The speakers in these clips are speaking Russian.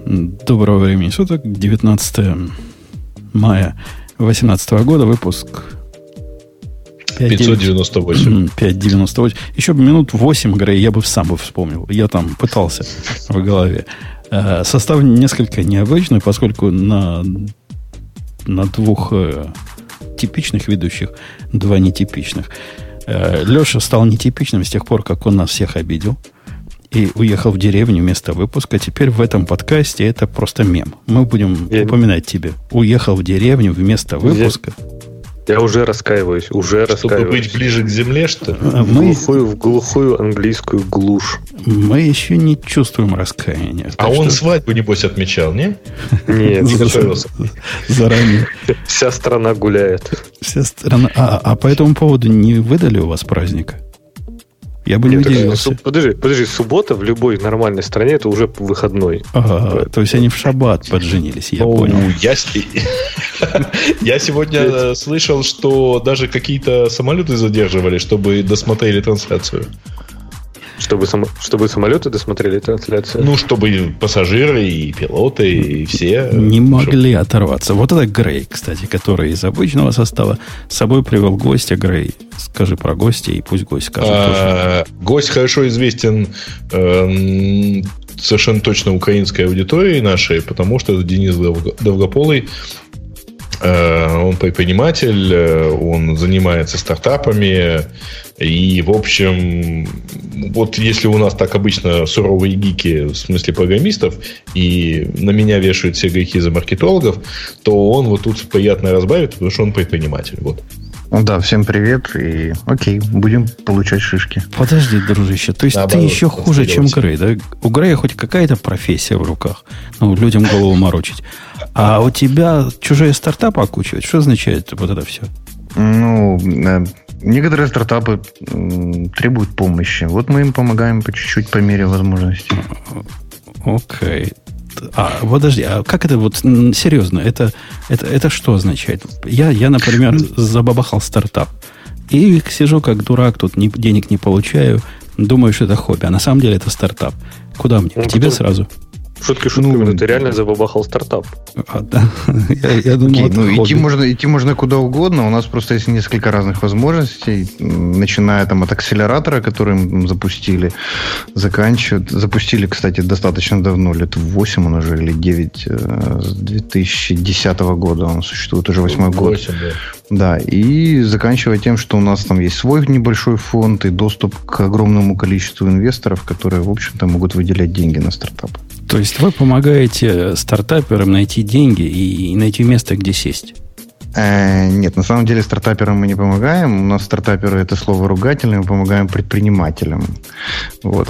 Доброго времени суток, 19 мая 2018 года, выпуск 598. 598. Еще бы минут 8, Грей, я бы сам бы вспомнил. Я там пытался в голове. Состав несколько необычный, поскольку на двух типичных ведущих, два нетипичных. Леша стал нетипичным с тех пор, как он нас всех обидел и уехал в деревню вместо выпуска. Теперь в этом подкасте это просто мем. Мы будем упоминать тебе. Уехал в деревню вместо выпуска. Я уже раскаиваюсь, Чтобы быть ближе к земле, что ли? В глухую английскую глушь. Мы еще не чувствуем раскаяния. А он свадьбу, небось, отмечал, не? Нет, заранее. Вся страна гуляет. Вся страна. А по этому поводу не выдали у вас праздника? Я бы не удивился. Подожди, суббота в любой нормальной стране это уже выходной. Ага, то есть они в шаббат подженились, я понял. Я сегодня слышал, что даже какие-то самолеты задерживали, чтобы досмотрели трансляцию. Чтобы самолеты досмотрели трансляцию? Ну, чтобы пассажиры и пилоты, и все. Не могли оторваться. Вот это Грей, кстати, который из обычного состава с собой привел гостя. Грей, скажи про гостя, и пусть гость скажет. Гость хорошо известен совершенно точно украинской аудитории нашей, потому что это Денис Довгополый. Он предприниматель, он занимается стартапами. И, в общем, вот если у нас так обычно суровые гики, в смысле программистов, и на меня вешают все грехи за маркетологов, то он вот тут приятно разбавит, потому что он предприниматель. Вот. Да, всем привет, и окей, будем получать шишки. Подожди, дружище, то есть ты еще хуже, чем Грей, да? У Грея хоть какая-то профессия в руках, людям голову морочить. А у тебя чужие стартапы окучивают? Что означает вот это все? Некоторые стартапы требуют помощи. Вот мы им помогаем по чуть-чуть, по мере возможностей. Окей. Подожди, а как это вот серьезно? Это что означает? Я, например, забабахал стартап. И сижу как дурак, тут денег не получаю, думаю, что это хобби. А на самом деле это стартап. Куда мне? К тебе сразу? Шутки шутками, ты реально забабахал стартап. Да. Я думал, идти можно куда угодно. У нас просто есть несколько разных возможностей. Начиная там от акселератора, который мы запустили, запустили, кстати, достаточно давно, лет 8 он уже, или 9, с 2010 года он существует, уже 8 год. 8, да. Да, и заканчивая тем, что у нас там есть свой небольшой фонд и доступ к огромному количеству инвесторов, которые, в общем-то, могут выделять деньги на стартап. То есть вы помогаете стартаперам найти деньги и найти место, где сесть? Нет, на самом деле стартаперам мы не помогаем. У нас стартаперы — это слово ругательное, мы помогаем предпринимателям. Вот.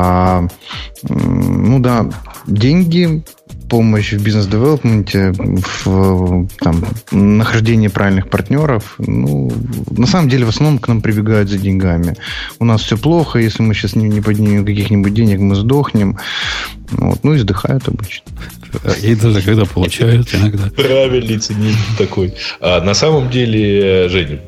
Деньги, помощь в бизнес-девелопменте, в нахождении правильных партнеров. На самом деле, в основном к нам прибегают за деньгами. У нас все плохо, если мы сейчас не поднимем каких-нибудь денег, мы сдохнем. И сдыхают обычно. И даже когда получают иногда. Правильный ценитель такой. На самом деле, Жень,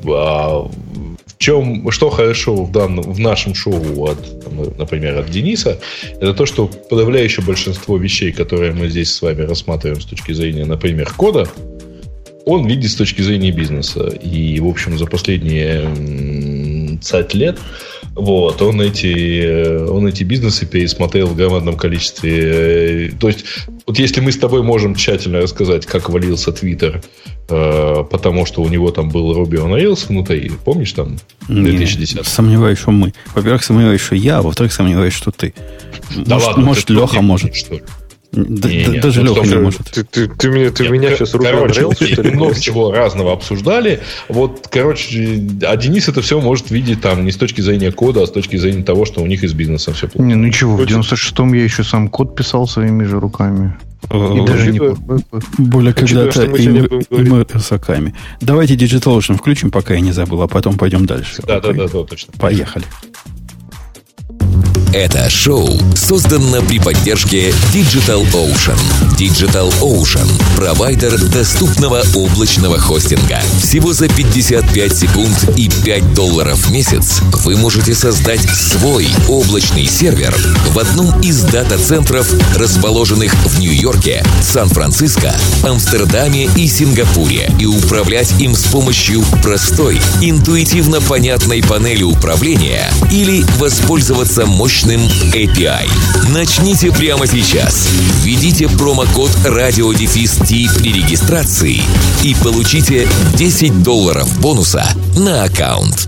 что хорошо в нашем шоу, например, от Дениса, это то, что подавляющее большинство вещей, которые мы здесь с вами рассматриваем с точки зрения, например, кода, он видит с точки зрения бизнеса. И, в общем, за последние 20 лет он эти бизнесы пересмотрел в громадном количестве. То есть, вот если мы с тобой можем тщательно рассказать, как валился Твиттер, потому что у него там был Ruby on Rails внутри, помнишь, там, 2010? Сомневаюсь, что мы. Во-первых, сомневаюсь, что я, а во-вторых, сомневаюсь, что ты. Да может Леха может. Что ли? Даже Леха не может. Ты меня сейчас Ruby on Rails? Много чего разного обсуждали. А Денис это все может видеть там не с точки зрения кода, а с точки зрения того, что у них и с бизнесом все плохо. Ничего, в 96-м я еще сам код писал своими же руками. И даже не более когда-то и мы рысаками. Давайте DigitalOcean включим, пока я не забыл, а потом пойдем дальше. Да, точно. Поехали. Это шоу создано при поддержке Digital Ocean. Digital Ocean – провайдер доступного облачного хостинга. Всего за 55 секунд и $5 в месяц вы можете создать свой облачный сервер в одном из дата-центров, расположенных в Нью-Йорке, Сан-Франциско, Амстердаме и Сингапуре, и управлять им с помощью простой, интуитивно понятной панели управления или воспользоваться мощным API. Начните прямо сейчас. Введите промокод RadioDefist при регистрации и получите $10 бонуса на аккаунт.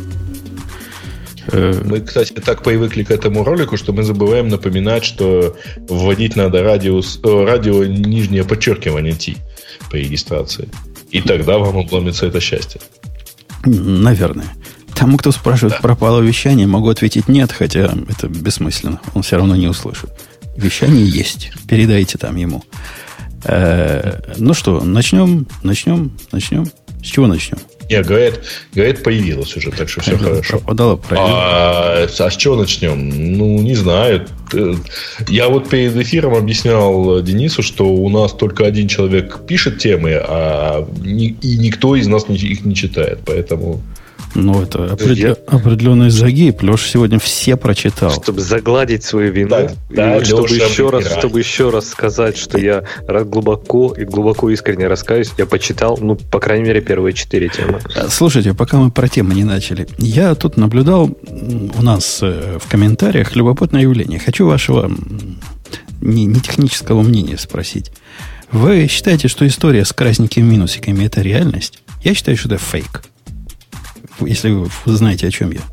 Мы, кстати, так привыкли к этому ролику, что мы забываем напоминать, что вводить надо радио нижнее подчеркивание T при регистрации. И тогда вам обломится это счастье. Наверное. Тому, кто спрашивает, пропало вещание, могу ответить нет, хотя это бессмысленно. Он все равно не услышит. Вещание есть. Передайте там ему. Ну что, начнем? С чего начнем? Нет, говорит, появилась уже, так что все хорошо. Пропадало, а с чего начнем? Ну, не знаю. Я вот перед эфиром объяснял Денису, что у нас только один человек пишет темы, и никто из нас их не читает, поэтому... Ну, это определенный загиб. Леша сегодня все прочитал. Чтобы загладить свою вину. Да, чтобы еще раз сказать, что я глубоко искренне раскаюсь, я почитал, по крайней мере, первые 4 темы. Слушайте, пока мы про темы не начали, я тут наблюдал у нас в комментариях любопытное явление. Хочу вашего не технического мнения спросить. Вы считаете, что история с красненькими минусиками – это реальность? Я считаю, что это фейк. Если вы знаете, о чем я.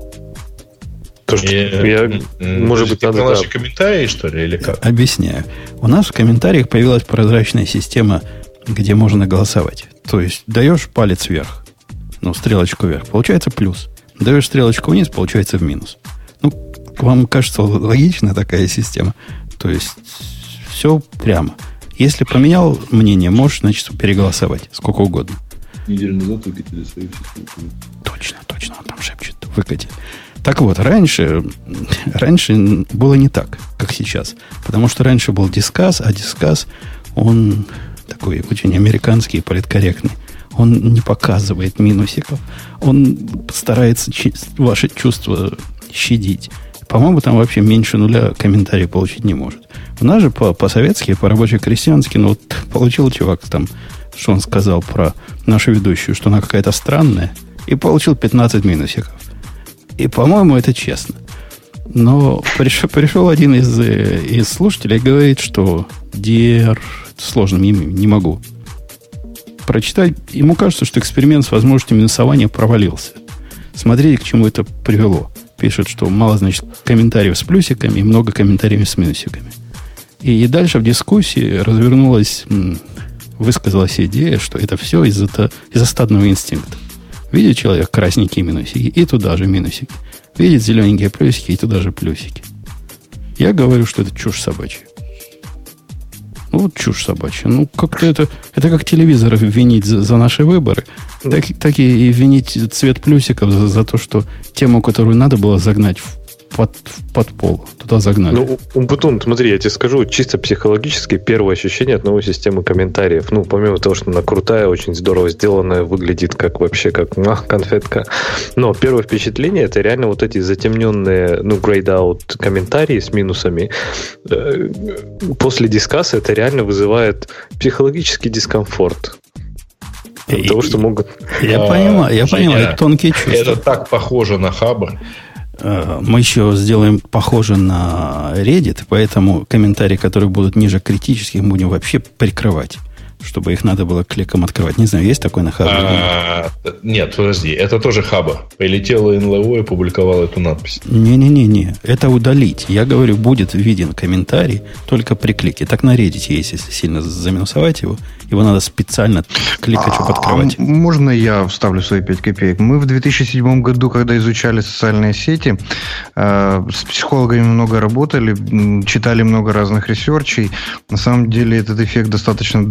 Может быть, надо наши комментарии, что ли, или как? Объясняю. У нас в комментариях появилась прозрачная система, где можно голосовать. То есть, даешь палец вверх, стрелочку вверх, получается плюс. Даешь стрелочку вниз, получается в минус. Вам кажется логична такая система? То есть, все прямо. Если поменял мнение, можешь, значит, переголосовать сколько угодно. Неделю назад выкатили свои все ссылки. Точно, он там шепчет. Выкатили. Так вот, раньше было не так, как сейчас. Потому что раньше был дискасс, а дискасс, он такой очень американский и политкорректный. Он не показывает минусиков. Он старается ваши чувства щадить. По-моему, там вообще меньше 0 комментарий получить не может. У нас же по-советски, по-рабоче-крестьянски, получил чувак там, что он сказал про нашу ведущую, что она какая-то странная, и получил 15 минусиков. И, по-моему, это честно. Но пришел один из слушателей и говорит, что сложным именем не могу прочитать. Ему кажется, что эксперимент с возможностью минусования провалился. Смотрите, к чему это привело. Пишет, что мало, значит, комментариев с плюсиками и много комментариев с минусиками. И дальше в дискуссии высказалась идея, что это все из-за стадного инстинкта. Видит человек красненькие минусики, и туда же минусики. Видит зелененькие плюсики, и туда же плюсики. Я говорю, что это чушь собачья. Чушь собачья. Как-то это как телевизор винить за наши выборы, так и винить цвет плюсиков за то, что тему, которую надо было загнать под пол. Туда загнали. Умпутун, смотри, я тебе скажу, чисто психологически первое ощущение от новой системы комментариев. Помимо того, что она крутая, очень здорово сделанная, выглядит как конфетка. Но первое впечатление, это реально вот эти затемненные, grayed out комментарии с минусами. После дискасса это реально вызывает психологический дискомфорт. Того, что могут... Я понимаю, тонкие чувства. Это так похоже на Хабр. Мы еще сделаем похоже на Reddit, поэтому комментарии, которые будут ниже критических, будем вообще прикрывать, чтобы их надо было кликом открывать. Не знаю, есть такой на Хабре? Нет, подожди, это тоже Хабр. Прилетело НЛО и публиковало эту надпись. Не, это удалить. Я говорю, будет виден комментарий только при клике. Так на Reddit есть, если сильно заминусовать его надо специально кликать, чтобы открывать. Можно я вставлю свои 5 копеек? Мы в 2007 году, когда изучали социальные сети, с психологами много работали, читали много разных ресерчей. На самом деле этот эффект достаточно давно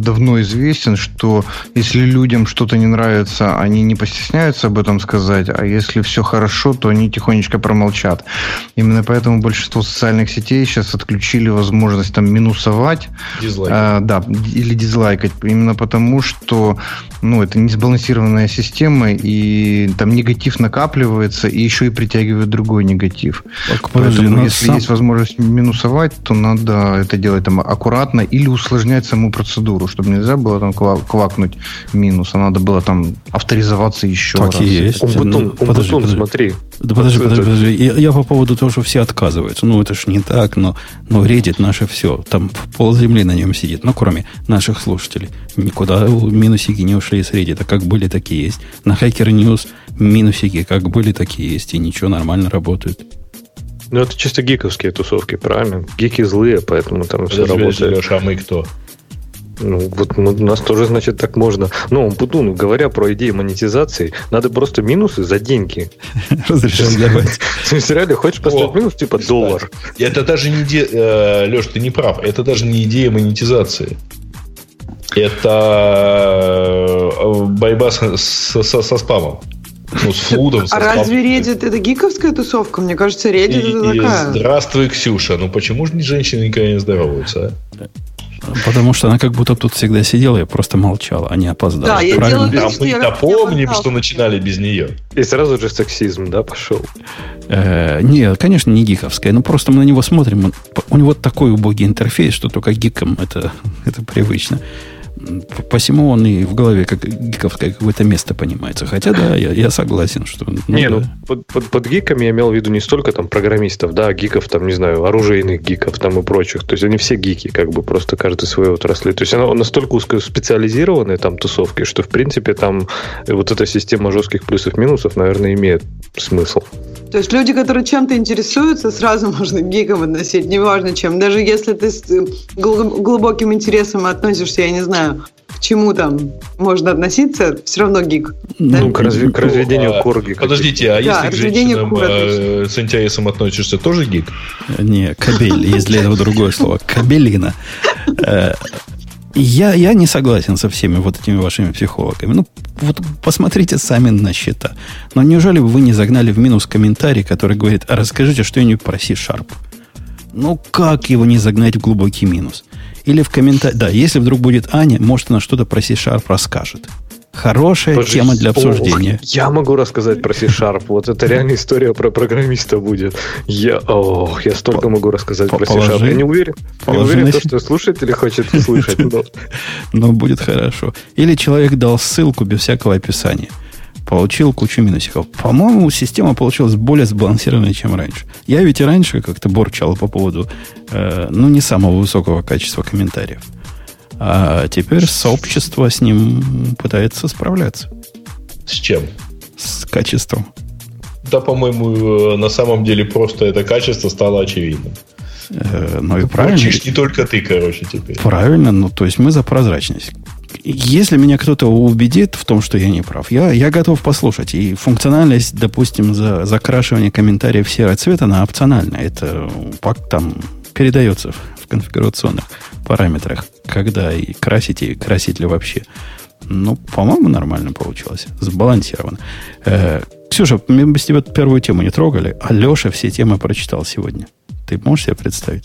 известен, что если людям что-то не нравится, они не постесняются об этом сказать, а если все хорошо, то они тихонечко промолчат. Именно поэтому большинство социальных сетей сейчас отключили возможность там минусовать. Да, или дизлайкать. Именно потому, что это несбалансированная система, и там негатив накапливается, и еще и притягивает другой негатив. Поэтому, если есть возможность минусовать, то надо это делать там аккуратно или усложнять саму процедуру, чтобы нельзя было там квакнуть минус, а надо было там авторизоваться еще так раз. И есть. Подожди, смотри. Да подожди. Я по поводу того, что все отказываются. Это ж не так, но Reddit наше все. Там полземли на нем сидит. Кроме наших слушателей. Никуда минусики не ушли с Reddit. Как были, такие есть. На Hacker News минусики как были, такие есть. И ничего, нормально работают. Это чисто гиковские тусовки, правильно? Гики злые, поэтому там все работает. Леша, а мы кто? У нас тоже, значит, так можно. Говоря про идею монетизации, надо просто минусы за деньги. Разрешать добавить. То есть, реально, хочешь поставить минус, типа $1. Это даже не идея... Леш, ты не прав. Это даже не идея монетизации. Это борьба со спамом. С флудом. А разве Reddit это гиковская тусовка? Мне кажется, Reddit это такая. Здравствуй, Ксюша. Почему же женщины никогда не здороваются, а? Потому что она как будто тут всегда сидела и просто молчала, а не опоздала. Да, я делала так, что мы помним, что начинали без нее. И сразу же сексизм, да, пошел? Нет, конечно, не гиковская. Просто мы на него смотрим. У него такой убогий интерфейс, что только гикам это привычно. Посему он и в голове как гиковское какое-то место понимается. Хотя, да, я согласен, что... Под гиками я имел в виду не столько там программистов, да, гиков, там, не знаю, оружейных гиков там и прочих. То есть они все гики, просто каждый своей отрасли. То есть она настолько узкоспециализированная там тусовки, что в принципе там вот эта система жестких плюсов-минусов, наверное, имеет смысл. То есть люди, которые чем-то интересуются, сразу можно к гикам относить, неважно чем. Даже если ты с глубоким интересом относишься, я не знаю, к чему там можно относиться, все равно гик. К разведению корги. Подождите, а если к женщинам с интересом относишься, тоже гик? Не, кабель. Есть для этого другое слово. Кабелина. Я не согласен со всеми вот этими вашими психологами. Посмотрите сами на счета. Но неужели вы не загнали в минус комментарий, который говорит: расскажите что-нибудь про C-Sharp? Как его не загнать в глубокий минус? Или в комментарии... Да, если вдруг будет Аня, может, она что-то про C-Sharp расскажет. Хорошая тема для обсуждения. Я могу рассказать про C-Sharp. Вот это реальная история про программиста будет. Я столько могу рассказать про C-Sharp. Я не уверен. Не уверен, что слушатель хочет слышать. Но будет хорошо. Или человек дал ссылку без всякого описания. Получил кучу минусиков. По-моему, система получилась более сбалансированной, чем раньше. Я ведь и раньше как-то борчал по поводу не самого высокого качества комментариев. А теперь сообщество с ним пытается справляться. С чем? С качеством. Да, по-моему, на самом деле просто это качество стало очевидным. И правильно. Хочешь не только ты, теперь. Правильно, то есть мы за прозрачность. Если меня кто-то убедит в том, что я не прав, я готов послушать. И функциональность, допустим, за закрашивание комментариев серого цвета, она опциональна. Это там передается в конфигурационных параметрах, когда и красить ли вообще. По-моему, нормально получилось. Сбалансировано. Ксюша, мы без тебя первую тему не трогали, а Леша все темы прочитал сегодня. Ты можешь себе представить?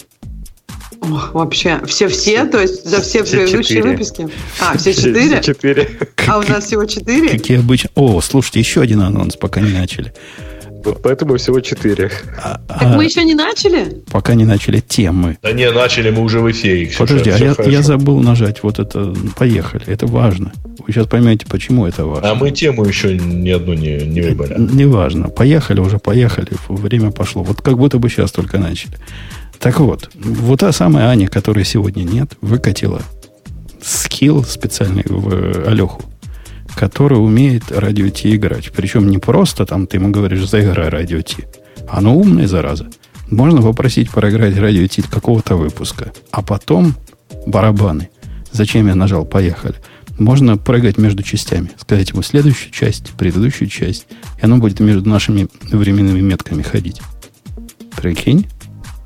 Вообще, все, то есть за все предыдущие выпуски? Все 4? 4. А у нас всего 4? Какие обычно... Слушайте, еще один анонс, пока не начали. Поэтому всего 4. Так мы еще не начали? Пока не начали темы. Да не, начали мы уже в эфире. Подожди, я забыл нажать вот это. Поехали. Это важно. Вы сейчас поймете, почему это важно. А мы тему еще ни одну не выбрали. Не важно. Поехали. Время пошло. Вот как будто бы сейчас только начали. Так вот та самая Аня, которой сегодня нет, выкатила скилл специальный в Алеху, который умеет радио Ти играть. Причем не просто там ты ему говоришь: заиграй радио Ти. Оно умное, зараза. Можно попросить проиграть радио Ти какого-то выпуска. А потом барабаны. Зачем я нажал «Поехали»? Можно прыгать между частями. Сказать ему следующую часть, предыдущую часть. И оно будет между нашими временными метками ходить. Прикинь?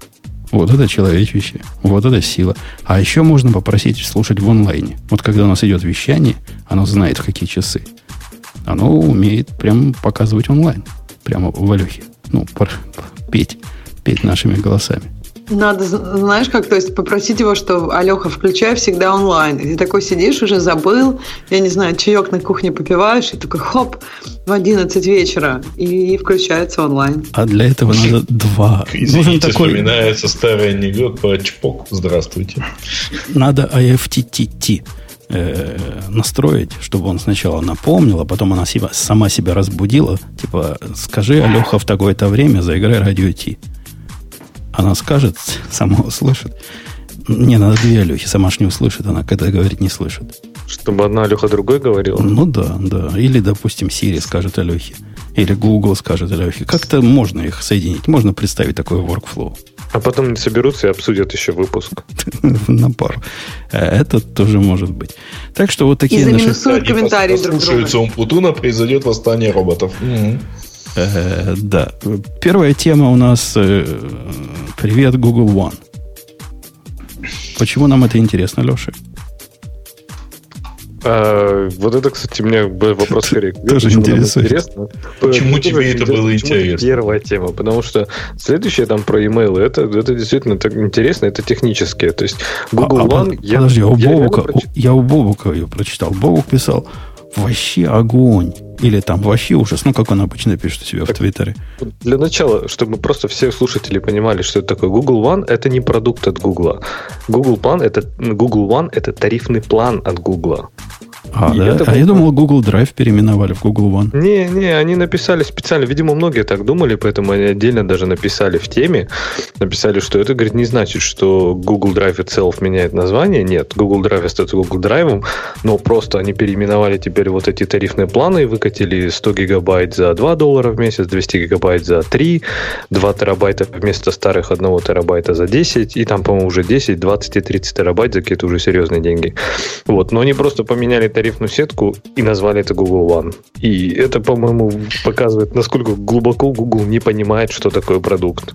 Вот это человечище, вот это сила. А еще можно попросить слушать в онлайне. Вот когда у нас идет вещание, оно знает, в какие часы. Оно умеет прям показывать онлайн. Прямо в Алехе. Ну, петь нашими голосами. Надо, знаешь как, то есть попросить его, что Алеха, включай всегда онлайн. И ты такой сидишь, уже забыл, я не знаю, чаек на кухне попиваешь, и такой хоп, в 11 вечера, и включается онлайн. А для этого надо два. Извините, вспоминается старый анекдот про чпок. Здравствуйте. Надо IFTTT настроить, чтобы он сначала напомнил, а потом она сама себя разбудила. Типа, скажи, Алеха, в такое-то время заиграй радио Ти. Она скажет, сама услышит. Не, надо две Алехи, сама ж не услышит, она когда говорит, не слышит. Чтобы одна Алеха другой говорила? Ну да. Или, допустим, Siri скажет Алехе. Или Google скажет Алехе. Как-то можно их соединить. Можно представить такой workflow. А потом они соберутся и обсудят еще выпуск. На пару. Это тоже может быть. Так что вот такие наши... И заминусуют комментарии друг друга. Слушаются Умпутуна, произойдет восстание роботов. Да. Первая тема у нас привет, Google One. Почему нам это интересно, Леша? Вот это, кстати, мне вопрос скорее. Тоже интересно. Почему тебе это было интересно? Первая тема, потому что следующая там про email, это действительно так интересно, это технические. То есть Google One... Подожди, я у Бобука ее прочитал. Бобук писал, вообще огонь. Или там вообще ужас. Ну, как он обычно пишет у себя в Твиттере. Для начала, чтобы просто все слушатели понимали, что это такое. Google One – это не продукт от Google. Google One – это тарифный план от Google. Я думал, Google Drive переименовали в Google One. Не, они написали специально. Видимо, многие так думали, поэтому они отдельно даже написали в теме. Написали, что это, говорит, не значит, что Google Drive itself меняет название. Нет, Google Drive остается Google Drive, но просто они переименовали теперь вот эти тарифные планы и выкатили 100 гигабайт за $2 в месяц, 200 гигабайт за 3, 2 терабайта вместо старых 1 терабайта за 10, и там, по-моему, уже 10, 20 и 30 терабайт за какие-то уже серьезные деньги. Вот, но они просто поменяли тарифную сетку и назвали это Google One. И это, по-моему, показывает, насколько глубоко Google не понимает, что такое продукт.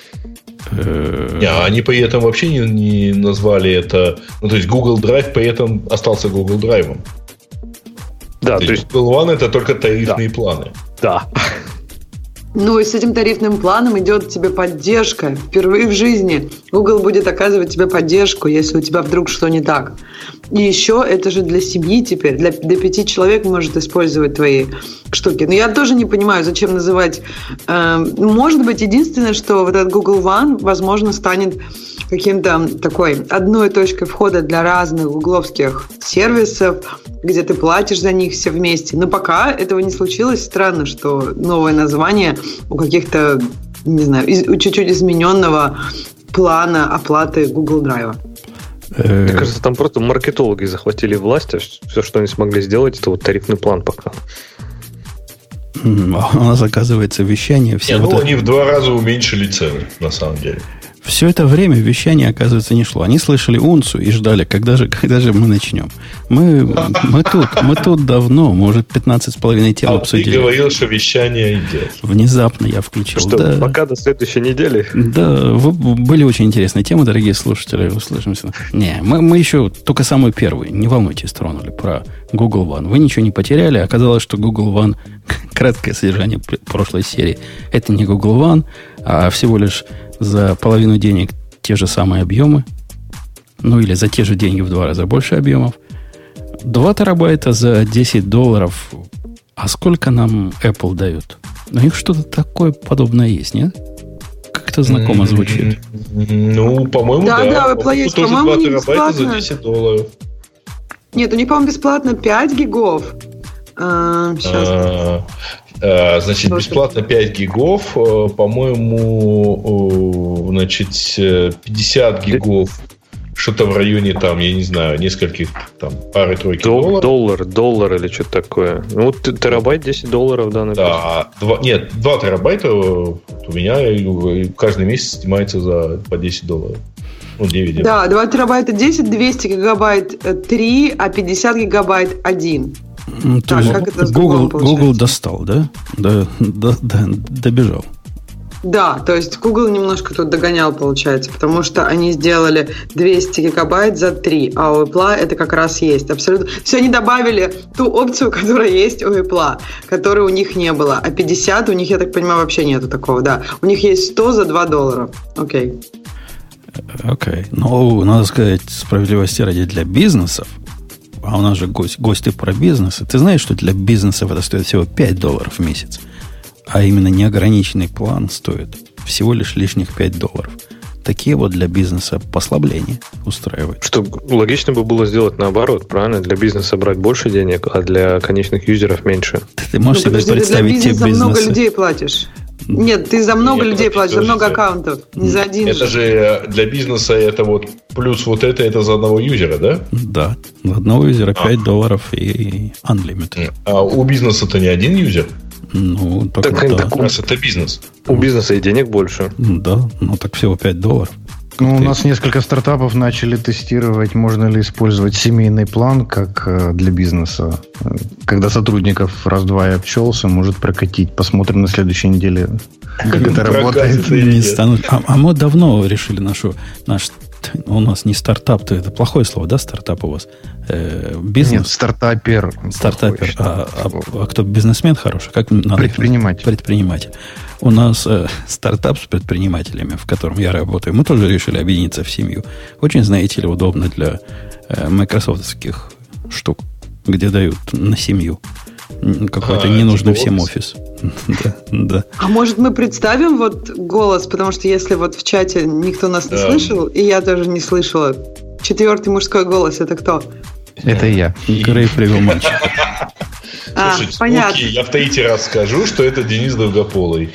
Они при этом вообще не назвали это... Ну, то есть Google Drive при этом остался Google Drive. Да, то есть Google One это только тарифные планы. Да. Ну, и с этим тарифным планом идет тебе поддержка. Впервые в жизни Google будет оказывать тебе поддержку, если у тебя вдруг что не так. И еще это же для семьи теперь. Для 5 человек может использовать твои штуки. Но я тоже не понимаю, зачем называть... Может быть, единственное, что вот этот Google One, возможно, станет каким-то такой одной точкой входа для разных гугловских сервисов, где ты платишь за них все вместе. Но пока этого не случилось, странно, что новое название у каких-то, не знаю, чуть-чуть измененного плана оплаты Google Drive. Мне кажется, там просто маркетологи захватили власть, а все, что они смогли сделать, это вот тарифный план пока. У нас, оказывается, вещание... Они в 2 раза уменьшили цены, на самом деле. Все это время вещание, оказывается, не шло. Они слышали унцию и ждали, когда же мы начнем. Мы тут давно, мы уже 15,5 тем обсудили. Ты говорил, что вещание идет. Внезапно я включил. Что, пока до следующей недели? Да, были очень интересные темы, дорогие слушатели. Услышимся. Не, мы еще только самый первый, не волнуйтесь, тронули про Google One. Вы ничего не потеряли. Оказалось, что Google One, краткое содержание прошлой серии, это не Google One, а всего лишь за половину денег те же самые объемы. Ну, или за те же деньги в 2 раза больше объемов. 2 терабайта за $10. А сколько нам Apple дают? У них что-то такое подобное есть, нет? Как-то знакомо звучит. Ну, по-моему, да. Да, Apple есть. Тоже по-моему, 2 терабайта за $10. Нет, у них, по-моему, бесплатно 5 гигов. Сейчас. Значит, бесплатно 5 гигов, по-моему, значит, 50 гигов, что-то в районе, там, я не знаю, нескольких, там, пары-тройки долларов. Доллар или что-то такое. Ну, терабайт $10, да, написано. Да, 2 терабайта у меня каждый месяц снимается по $10. Ну, 9. Да, 2 терабайта 10, 200 гигабайт 3, а 50 гигабайт 1. То есть Google достал, да? Добежал. Да, то есть Google немножко тут догонял, получается, потому что они сделали 200 гигабайт за 3, а у Apple это как раз есть. Абсолютно. Все, они добавили ту опцию, которая есть у Apple, которой у них не было. А 50 у них, я так понимаю, вообще нету такого, да. У них есть 100 за $2. Окей. Окей. Но, надо сказать, справедливости ради для бизнесов, а у нас же гости про бизнес, ты знаешь, что для бизнесов это стоит всего $5 в месяц? А именно неограниченный план стоит всего лишь лишних $5. Такие вот для бизнеса послабления устраивают. Что логично бы было сделать наоборот, правильно? Для бизнеса брать больше денег, а для конечных юзеров меньше. Ты можешь себе представить те бизнесы... Ты за много людей платишь. Нет, ты за много людей платишь, за много аккаунтов, не за один. Это же для бизнеса это вот плюс вот это за одного юзера, да? Да, за одного юзера $5 и unlimited. А у бизнеса-то не один юзер? Ну, так у нас это бизнес. У бизнеса и денег больше. Да, ну так всего $5. Ну, у нас несколько стартапов начали тестировать, можно ли использовать семейный план как для бизнеса. Когда сотрудников раз-два и обчелся, может прокатить. Посмотрим на следующей неделе, как это работает. Не станут. А мы давно решили наш у нас не стартап, то это плохое слово, да, стартап у вас? Бизнес? Нет, стартапер. Стартапер. А кто бизнесмен хороший? Как надо? Предприниматель. У нас стартап с предпринимателями, в котором я работаю, мы тоже решили объединиться в семью. Очень, знаете ли, удобно для майкрософтовских штук, где дают на семью какой-то ненужный всем офис. Да. А может мы представим вот голос, потому что если вот в чате никто нас не слышал, и я тоже не слышала, 4-й мужской голос, это кто? Это я. Грей привел мальчика. Слушайте, понятно. Я в третий раз скажу, что это Денис Долгополый.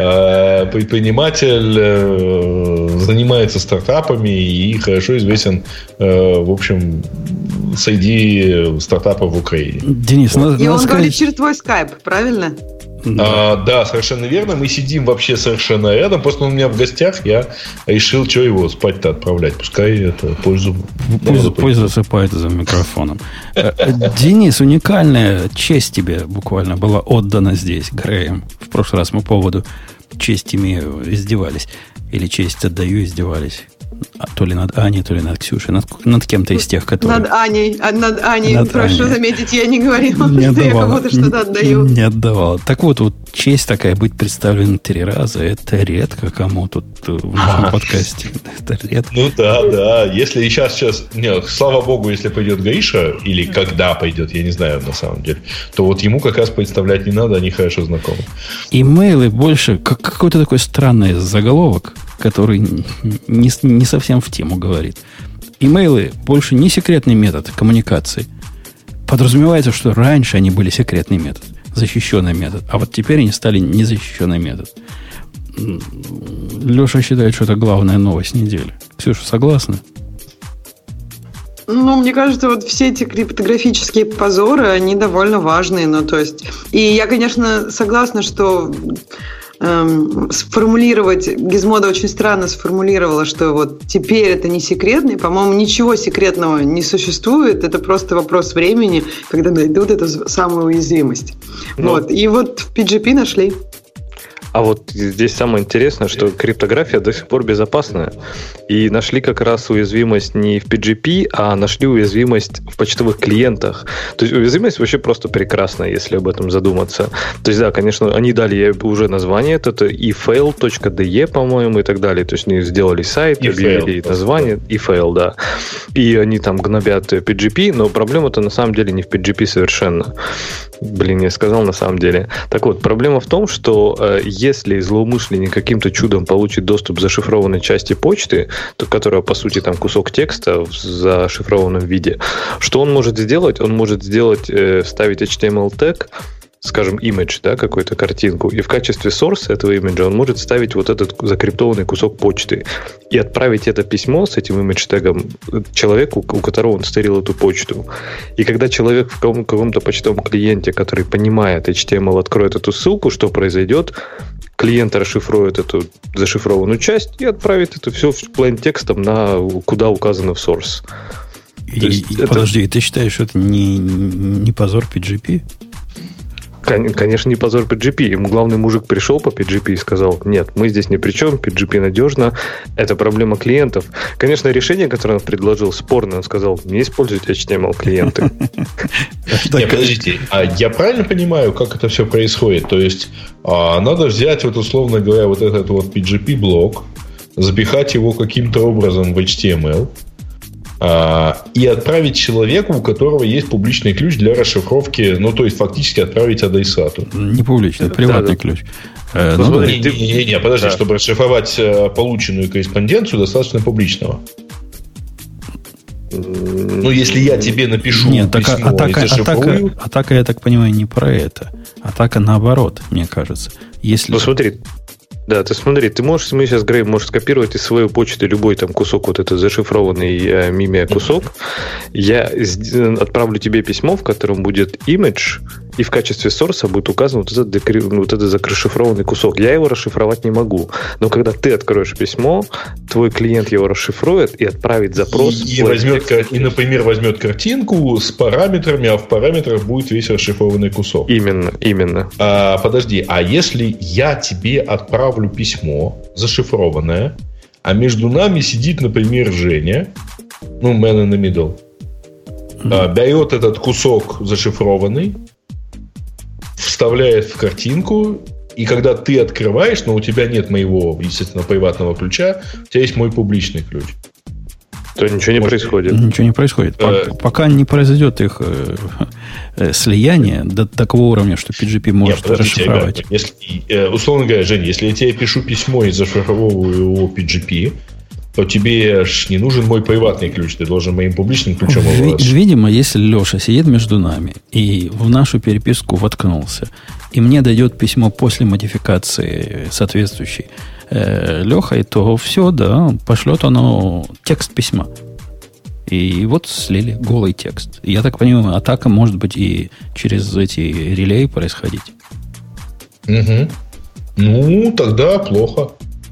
Предприниматель, занимается стартапами и хорошо известен, в общем, среди стартапов в Украине. Денис, и он говорит через твой скайп, правильно? Да, совершенно верно. Мы сидим вообще совершенно рядом. Просто он у меня в гостях. Я решил, что его спать-то отправлять. Пускай это пользуется за микрофоном. Денис, уникальная честь тебе буквально была отдана здесь, Греем. В прошлый раз мы по поводу честь имею издевались. Или честь отдаю издевались. То ли над Аней, то ли над Ксюшей. Над кем-то из тех, которые... Над Аней, прошу заметить, я не говорила, что я кому-то что-то отдаю. Не отдавал. Так вот честь такая быть представлена 3 раза, это редко кому тут в нашем подкасте. Это редко. Ну да. Если сейчас... Нет, слава богу, если пойдет Гриша, или когда пойдет, я не знаю на самом деле, то вот ему как раз представлять не надо, они хорошо знакомы. Имейлы больше... Какой-то такой странный заголовок, который не совсем в тему говорит. Имейлы больше не секретный метод коммуникации. Подразумевается, что раньше они были секретный метод, защищенный метод, а вот теперь они стали незащищенный метод. Леша считает, что это главная новость недели. Ксюша, согласна? Ну, мне кажется, вот все эти криптографические позоры, они довольно важные. Ну, то есть... И я, конечно, согласна, что... сформулировать, Гизмода очень странно сформулировала, что вот теперь это не секретный. По-моему, ничего секретного не существует. Это просто вопрос времени, когда найдут эту самую уязвимость. Вот. И вот в PGP нашли. А вот здесь самое интересное, что криптография до сих пор безопасная. И нашли как раз уязвимость не в PGP, а нашли уязвимость в почтовых клиентах. То есть уязвимость вообще просто прекрасная, если об этом задуматься. То есть, да, конечно, они дали уже название, это efail.de, по-моему, и так далее. То есть они сделали сайт, объявили название, efail, да. И они там гнобят PGP, но проблема-то на самом деле не в PGP совершенно. Блин, я сказал на самом деле. Так вот, проблема в том, что если злоумышленник каким-то чудом получит доступ к зашифрованной части почты, которая, по сути, там кусок текста в зашифрованном виде, что он может сделать? Он может вставить HTML тег, скажем, image, да, какую-то картинку, и в качестве source этого имиджа он может ставить вот этот закриптованный кусок почты и отправить это письмо с этим имидж-тегом человеку, у которого он стырил эту почту. И когда человек в каком-то почтовом клиенте, который понимает HTML, откроет эту ссылку, что произойдет? Клиент расшифрует эту зашифрованную часть и отправит это все в plain текстом на куда указано в source. Подожди, ты считаешь, что это не позор PGP? Конечно, не позор PGP. Ему главный мужик пришел по PGP и сказал: нет, мы здесь ни при чем, PGP надежно, это проблема клиентов. Конечно, решение, которое он предложил, спорное. Он сказал: не используйте HTML-клиенты. Нет, подождите, а я правильно понимаю, как это все происходит? То есть, надо взять, вот условно говоря, вот этот вот PGP-блок, запихать его каким-то образом в HTML, и отправить человеку, у которого есть публичный ключ для расшифровки, ну, то есть, фактически отправить адресату. Не публичный, приватный ключ. Подожди, чтобы расшифровать полученную корреспонденцию, достаточно публичного. Ну, если я тебе напишу письмо и зашифрую... Атака, я так понимаю, не про это. Атака наоборот, мне кажется. Ну, смотри, ты можешь, мы сейчас, Грей, можешь скопировать из своей почты любой там кусок, вот этот зашифрованный мимия кусок. Я отправлю тебе письмо, в котором будет image, и в качестве сорса будет указан вот этот зашифрованный кусок. Я его расшифровать не могу. Но когда ты откроешь письмо, твой клиент его расшифрует и отправит запрос. Например, возьмет картинку с параметрами, а в параметрах будет весь расшифрованный кусок. Именно. Подожди, а если я тебе отправлю письмо зашифрованное, а между нами сидит, например, Женя, man in the middle, берет этот кусок зашифрованный, вставляет в картинку, и когда ты открываешь, но у тебя нет моего, естественно, приватного ключа, у тебя есть мой публичный ключ. То ничего не происходит. Ничего не происходит. Пока не произойдет их слияние до такого уровня, что PGP может расшифровать. Условно говоря, Женя, если я тебе пишу письмо и зашифровываю его PGP, то тебе ж не нужен мой приватный ключ, ты должен моим публичным ключом его... Видимо, если Леша сидит между нами и в нашу переписку воткнулся, и мне дойдет письмо после модификации соответствующей Лехой, то все, да, пошлет оно текст письма. И вот слили голый текст. Я так понимаю, атака может быть и через эти релеи происходить. Угу. Ну, тогда плохо.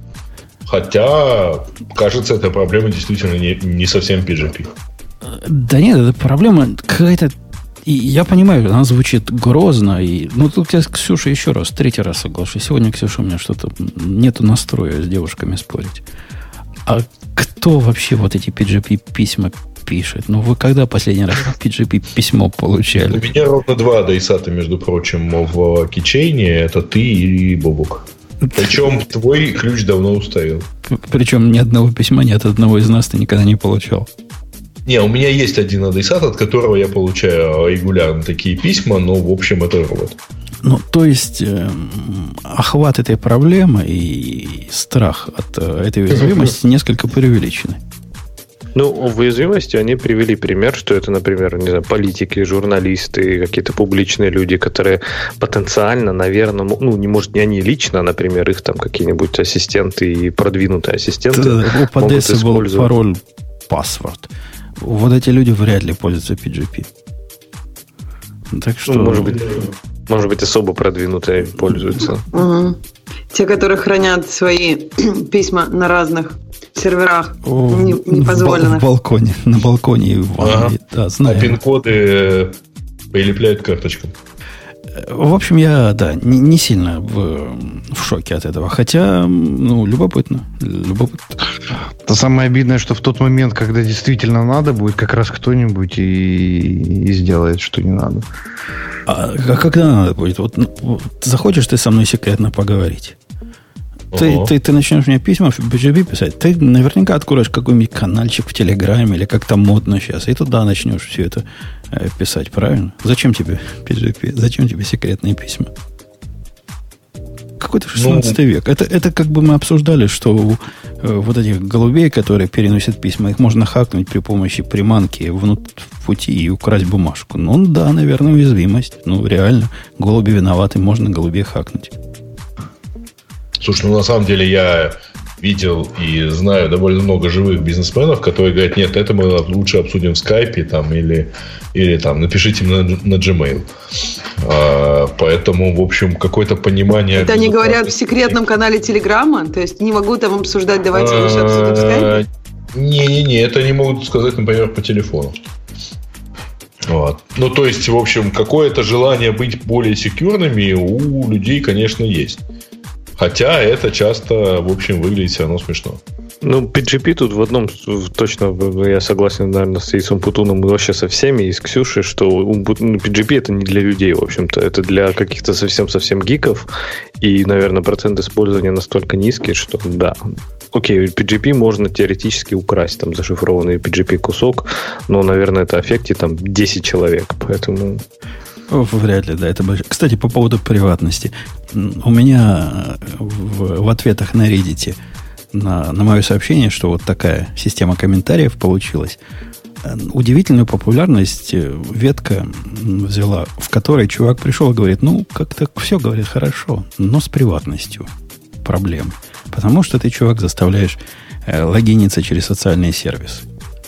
Хотя, кажется, эта проблема действительно не совсем PGP. Да нет, это проблема какая-то... И я понимаю, она звучит грозно. Тут я с Ксюшей еще раз, третий раз соглашусь. Сегодня, Ксюша, у меня что-то... Нету настроя с девушками спорить. А кто вообще вот эти PGP-письма пишет? Вы когда последний раз PGP-письмо получали? У меня ровно 2 адресата, между прочим, в кичейне. Это ты и Бобук. Причем твой ключ давно устарел. Причем ни одного письма, ни от одного из нас ты никогда не получал. Не, у меня есть один адресат, от которого я получаю регулярно такие письма, но, в общем, это робот. То есть, охват этой проблемы и страх от этой уязвимости несколько преувеличены. В уязвимости они привели пример, что это, например, не знаю, политики, журналисты, какие-то публичные люди, которые потенциально, наверное, не они лично, а, например, их там какие-нибудь ассистенты и продвинутые ассистенты у Подессы был пароль паспорт. Вот эти люди вряд ли пользуются PGP. Так что... Может быть, особо продвинутые пользуются. Угу. Те, которые хранят свои письма на разных серверах непозволенных. На балконе и в ванной. Да, знаю. А пин-коды прилепляют к карточкам. В общем, я, не сильно в шоке от этого. Хотя, любопытно. То самое обидное, что в тот момент, когда действительно надо, будет как раз кто-нибудь и сделает, что не надо. А когда надо будет? Захочешь ты со мной секретно поговорить? Ты начнешь мне письма в PGP писать, ты наверняка откроешь какой-нибудь канальчик в Телеграме или как-то модно сейчас, и туда начнешь все это писать, правильно? Зачем тебе PGP? Зачем тебе секретные письма? Какой-то 16 век. Это как бы мы обсуждали, что вот этих голубей, которые переносят письма, их можно хакнуть при помощи приманки в пути и украсть бумажку. Наверное, уязвимость. Реально, голуби виноваты, можно голубей хакнуть. Слушай, на самом деле я видел и знаю довольно много живых бизнесменов, которые говорят, нет, это мы лучше обсудим в скайпе или напишите на Gmail. Поэтому, в общем, какое-то понимание... Это они говорят в секретном канале Телеграма? То есть не могу там обсуждать, давайте лучше обсудим в скайпе? Не, это они могут сказать, например, по телефону. Вот. Ну, то есть, в общем, какое-то желание быть более секьюрными у людей, конечно, есть. Хотя это часто, в общем, выглядит все равно смешно. Ну, PGP тут в одном точно, я согласен, наверное, с Исом Путуном и вообще со всеми, и с Ксюшей, что PGP это не для людей, в общем-то. Это для каких-то совсем-совсем гиков. И, наверное, процент использования настолько низкий, что да. Окей, PGP можно теоретически украсть, там, зашифрованный PGP кусок, но, наверное, это аффектит там 10 человек, поэтому... Вряд ли, да, это больше. Кстати, по поводу приватности. У меня в ответах на Reddit на мое сообщение, что вот такая система комментариев получилась, удивительную популярность ветка взяла, в которой чувак пришел и говорит, ну, как-то все, говорит, хорошо, но с приватностью проблем. Потому что ты, чувак, заставляешь логиниться через социальные сервисы.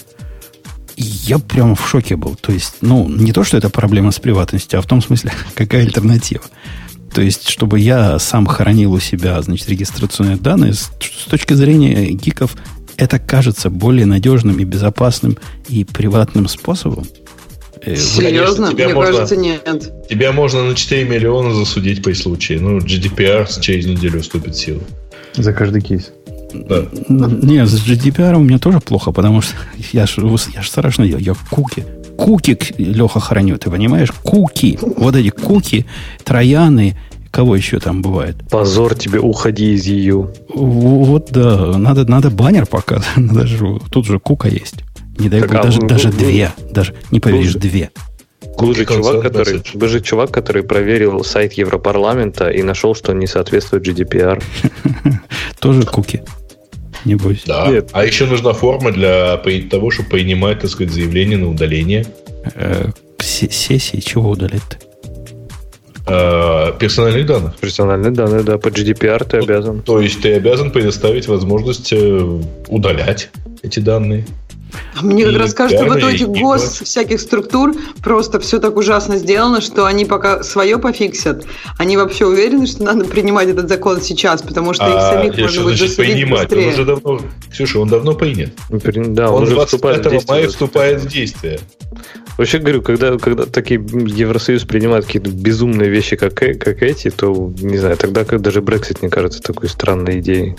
И я прямо в шоке был. То есть, ну, не то, что это проблема с приватностью, а в том смысле, какая альтернатива. То есть, чтобы я сам хранил у себя, значит, регистрационные данные, с точки зрения гиков, это кажется более надежным и безопасным и приватным способом. Серьезно? Мне кажется, нет. Тебя можно на 4 миллиона засудить при случае. Ну, GDPR через неделю вступит в силу. За каждый кейс. Да. Не, с GDPR у меня тоже плохо, потому что я ж страшно делал. Я куки, Леха, храню, ты понимаешь? Куки. Вот эти куки, трояны, кого еще там бывает? Позор тебе, уходи из EU. Вот, да. Надо баннер показывать. Тут же кука есть. Не дай бог, даже две. Даже, не поверишь, две. Вы же чувак, который проверил сайт Европарламента и нашел, что он не соответствует GDPR. Тоже куки. Не бойся. Да. Нет. А еще нужна форма для того, чтобы принимать, так сказать, заявление на удаление. Сессии чего удалять-то? Персональных данных. Персональные данные, да. По GDPR ты обязан. То есть ты обязан предоставить возможность удалять эти данные. Мне как раз кажется, в итоге всяких структур просто все так ужасно сделано, что они пока свое пофиксят. Они вообще уверены, что надо принимать этот закон сейчас, потому что их самих можно будет засудить быстрее. Он уже давно, Ксюша, он давно принят. Да, он 25 мая вступает в действие. Вообще говорю, когда такие Евросоюз принимает какие-то безумные вещи, как эти, то, не знаю, тогда даже Brexit не кажется такой странной идеей.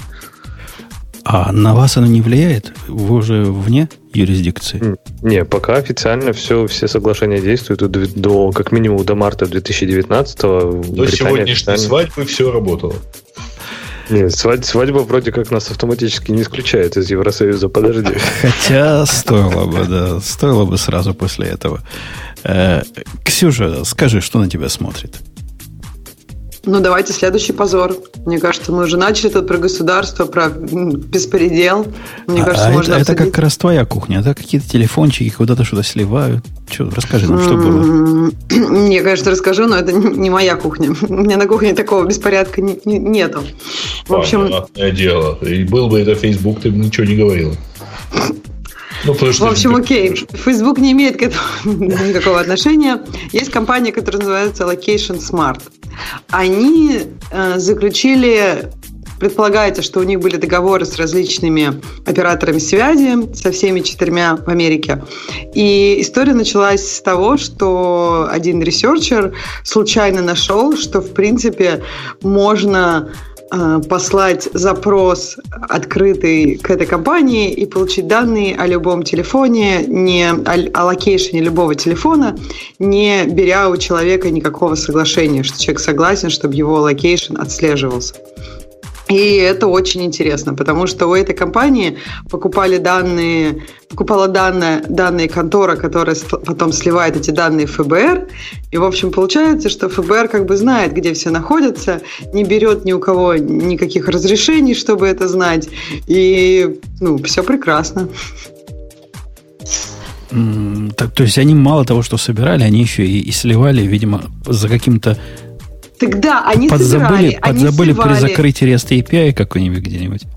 А на вас оно не влияет? Вы уже вне юрисдикции? Не, пока официально все соглашения действуют до как минимум до марта 2019-го. До сегодняшней свадьбы все работало. Нет, свадьба вроде как нас автоматически не исключает из Евросоюза, подожди. Хотя стоило бы сразу после этого. Ксюша, скажи, что на тебя смотрит? Ну, давайте следующий позор. Мне кажется, мы уже начали тут про государство, про беспредел. Мне кажется, можно это как раз твоя кухня, да? Какие-то телефончики куда-то что-то сливают. Расскажи нам, что было. Не, конечно, расскажу, но это не моя кухня. У меня на кухне такого беспорядка нету. В общем... Понятное дело. И был бы это Facebook, ты бы ничего не говорила. В общем, окей. Facebook не имеет к этому никакого отношения. Есть компания, которая называется Location Smart. Они заключили, предполагается, что у них были договоры с различными операторами связи, со всеми 4 в Америке. И история началась с того, что один ресерчер случайно нашел, что, в принципе, можно послать запрос открытый к этой компании и получить данные о любом телефоне, о локейшене любого телефона, не беря у человека никакого соглашения, что человек согласен, чтобы его локейшен отслеживался. И это очень интересно, потому что у этой компании покупала данные контора, которая потом сливает эти данные в ФБР. И, в общем, получается, что ФБР как бы знает, где все находятся, не берет ни у кого никаких разрешений, чтобы это знать. И, все прекрасно. То есть они мало того, что собирали, они еще и сливали, видимо, за каким-то... Тогда они подзабыли при закрытии REST API какой-нибудь где-нибудь.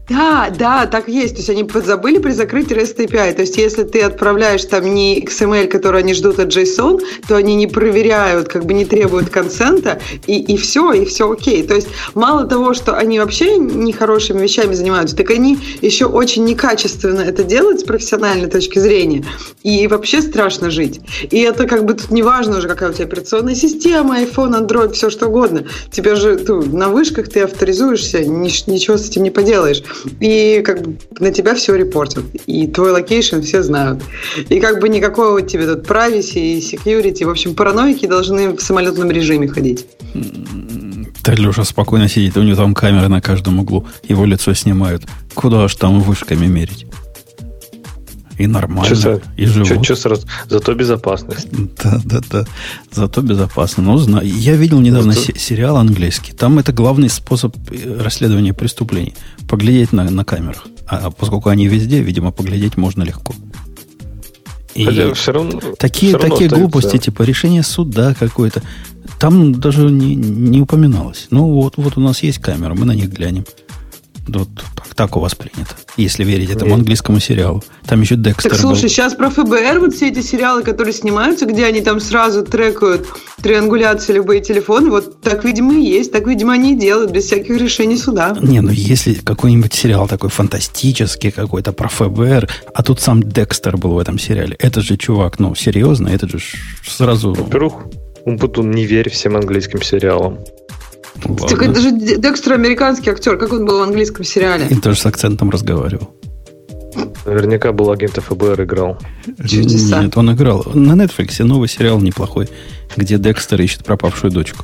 Да, так есть. То есть они подзабыли при закрытии REST API. То есть если ты отправляешь там не XML, который они ждут, а JSON, то они не проверяют, как бы не требуют консента, и все окей. То есть мало того, что они вообще нехорошими вещами занимаются, так они еще очень некачественно это делают с профессиональной точки зрения. И вообще страшно жить. И это как бы тут не важно уже, какая у тебя операционная система, iPhone, Android, все что угодно. Тебе же на вышках ты авторизуешься, ничего с этим не поделаешь. И как бы на тебя все репортят. И твой локейшн все знают. И как бы никакого тебе тут privacy и security. В общем, параноики должны в самолетном режиме ходить. Да, Леша спокойно сидит. У него там камеры на каждом углу. Его лицо снимают. Куда аж там вышками мерить? И нормально, и живут. Че сразу? Зато безопасность. Да. Зато безопасно. Но знаю. Я видел недавно сериал английский. Там это главный способ расследования преступлений. Поглядеть на камерах. А поскольку они везде, видимо, поглядеть можно легко. И все равно, такие глупости, типа решение суда какое-то, там даже не упоминалось. Ну, вот у нас есть камера, мы на них глянем. Вот так у вас принято, если верить этому английскому сериалу. Там еще Декстер Так, слушай, был. сейчас про ФБР, вот все эти сериалы, которые снимаются, где они там сразу трекают триангуляцию любые телефоны, вот так, видимо, и есть. Так, видимо, они и делают, без всяких решений суда. Не, ну если какой-нибудь сериал такой фантастический какой-то про ФБР, а тут сам Декстер был в этом сериале. Это же, чувак, ну, серьезно, это же сразу... Во-первых, Умпутун, не верь всем английским сериалам. Ладно. Так это же Декстер американский актер, как он был в английском сериале? И тоже с акцентом разговаривал. Наверняка был агент ФБР играл. Чудеса. Нет, он играл. На Netflix новый сериал неплохой, где Декстер ищет пропавшую дочку.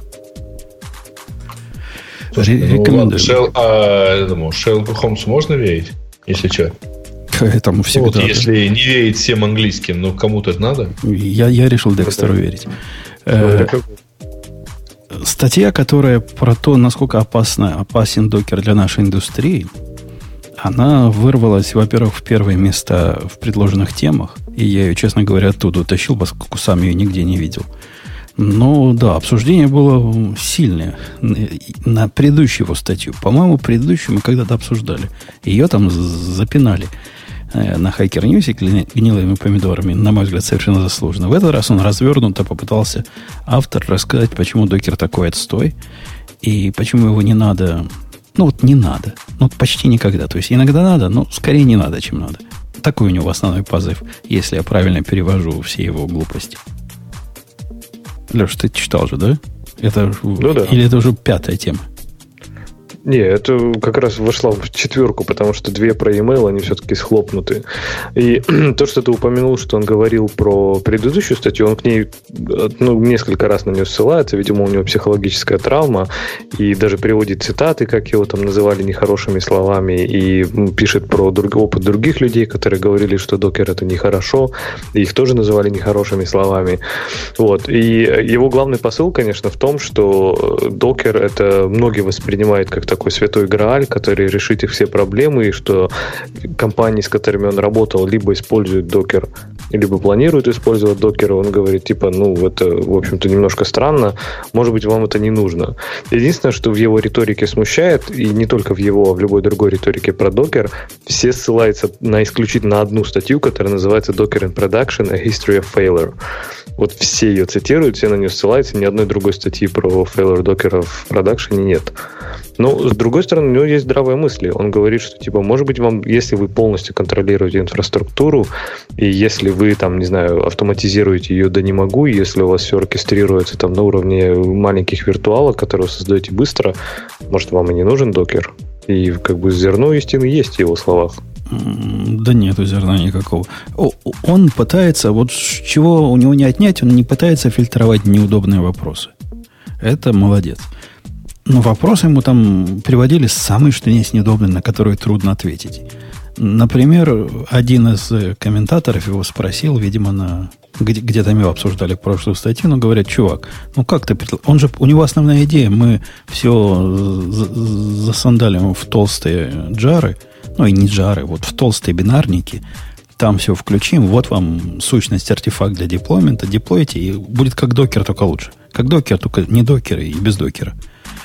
Рекомендую. Шерлоку Холмсу можно верить, если что? Этому всегда. Вот если не верить всем английским, но кому-то это надо. Я решил Декстеру верить. Статья, которая про то, насколько опасен докер для нашей индустрии, она вырвалась, во-первых, в первые места в предложенных темах, и я ее, честно говоря, оттуда утащил, поскольку сам ее нигде не видел. Но, да, обсуждение было сильное. На предыдущую его статью. По-моему, предыдущую мы когда-то обсуждали. Ее там запинали на Hacker News гнилыми помидорами, на мой взгляд, совершенно заслуженно. В этот раз он развернуто попытался автор рассказать, почему докер такой отстой, и почему его не надо... Ну, вот не надо. Ну, почти никогда. То есть, иногда надо, но скорее не надо, чем надо. Такой у него основной позыв, если я правильно перевожу все его глупости. Леш, ты читал же, да? Это, да. Или это уже пятая тема? Не, это как раз вошла в четверку, потому что две про e-mail, они все-таки схлопнуты. И то, что ты упомянул, что он говорил про предыдущую статью, он к ней несколько раз на нее ссылается, видимо, у него психологическая травма, и даже приводит цитаты, как его там называли нехорошими словами, и пишет про опыт других людей, которые говорили, что докер это нехорошо, и их тоже называли нехорошими словами. Вот. И его главный посыл, конечно, в том, что докер это многие воспринимают как такой святой грааль, который решит их все проблемы, и что компании, с которыми он работал, либо используют докер, либо планируют использовать докер. Он говорит, типа, это, в общем-то, немножко странно, может быть, вам это не нужно. Единственное, что в его риторике смущает, и не только в его, а в любой другой риторике про докер, все ссылаются на исключительно одну статью, которая называется Docker in Production, A History of Failure. Вот все ее цитируют, все на нее ссылаются, ни одной другой статьи про failure докера в продакшене нет. Но, с другой стороны, у него есть здравые мысли. Он говорит, что, типа, может быть, вам, если вы полностью контролируете инфраструктуру, и если вы, там, не знаю, автоматизируете ее до не могу, если у вас все оркестрируется там на уровне маленьких виртуалок, которые вы создаете быстро, может, вам и не нужен докер. И, как бы, зерно истины есть в его словах. Да нету зерна никакого. Он пытается, вот чего у него не отнять, он не пытается фильтровать неудобные вопросы. Это молодец. Но вопросы ему там приводили самые, что есть, неудобные, на которые трудно ответить. Например, один из комментаторов его спросил, видимо, где-то мы его обсуждали прошлую статью, но говорят, чувак, как ты... у него основная идея, мы все засандалим в толстые джары, и не джары, вот в толстые бинарники, там все включим, вот вам сущность, артефакт для деплоймента, деплойте, и будет как докер, только лучше. Как докер, только не докер и без докера.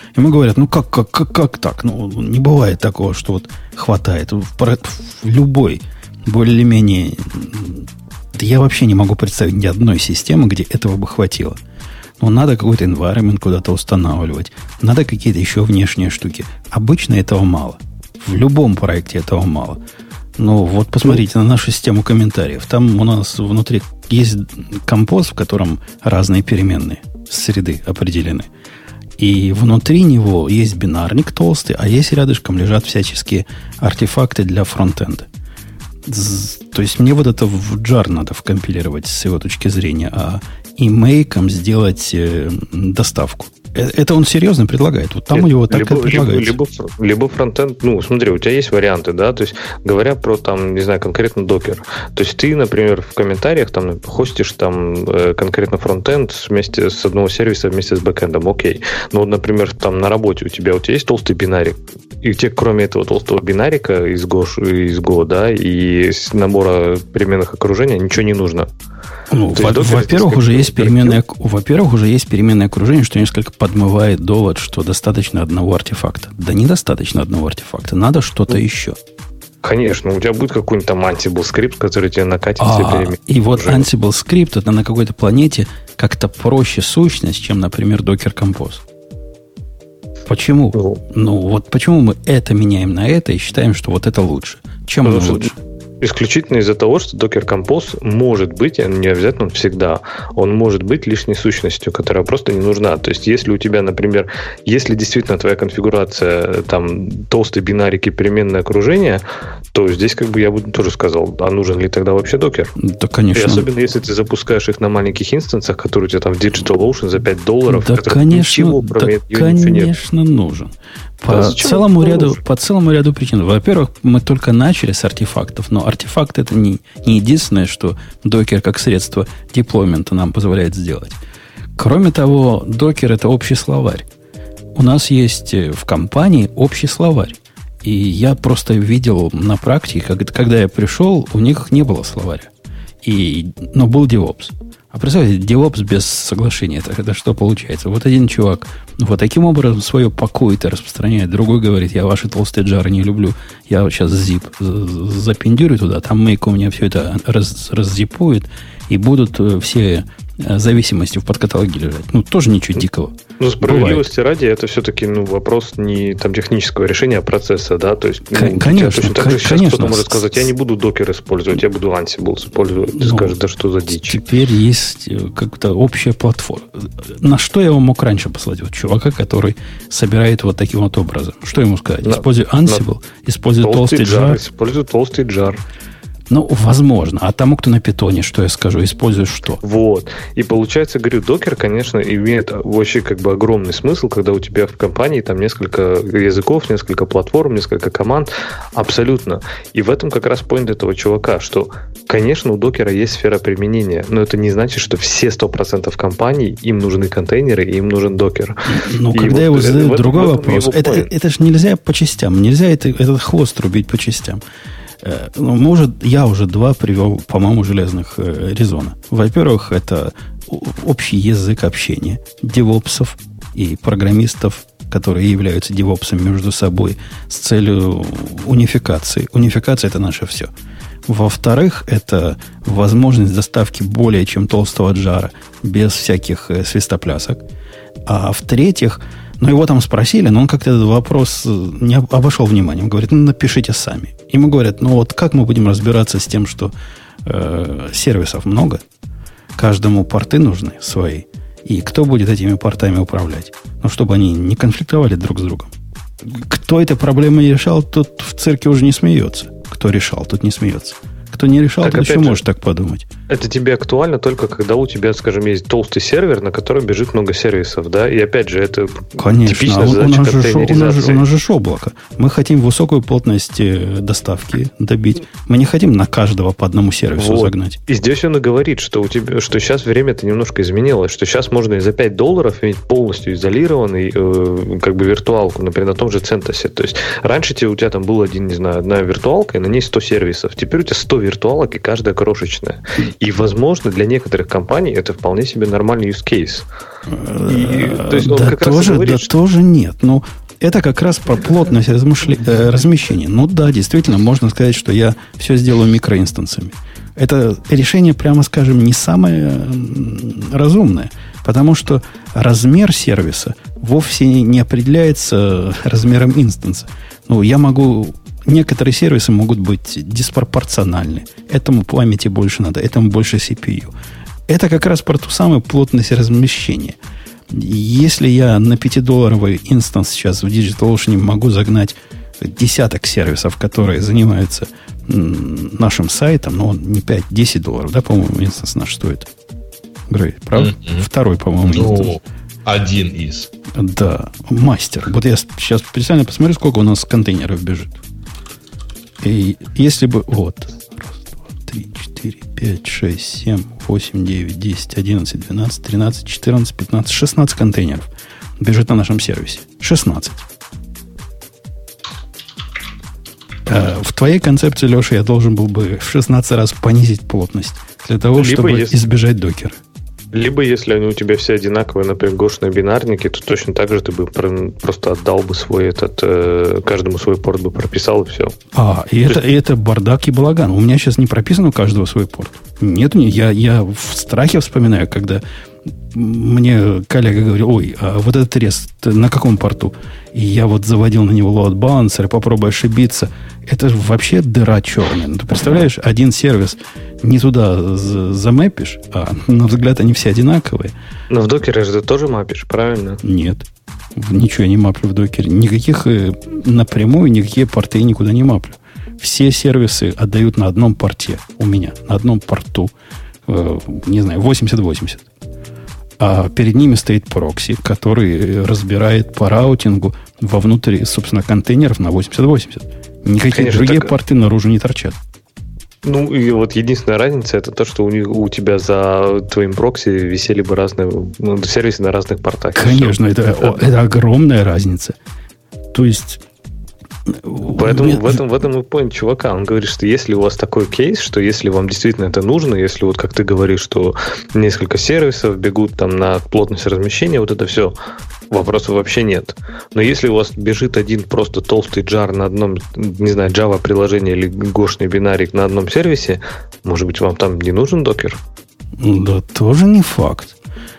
Ему говорят, ну как так? Ну, не бывает такого, что вот хватает. В любой более-менее... Я вообще не могу представить ни одной системы, где этого бы хватило. Ну, надо какой-то environment куда-то устанавливать. Надо какие-то еще внешние штуки. Обычно этого мало. В любом проекте этого мало. Ну, вот посмотрите на нашу систему комментариев. Там у нас внутри есть композ, в котором разные переменные среды определены. И внутри него есть бинарник толстый, а есть рядышком лежат всяческие артефакты для фронтенда. То есть мне вот это в jar надо вкомпилировать с его точки зрения, а имейком сделать доставку. Это он серьезно предлагает. Вот там у него так и предлагается. Либо фронтенд, ну, смотри, у тебя есть варианты, да, то есть говоря про, там, не знаю, конкретно докер. То есть ты, например, в комментариях там хостишь там конкретно фронтенд вместе с одного сервиса вместе с бэкэндом, окей. Но, например, там на работе у тебя есть толстый бинарик, и тебе, кроме этого толстого бинарика из Go, да, и набора переменных окружения ничего не нужно. Ну, во-первых, уже есть переменное окружение, что несколько подмывает довод, что достаточно одного артефакта. Да недостаточно одного артефакта, надо что-то еще. Конечно, у тебя будет какой-нибудь там Ansible скрипт, который тебе накатит все переменные. И вот Ansible скрипт это на какой-то планете как-то проще сущность, чем, например, Docker Compose. Почему? Ну, вот почему мы это меняем на это и считаем, что вот это лучше? Чем оно лучше? Исключительно из-за того, что Docker Compose может быть, не обязательно он всегда, он может быть лишней сущностью, которая просто не нужна. То есть, если у тебя, например, если действительно твоя конфигурация, там, толстые бинарики, переменное окружение, то здесь, как бы, я бы тоже сказал, а нужен ли тогда вообще Docker? Да, конечно. И особенно, если ты запускаешь их на маленьких инстансах, которые у тебя там в DigitalOcean за $5, да, конечно, конечно, нужен. По целому ряду причин. Во-первых, мы только начали с артефактов, но артефакт это не единственное, что докер как средство деплоймента нам позволяет сделать. Кроме того, докер это общий словарь. У нас есть в компании общий словарь. И я просто видел на практике, когда я пришел, у них не было словаря. Но был DevOps. А представьте, DevOps без соглашения, это что получается? Вот один чувак вот таким образом свое пакует и распространяет, другой говорит, я ваши толстые джары не люблю, я сейчас zip запендюрю туда, там мейк у меня все это раззипует, и будут все зависимости в подкаталоге лежать. Ну, тоже ничего дикого. Ну, справедливости ради, это все-таки вопрос не там технического решения, а процесса, да? То есть, конечно, точно так же сейчас кто-то может сказать, я не буду докер использовать, я буду Ansible использовать. Ты скажешь, да что за дичь? Теперь есть как-то общая платформа. На что я вам мог раньше послать? Вот чувака, который собирает вот таким вот образом. Что ему сказать? Используй Ansible, используй толстый джар. Используй толстый джар. Ну, возможно. А тому, кто на питоне, что я скажу, используешь что? Вот. И получается, говорю, докер, конечно, имеет вообще как бы огромный смысл, когда у тебя в компании там несколько языков, несколько платформ, несколько команд. Абсолютно. И в этом как раз поинт этого чувака, что, конечно, у докера есть сфера применения, но это не значит, что все 100% компаний, им нужны контейнеры, и им нужен докер. Ну, когда вот его задают другой вопрос, это же нельзя по частям, нельзя этот хвост рубить по частям. Ну, я уже два привел, по-моему, железных резона. Во-первых, это общий язык общения девопсов и программистов, которые являются девопсами между собой с целью унификации. Унификация – это наше все. Во-вторых, это возможность доставки более чем толстого джара без всяких свистоплясок. А в-третьих, его там спросили, но он как-то этот вопрос не обошел вниманием. Говорит, напишите сами. Ему говорят, вот как мы будем разбираться с тем, что сервисов много, каждому порты нужны свои, и кто будет этими портами управлять? Чтобы они не конфликтовали друг с другом. Кто этой проблемы не решал, тот в цирке уже не смеется. Кто решал, тот не смеется. Кто не решал, так, тот еще может так подумать. Это тебе актуально только когда у тебя, скажем, есть толстый сервер, на котором бежит много сервисов, да? И опять же, это типичная задача контейнеризации. У нас же облако. Мы хотим высокую плотность доставки добить. Мы не хотим на каждого по одному сервису загнать. И здесь он и говорит, что что сейчас время-то немножко изменилось, что сейчас можно и за $5 иметь полностью изолированный как бы виртуалку, например, на том же CentOS. То есть раньше у тебя там был одна виртуалка, и на ней 100 сервисов. Теперь у тебя 100 виртуалок, и каждая крошечная. И, возможно, для некоторых компаний это вполне себе нормальный use case. То есть он как раз говорит, тоже нет. Ну, это как раз про плотность размещения. Ну да, действительно, можно сказать, что я все сделаю микроинстансами. Это решение, прямо скажем, не самое разумное, потому что размер сервиса вовсе не определяется размером инстанса. Ну, некоторые сервисы могут быть диспропорциональны. Этому памяти больше надо, этому больше CPU. Это как раз про ту самую плотность размещения. Если я на $5 инстанс сейчас в DigitalOcean могу загнать десяток сервисов, которые занимаются нашим сайтом, но он не $5-10, да, по-моему, инстанс наш стоит. Грей, правда? Второй, по-моему, инстанс. Один из. Да, мастер. Вот я сейчас специально посмотрю, сколько у нас контейнеров бежит. И если бы... Вот. 3, 4, 5, 6, 7, 8, 9, 10, 11, 12, 13, 14, 15, 16 контейнеров бежит на нашем сервисе. 16. В твоей концепции, Леша, я должен был бы в 16 раз понизить плотность для того, чтобы избежать докера. Либо, если они у тебя все одинаковые, например, гошные бинарники, то точно так же ты бы просто отдал бы свой каждому свой порт бы прописал, и все. И это бардак и балаган. У меня сейчас не прописано у каждого свой порт. Нет, я в страхе вспоминаю, когда мне коллега говорил, ой, а вот этот рест на каком порту? И я вот заводил на него load balancer, попробуй ошибиться. Это же вообще дыра черная. Ну, ты представляешь, один сервис не туда замэпишь, а на взгляд они все одинаковые. Но в докере же ты тоже мапишь, правильно? Нет. Ничего я не маплю в докере. Никаких напрямую, никакие порты никуда не маплю. Все сервисы отдают на одном порте у меня, на одном порту, не знаю, 8080. А перед ними стоит прокси, который разбирает по раутингу вовнутрь, собственно, контейнеров на 8080. Никакие Конечно, другие порты наружу не торчат. Ну, и вот единственная разница, это то, что у тебя за твоим прокси висели бы разные сервисы на разных портах. Конечно, это огромная разница. То есть... Поэтому в этом и point чувака. Он говорит, что если у вас такой кейс, что если вам действительно это нужно, если вот как ты говоришь, что несколько сервисов бегут там на плотность размещения, вот это все, вопросов вообще нет. Но если у вас бежит один просто толстый джар на одном, не знаю, Java приложение или гошный бинарик на одном сервисе, может быть, вам там не нужен докер? Да, тоже не факт.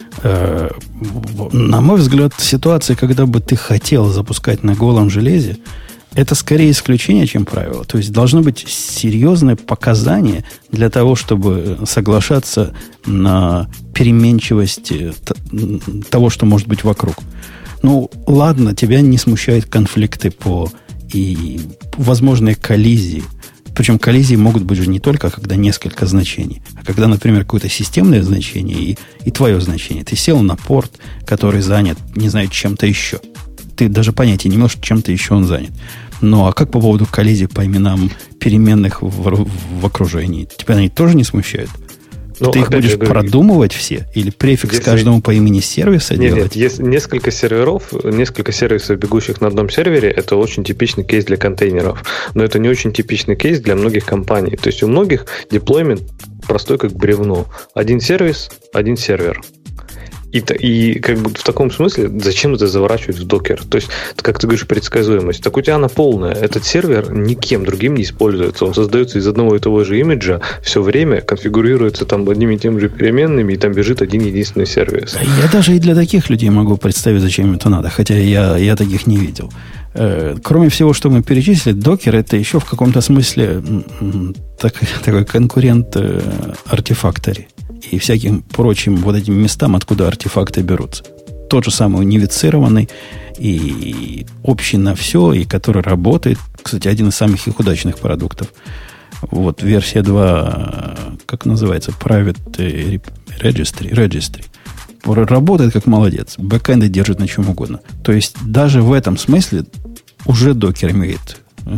На мой взгляд, ситуация, когда бы ты хотел запускать на голом железе, это скорее исключение, чем правило. То есть должно быть серьезное показание для того, чтобы соглашаться на переменчивость того, что может быть вокруг. Ну, ладно, тебя не смущают конфликты и возможные коллизии. Причем коллизии могут быть же не только, когда несколько значений, а когда, например, какое-то системное значение и твое значение. Ты сел на порт, который занят, не знаю, чем-то еще. Ты даже понятия не имел, что чем-то еще он занят. Ну, а как по поводу коллизии по именам переменных в окружении? Тебя они тоже не смущают? Ты их будешь продумывать все? Или префикс каждому по имени сервиса делать? Нет, есть несколько сервисов, бегущих на одном сервере, это очень типичный кейс для контейнеров. Но это не очень типичный кейс для многих компаний. То есть у многих деплоймент простой как бревно. Один сервис, один сервер. И как бы в таком смысле зачем это заворачивать в докер? То есть, как ты говоришь, предсказуемость. Так у тебя она полная. Этот сервер никем другим не используется. Он создается из одного и того же имиджа все время, конфигурируется там одними и теми же переменными, и там бежит один единственный сервис. Я даже и для таких людей могу представить, зачем это надо. Хотя я таких не видел. Кроме всего, что мы перечислили, докер это еще в каком-то смысле такой конкурент артефакторе и всяким прочим вот этим местам, откуда артефакты берутся. Тот же самый унифицированный и общий на все, и который работает. Кстати, один из самых их удачных продуктов. Вот версия 2, как называется, Private Registry. Работает как молодец. Бэкэнды держит на чем угодно. То есть даже в этом смысле уже докер имеет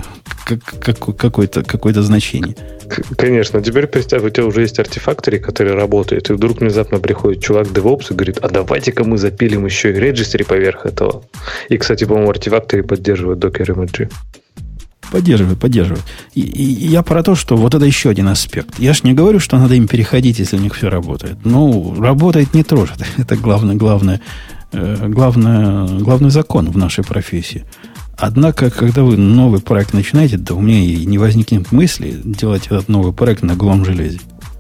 какое-то значение. Конечно. Теперь представь, у тебя уже есть артефактори, который работает, и вдруг внезапно приходит чувак DevOps и говорит, а давайте-ка мы запилим еще и registry поверх этого. И, кстати, по-моему, артефактори поддерживают докер имиджи. Поддерживают. И я про то, что вот это еще один аспект. Я ж не говорю, что надо им переходить, если у них все работает. Ну, работает, не трожит. Это главный закон в нашей профессии. Однако, когда вы новый проект начинаете, да у меня и не возникнет мысли делать этот новый проект на голом железе.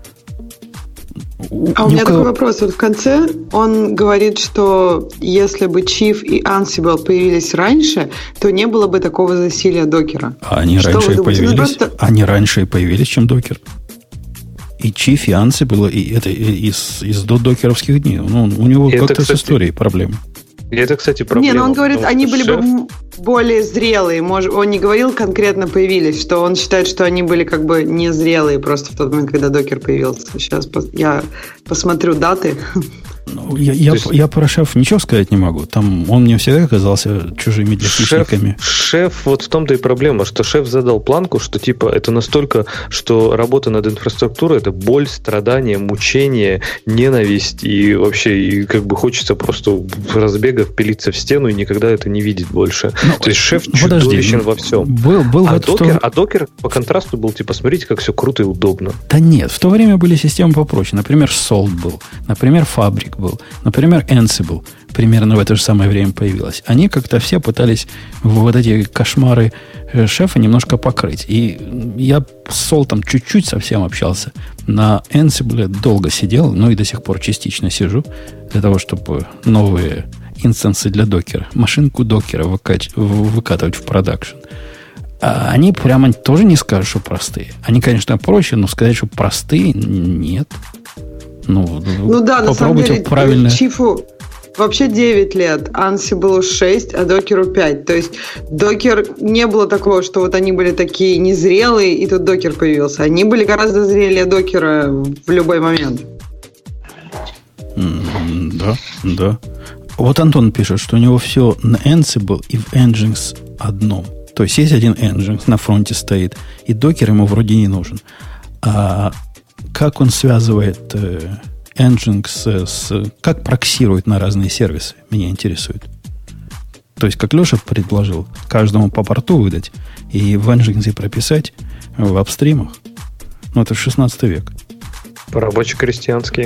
А у меня такой вопрос. Вот в конце он говорит, что если бы Chief и Ansible появились раньше, то не было бы такого засилия докера. Они раньше и появились. Они раньше и появились, чем докер. И Chief, и Ansible, и это из докеровских дней. Ну, у него как-то с историей проблемы. И это, кстати, проблема. Не, но он говорит, они были бы более зрелые. Он не говорил конкретно появились, что он считает, что они были как бы незрелые просто в тот момент, когда докер появился. Сейчас я посмотрю даты. Ну, я про шеф ничего сказать не могу. Там он мне всегда казался чужими для хищниками. Шеф, вот в том-то и проблема, что шеф задал планку, что типа это настолько, что работа над инфраструктурой это боль, страдание, мучение, ненависть и вообще и как бы хочется просто в разбегах пилиться в стену и никогда это не видеть больше. То есть шеф чудовищен во всем. А докер по контрасту был типа, смотрите, как все круто и удобно. Да нет, в то время были системы попроще. Например, Salt был, например, Fabric был, например, Ansible примерно в это же самое время появилась. Они как-то все пытались вот эти кошмары шефа немножко покрыть. И я с Salt чуть-чуть совсем общался. На Ansible долго сидел, но и до сих пор частично сижу для того, чтобы новые инстансы для докера, машинку докера выкатывать в продакшн. А они прямо тоже не скажут, что простые. Они, конечно, проще, но сказать, что простые, нет. Ну да, на самом деле, правильно. Чифу вообще 9 лет, Ansible 6, а докеру 5. То есть докер не было такого, что вот они были такие незрелые, и тут докер появился. Они были гораздо зрелее докера в любой момент. Да. Вот Антон пишет, что у него все на Ansible и в Nginx одном. То есть есть один Nginx на фронте стоит, и докер ему вроде не нужен. А как он связывает Nginx как проксирует на разные сервисы, меня интересует. То есть, как Леша предложил, каждому по порту выдать и в Nginx прописать в апстримах. Ну, это 16 век. По-рабоче-крестьянски.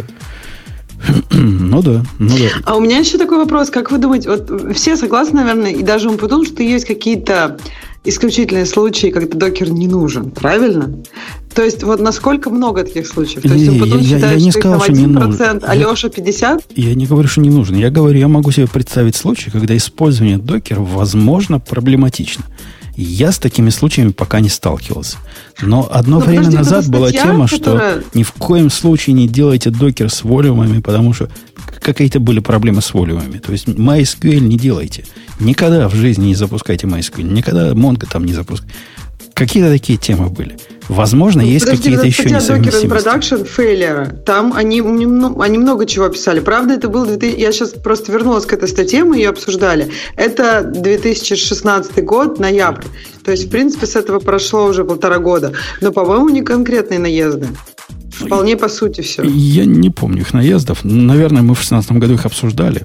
Ну да. А у меня еще такой вопрос. Как вы думаете, вот все согласны, наверное, и даже Умпутун, что есть какие-то исключительные случаи, когда докер не нужен, правильно? То есть, вот насколько много таких случаев? То есть, Умпутун считает, что их там 1%, а Леша 50%? Я не говорю, что не нужен. Я говорю, я могу себе представить случай, когда использование докера, возможно, проблематично. Я с такими случаями пока не сталкивался. Но одно время назад была тема, что ни в коем случае не делайте докер с волюмами, потому что какие-то были проблемы с волюмами. То есть MySQL не делайте. Никогда в жизни не запускайте MySQL. Никогда Mongo там не запускайте. Какие-то такие темы были. Возможно, есть какие-то еще несовместимости. Docker in Production Failure. Там они много чего писали. Правда, это был... Я сейчас просто вернулась к этой статье, мы ее обсуждали. Это 2016 год, ноябрь. То есть, в принципе, с этого прошло уже 1,5 года. Но, по-моему, не конкретные наезды. Вполне по сути все. Я не помню их наездов. Наверное, мы в 2016 году их обсуждали.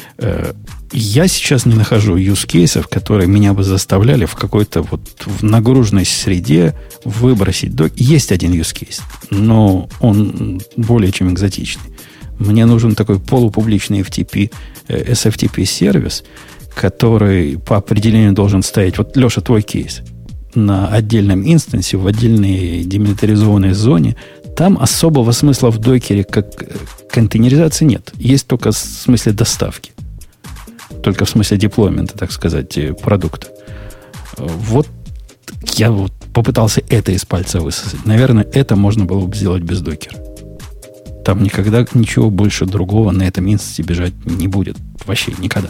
Я сейчас не нахожу юзкейсов, которые меня бы заставляли в какой-то вот в нагруженной среде выбросить докер. Есть один юзкейс, но он более чем экзотичный. Мне нужен такой полупубличный FTP, SFTP сервис, который по определению должен стоять. Вот, Леша, твой кейс. На отдельном инстансе, в отдельной демилитаризованной зоне. Там особого смысла в докере как контейнеризации нет. Есть только в смысле доставки. Только в смысле деплоймента, так сказать, продукта. Вот я вот попытался это из пальца высосать. Наверное, это можно было бы сделать без докера. Там никогда ничего больше другого на этом инстансе бежать не будет. Вообще никогда.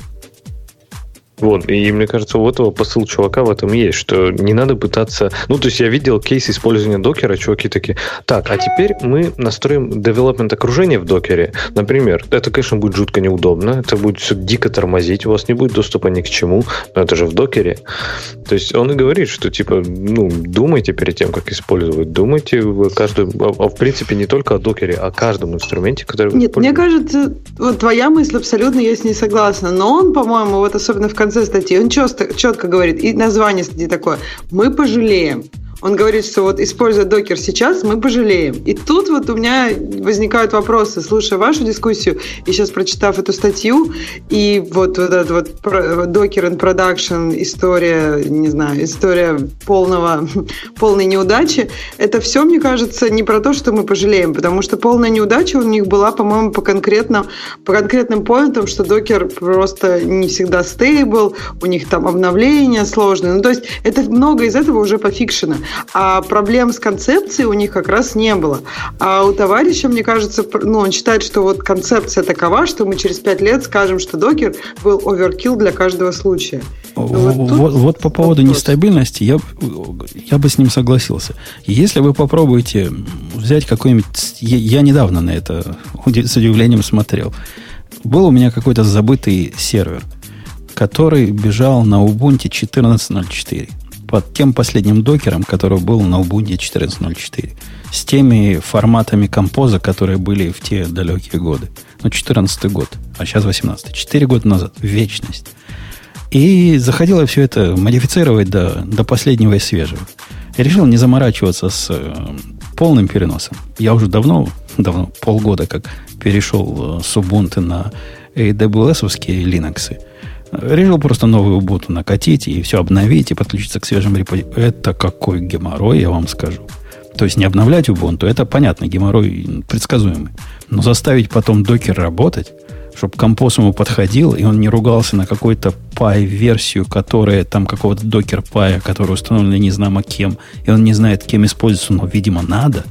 Вот, и мне кажется, у этого посыл чувака в этом есть, что не надо пытаться... Ну, то есть я видел кейс использования докера, чуваки такие, так, а теперь мы настроим девелопмент окружения в докере. Например, это, конечно, будет жутко неудобно, это будет все дико тормозить, у вас не будет доступа ни к чему, но это же в докере. То есть он и говорит, что, типа, думайте перед тем, как использовать, думайте в принципе, не только о докере, а о каждом инструменте, который вы используете. Нет, мне кажется, вот твоя мысль абсолютно, я с ней согласна, но он, по-моему, вот особенно в конце конце статьи, он четко говорит, и название статьи такое: «Мы пожалеем». Он говорит, что вот используя докер сейчас, мы пожалеем. И тут вот у меня возникают вопросы, слушая вашу дискуссию, и сейчас прочитав эту статью, и вот этот вот докер in production, история, не знаю, история полной неудачи, это все, мне кажется, не про то, что мы пожалеем, потому что полная неудача у них была, по-моему, по конкретным поинтам, что докер просто не всегда стейбл, у них там обновления сложные. Ну, то есть это много из этого уже пофикшено. А проблем с концепцией у них как раз не было. А у товарища, мне кажется, он считает, что вот концепция такова, что мы через 5 лет скажем, что докер был оверкилл для каждого случая. Вот по поводу нестабильности я бы с ним согласился. Если вы попробуете взять какой-нибудь... Я недавно на это с удивлением смотрел. Был у меня какой-то забытый сервер, который бежал на Ubuntu 14.04. Под тем последним докером, который был на Ubuntu 14.04. С теми форматами композа, которые были в те далекие годы. 14 год, а сейчас 18. 4 года назад. Вечность. И заходило все это модифицировать до последнего и свежего. Я решил не заморачиваться с полным переносом. Я уже давно, полгода как перешел с Ubuntu на AWS-овские Linux. Решил просто новую Ubuntu накатить и все обновить и подключиться к свежим репо. Это какой геморрой, я вам скажу. То есть не обновлять Ubuntu, это понятно, геморрой предсказуемый. Но заставить потом докер работать, чтобы композ ему подходил, и он не ругался на какую-то пай-версию, которая там какого-то докер-пая, который установлен не знамо кем, и он не знает, кем используется, но, видимо, надо.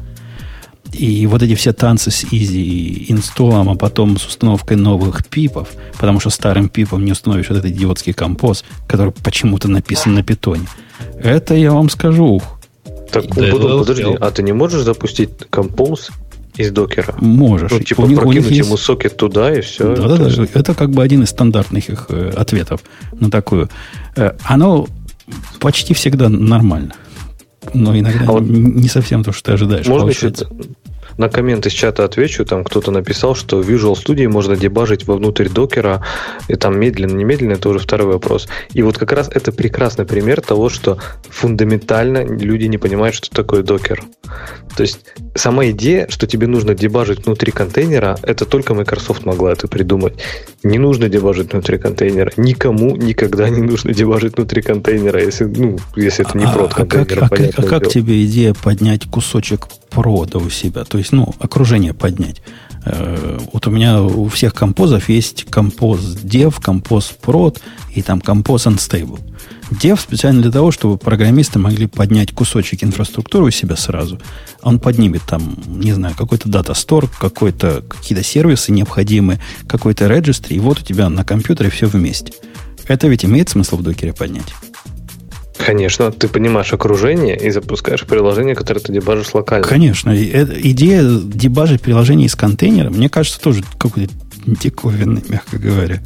И вот эти все танцы с easy инсталлом, а потом с установкой новых пипов, потому что старым пипом не установишь вот этот идиотский композ, который почему-то написан на питоне. Это я вам скажу. Так, подожди, а ты не можешь запустить композ из докера? Можешь. Ну, типа прокинуть ему сокет туда и все. Да. Это как бы один из стандартных их ответов на такую. Оно почти всегда нормально. Но иногда не совсем то, что ты ожидаешь. Можно еще на коммент из чата отвечу. Там кто-то написал, что в Visual Studio можно дебажить вовнутрь докера. И там медленно, немедленно, это уже второй вопрос. И вот как раз это прекрасный пример того, что фундаментально люди не понимают, что такое докер. То есть сама идея, что тебе нужно дебажить внутри контейнера, это только Microsoft могла это придумать. Не нужно дебажить внутри контейнера. Никому никогда не нужно дебажить внутри контейнера, если это не прод контейнера. Как тебе идея поднять кусочек прода у себя? То есть, окружение поднять. Вот у меня у всех композов есть композ dev, композ prod и там композ unstable. Dev специально для того, чтобы программисты могли поднять кусочек инфраструктуры у себя сразу. Он поднимет там, не знаю, какой-то дата стор, какие-то сервисы необходимые, какой-то registry, и вот у тебя на компьютере все вместе. Это ведь имеет смысл в докере поднять? Конечно, ты понимаешь окружение и запускаешь приложение, которое ты дебажишь локально. Конечно. Идея дебажить приложение из контейнера, мне кажется, тоже какой-то диковинный, мягко говоря.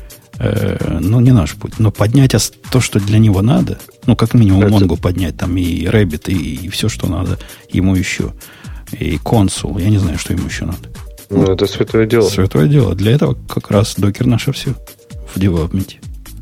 Не наш путь. Но поднять то, что для него надо, как минимум Mongo поднять, там и Rabbit, и все, что надо ему еще. И консул, я не знаю, что ему еще надо. Это святое дело. Святое дело. Для этого как раз докер наше все в девелопменте.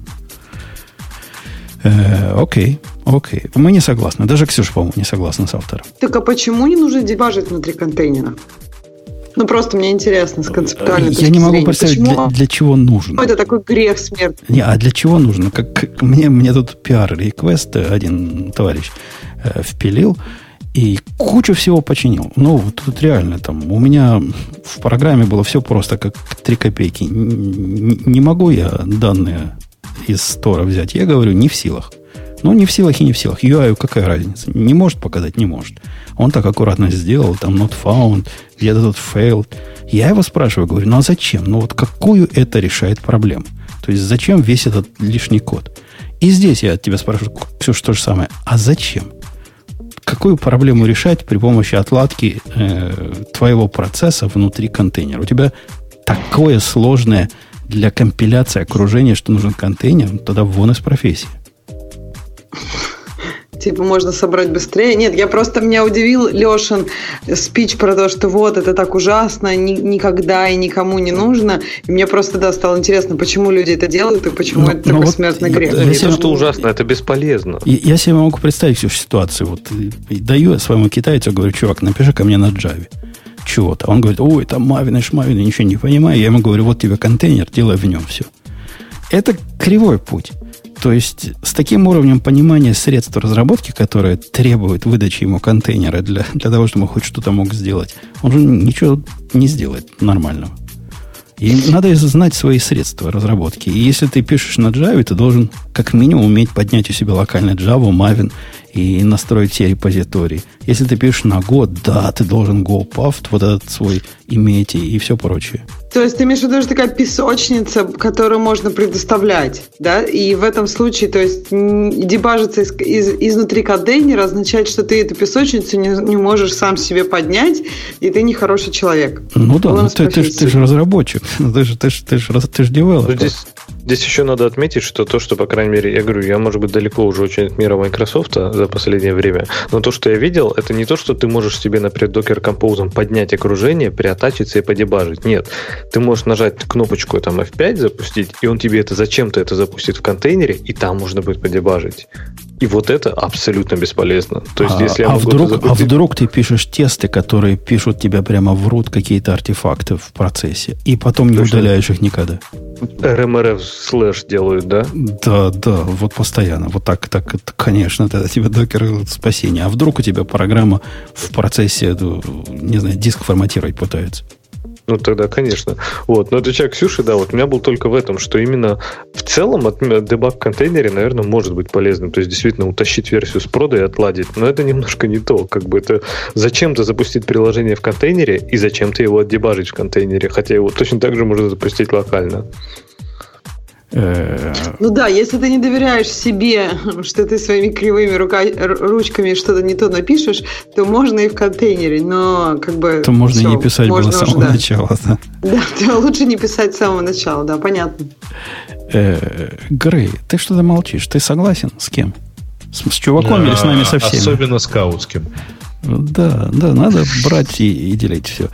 Окей. Мы не согласны. Даже Ксюша, по-моему, не согласна с автором. Так а почему не нужно дебажить внутри контейнера? Просто мне интересно с концептуальной точки зрения. Я не могу представить, для чего нужно. Это такой грех смертный. А для чего нужно? Мне тут PR-реквест один товарищ впилил и кучу всего починил. Тут реально у меня в программе было все просто, как 3 копейки. Не могу я данные из стора взять. Я говорю, не в силах. Не в силах и не в силах. UI какая разница? Не может показать? Не может. Он так аккуратно сделал, там not found, где-то тут failed. Я его спрашиваю, говорю, а зачем? Какую это решает проблему? То есть зачем весь этот лишний код? И здесь я тебя спрашиваю, Ксюша, то же самое. А зачем? Какую проблему решать при помощи отладки твоего процесса внутри контейнера? У тебя такое сложное для компиляции окружения, что нужен контейнер, тогда вон из профессии. типа можно собрать быстрее. Нет, меня удивил Лешин спич про то, что вот это так ужасно, никогда и никому не нужно. И мне просто, стало интересно, почему люди это делают и почему это такой смертный грех. Не то, что ужасно, это бесполезно. Я себе могу представить всю ситуацию. Вот даю я своему китайцу, говорю, чувак, напиши ко мне на Java чего-то. Он говорит, ой, там Maven и Шмавин, я ничего не понимаю. Я ему говорю, вот тебе контейнер, делай в нем все. Это кривой путь. То есть с таким уровнем понимания средств разработки, которые требуют выдачи ему контейнера для того, чтобы он хоть что-то мог сделать, он же ничего не сделает нормального. И надо знать свои средства разработки. И если ты пишешь на Java, ты должен как минимум уметь поднять у себя локально Java, Maven и настроить все репозитории. Если ты пишешь на Go, да, ты должен GoPuff вот этот свой иметь и все прочее. То есть ты имеешь в виду, что такая песочница, которую можно предоставлять, да? И в этом случае, то есть дебажиться изнутри контейнера означает, что ты эту песочницу не можешь сам себе поднять, и ты не хороший человек. Ну да, но ты же разработчик, ты же девелопер. Здесь еще надо отметить, что то, что, по крайней мере, я говорю, я, может быть, далеко уже очень от мира Microsoft за последнее время, но то, что я видел, это не то, что ты можешь себе, например, Docker Compose поднять окружение, приатачиться и подебажить. Нет. Ты можешь нажать кнопочку там F5 запустить, и он тебе зачем-то это запустит в контейнере, и там можно будет подебажить. И вот это абсолютно бесполезно. То есть, если я вдруг ты пишешь тесты, которые пишут тебя прямо в root какие-то артефакты в процессе, и потом не удаляешь их никогда. RMRF слэш делают, да? Да, вот постоянно. Вот так, конечно, тогда тебе докер спасение. А вдруг у тебя программа в процессе, не знаю, диск форматировать пытается? Ну, тогда, конечно. Вот. Но отвечая Ксюше, да, вот у меня был только в этом, что именно в целом дебаг в контейнере, наверное, может быть полезным. То есть, действительно, утащить версию с прода и отладить. Но это немножко не то. Как бы это зачем-то запустить приложение в контейнере и зачем-то его отдебажить в контейнере. Хотя его точно так же можно запустить локально. Ну да, если ты не доверяешь себе, что ты своими кривыми ручками что-то не то напишешь, то можно и в контейнере, но как бы... То можно и не писать было с самого начала, да? Да, лучше не писать с самого начала, да, понятно. Грей, ты что-то молчишь, ты согласен с кем? С чуваком или с нами со всеми? Особенно с Каутским. Да, надо брать и делить все.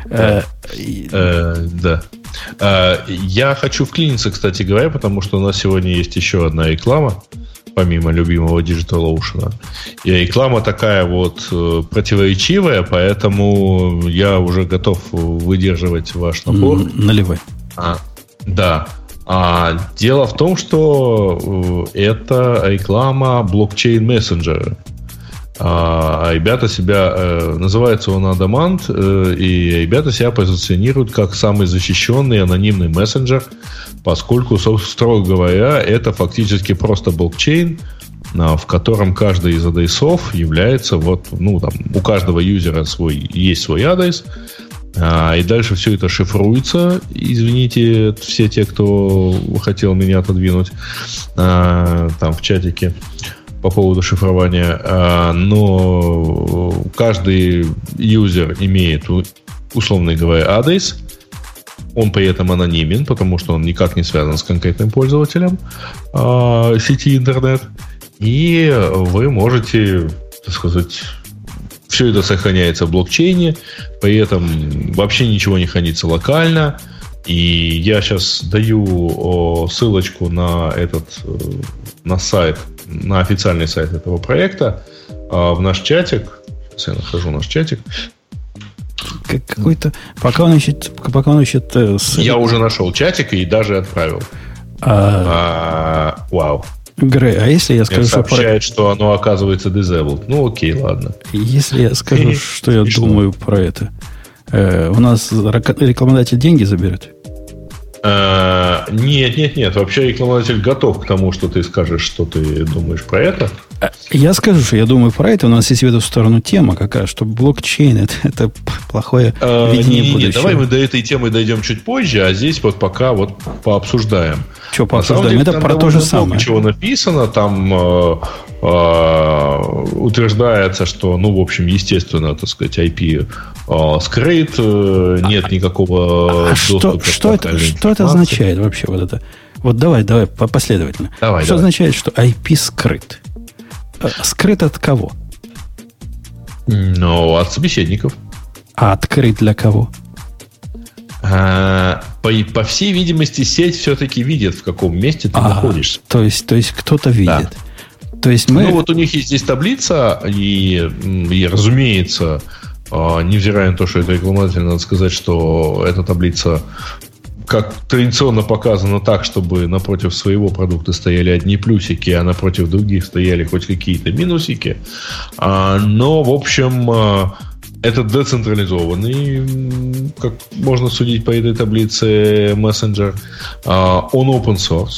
Да. Я хочу вклиниться, кстати говоря, потому что у нас сегодня есть еще одна реклама, помимо любимого DigitalOcean. И реклама такая вот противоречивая, поэтому я уже готов выдерживать ваш напор. Наливай. Да. Дело в том, что это реклама блокчейн-мессенджера. Ребята себя... называется он Adamant, и ребята себя позиционируют как самый защищенный анонимный мессенджер, поскольку, строго говоря, это фактически просто блокчейн, в котором каждый из адресов является у каждого юзера есть свой адрес, и дальше все это шифруется. Извините, все те, кто хотел меня отодвинуть там в чатике по поводу шифрования, но каждый юзер имеет, условно говоря, адрес. Он при этом анонимен, потому что он никак не связан с конкретным пользователем сети интернет. И вы можете, так сказать, все это сохраняется в блокчейне, при этом вообще ничего не хранится локально. И я сейчас даю ссылочку на сайт, на официальный сайт этого проекта в наш чатик. Сейчас я нахожу наш чатик. Какой-то... Пока он ищет... Я уже нашел чатик и даже отправил. Вау. Грей, а если я скажу, сообщает, что оно оказывается disabled. Ну, окей, ладно. Если я скажу, что я думаю про это, у нас рекламодатель деньги заберет? Нет. Вообще рекламодатель готов к тому, что ты скажешь, что ты думаешь про это. Я скажу, что я думаю про это. У нас есть в эту сторону тема какая, что блокчейн это плохое видение будущего. Давай мы до этой темы дойдем чуть позже, а здесь вот пока вот пообсуждаем. Что пообсуждаем? Это про то же самое. Чего написано, там утверждается, что, в общем, естественно, так сказать, IP скрыт, нет никакого доступа. Что это означает вообще вот это? Вот давай последовательно. Что означает, что IP скрыт? Скрыт от кого? Ну, от собеседников. А открыт для кого? По всей видимости, сеть все-таки видит, в каком месте ты находишься. То есть кто-то видит. Да. То есть Ну, вот у них есть здесь таблица, и разумеется, невзирая на то, что это рекламодатель, надо сказать, что эта таблица как традиционно показано так, чтобы напротив своего продукта стояли одни плюсики, а напротив других стояли хоть какие-то минусики. Но, в общем, это децентрализованный, как можно судить по этой таблице, мессенджер. Он open source.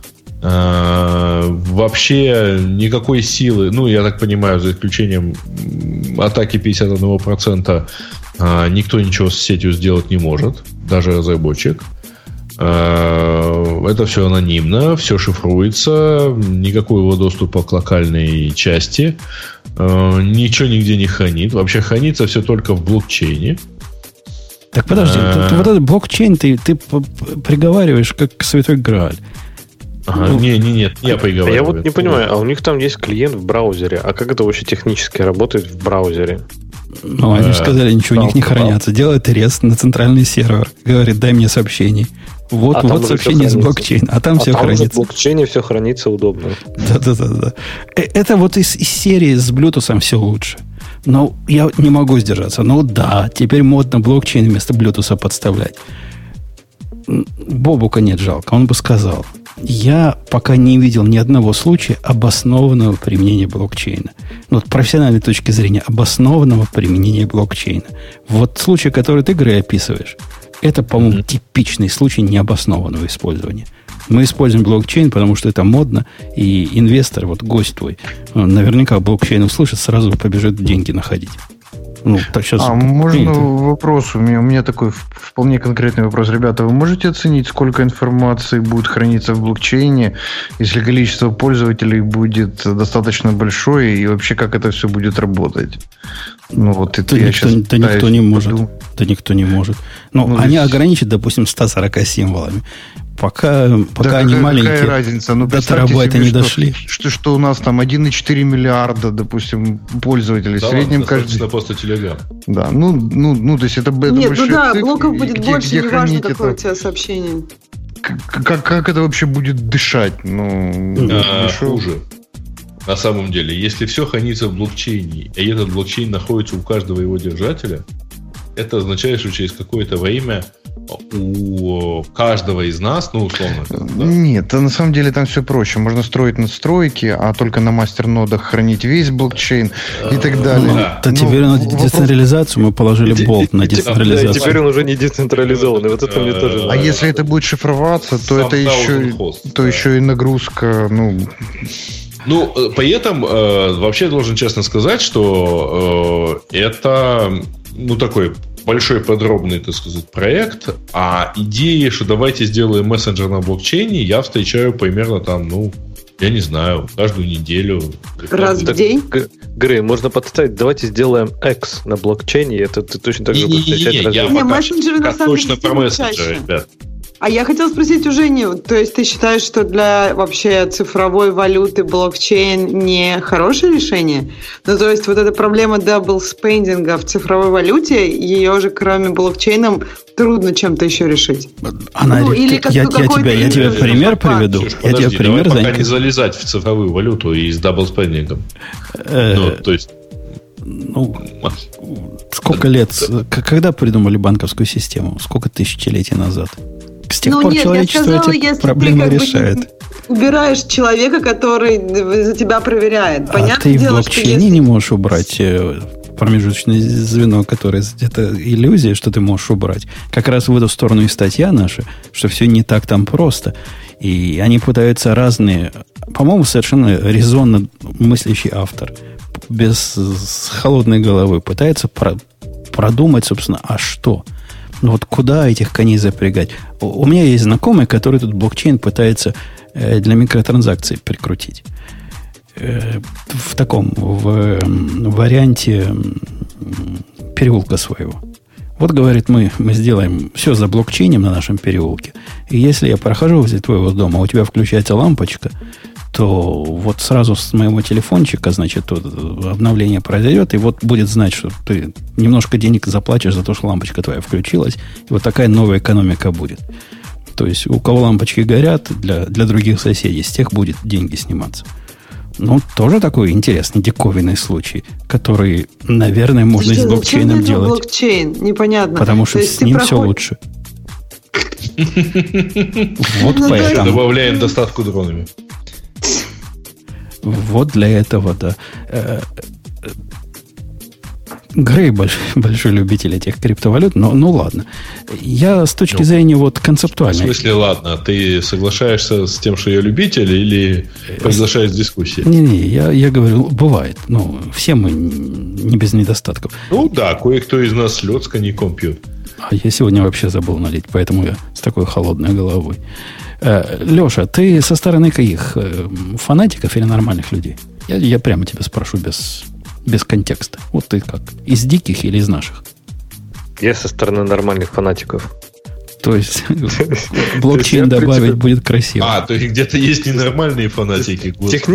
Вообще никакой силы, ну, я так понимаю, за исключением атаки 51%, никто ничего с сетью сделать не может, даже разработчик. Это все анонимно, все шифруется, никакого доступа к локальной части, ничего нигде не хранит. Вообще хранится все только в блокчейне. Так подожди, вот этот блокчейн ты приговариваешь как святой Грааль. Ага, нет, я приговариваю. Я вот не понимаю, а у них там есть клиент в браузере, а как это вообще технически работает в браузере? Ну, они же сказали, ничего у них не хранятся. Делает рест на центральный сервер. Говорит, дай мне сообщение. Вот сообщение с блокчейна. А там все хранится. В блокчейне все хранится удобно. Да. Это вот из серии с Bluetooth все лучше. Но я не могу сдержаться. Ну да, теперь модно блокчейн вместо Bluetooth подставлять. Бобука нет, жалко. Он бы сказал. Я пока не видел ни одного случая обоснованного применения блокчейна. Ну, от профессиональной точки зрения обоснованного применения блокчейна. Вот случай, который ты, Грей, описываешь, это, по-моему, типичный случай необоснованного использования. Мы используем блокчейн, потому что это модно, и инвестор, вот гость твой, наверняка блокчейн услышит, сразу побежит деньги находить. Ну, так сейчас можно вопрос? У меня такой вполне конкретный вопрос. Ребята, вы можете оценить, сколько информации будет храниться в блокчейне, если количество пользователей будет достаточно большое, и вообще как это все будет работать? Ну, вот это никто не может. Да никто не может. Ну, они ограничат, допустим, 140 символами. Пока они маленькие, какая разница? Ну, до терабайта не дошли. Что у нас там 1,4 миллиарда, допустим, пользователей. Да, в среднем каждый... просто Telegram. Да, ну, то есть это нет, большие цифры, блоков будет больше, неважно, какое у тебя сообщение. Как это вообще будет дышать? Хуже. На самом деле, если все хранится в блокчейне, и этот блокчейн находится у каждого его держателя, это означает, что через какое-то время у каждого из нас, ну, условно. Да? Нет, на самом деле там все проще. Можно строить надстройки, а только на мастернодах хранить весь блокчейн и так далее. Теперь на децентрализацию мы положили болт на децентрализацию. Теперь он уже не децентрализованный. Вот это мне тоже. А если это будет шифроваться, то это еще и нагрузка, Ну, при этом, вообще должен честно сказать, что это, такой большой подробный, так сказать, проект, а идеи, что давайте сделаем мессенджер на блокчейне, я встречаю примерно там, я не знаю, каждую неделю. Раз в день? Грей, можно подставить, давайте сделаем X на блокчейне, это ты точно так же будешь встречать. Мессенджеры на самом деле точно про мессенджеры, ребят. А я хотела спросить у Жени, то есть ты считаешь, что для вообще цифровой валюты блокчейн не хорошее решение? Ну, то есть вот эта проблема даблспендинга в цифровой валюте, ее же кроме блокчейна трудно чем-то еще решить. Я тебе пример приведу. Я тебе пример, давай пока не залезать в цифровую валюту и с даблспендингом. То есть... сколько лет? Когда придумали банковскую систему? Сколько тысячелетий назад? С тех пор человечество эти проблемы решает. Убираешь человека, который за тебя проверяет. Понятное ты в блокчейне не можешь убрать промежуточное звено, которое это иллюзия, что ты можешь убрать. Как раз в эту сторону и статья наша, что все не так там просто. И они пытаются разные, по-моему, совершенно резонно мыслящий автор, без холодной головы, пытается продумать, собственно, а что? Вот куда этих коней запрягать? У меня есть знакомый, который тут блокчейн пытается для микротранзакций прикрутить. В таком, в варианте переулка своего. Вот, говорит, мы сделаем все за блокчейном на нашем переулке. И если я прохожу возле твоего дома, у тебя включается лампочка, то вот сразу с моего телефончика, значит, тут обновление произойдет, и вот будет знать, что ты немножко денег заплатишь за то, что лампочка твоя включилась, и вот такая новая экономика будет. То есть, у кого лампочки горят, для других соседей, с тех будет деньги сниматься. Ну, тоже такой интересный, диковинный случай, который, наверное, можно и с блокчейном делать. Блокчейн? Непонятно. Потому что с ним все лучше. Вот поэтому. Добавляем доставку дронами. Вот для этого, да. Грей большой любитель этих криптовалют, но ну ладно. Я с точки зрения вот концептуальной. В смысле, ладно, ты соглашаешься с тем, что я любитель, или соглашаешься с дискуссией? Не, я говорю, бывает. Ну, все мы не без недостатков. Ну да, кое-кто из нас лед с коньяком пьет. А я сегодня вообще забыл налить, поэтому я с такой холодной головой. Леша, ты со стороны каких? Фанатиков или нормальных людей? Я прямо тебя спрошу без контекста. Вот ты как? Из диких или из наших? Я со стороны нормальных фанатиков. То есть блокчейн добавить будет красиво. То есть где-то есть ненормальные фанатики.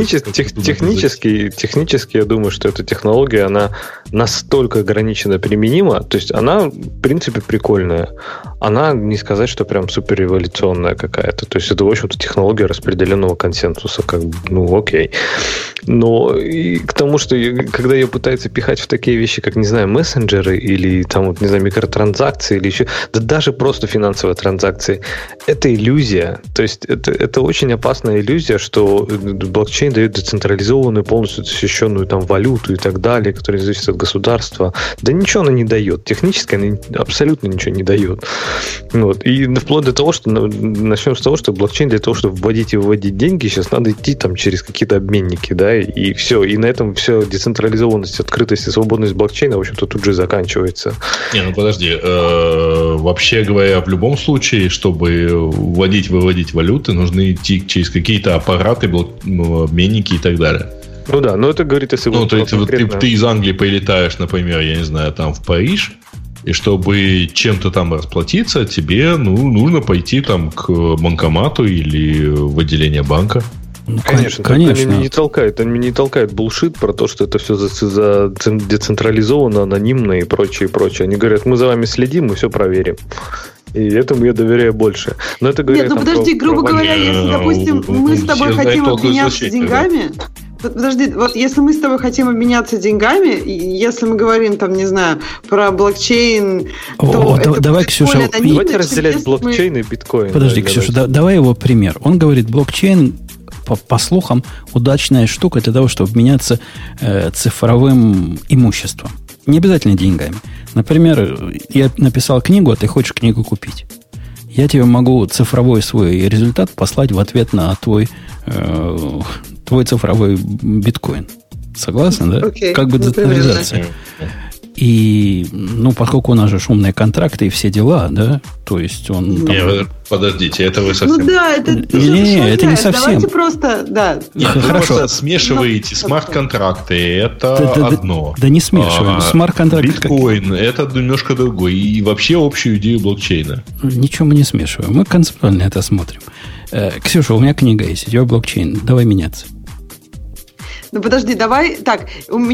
Технически я думаю, что эта технология, она настолько ограниченно применима. То есть она, в принципе, прикольная. Она, не сказать, что прям суперэволюционная какая-то. То есть это, в общем-то, технология распределенного консенсуса. Как бы, ну, окей. Но и к тому, что когда ее пытаются пихать в такие вещи, как, не знаю, мессенджеры или там, вот, не знаю, микротранзакции или еще, да даже просто финансовые транзакции, это иллюзия. То есть это очень опасная иллюзия, что блокчейн дает децентрализованную, полностью защищенную там валюту и так далее, которая зависит от государства. Да ничего она не дает. Технически она абсолютно ничего не дает. Вот. И вплоть до того, что начнем с того, что блокчейн для того, чтобы вводить и выводить деньги, сейчас надо идти там через какие-то обменники, да, и все. И на этом все децентрализованность, открытость и свободность блокчейна, в общем-то, тут же заканчивается. Не, ну подожди. Вообще говоря, в любом случае, чтобы вводить-выводить валюты, нужно идти через какие-то аппараты, обменники и так далее. Ну да, но это говорит, если... Ну, то есть ты из Англии прилетаешь, например, я не знаю, там в Париж, и чтобы чем-то там расплатиться, тебе нужно пойти там к банкомату или в отделение банка. Ну, конечно. Они не толкают булшит про то, что это все децентрализовано, анонимно и прочее. Они говорят, мы за вами следим, мы все проверим. И этому я доверяю больше. Но это говорит, нет, ну подожди, грубо говоря, если, допустим, мы с тобой хотим обменяться деньгами... Подожди, вот если мы с тобой хотим обменяться деньгами, если мы говорим, там, не знаю, про блокчейн, то это давай, Ксюша, давайте разделять блокчейн и биткоин. Подожди, да, Ксюша, давай его пример. Он говорит, блокчейн, по слухам, удачная штука для того, чтобы обменяться цифровым имуществом. Не обязательно деньгами. Например, я написал книгу, а ты хочешь книгу купить. Я тебе могу цифровой свой результат послать в ответ на твой цифровой биткоин. Согласен, да? Okay, как бы децентрализация. И, поскольку у нас же умные контракты и все дела, да, то есть он... Не, подождите, это вы совсем... Ну да, это... Не, это не совсем. Давайте просто, да. Нет, вы просто смешиваете смарт-контракты, это одно. Да не смешиваем. Смарт-контракты... Биткоин, это немножко другой. И вообще общую идею блокчейна. Ничего мы не смешиваем. Мы концептуально это смотрим. Ксюша, у меня книга есть, у тебя блокчейн. Давай меняться. Ну, подожди, давай... Так,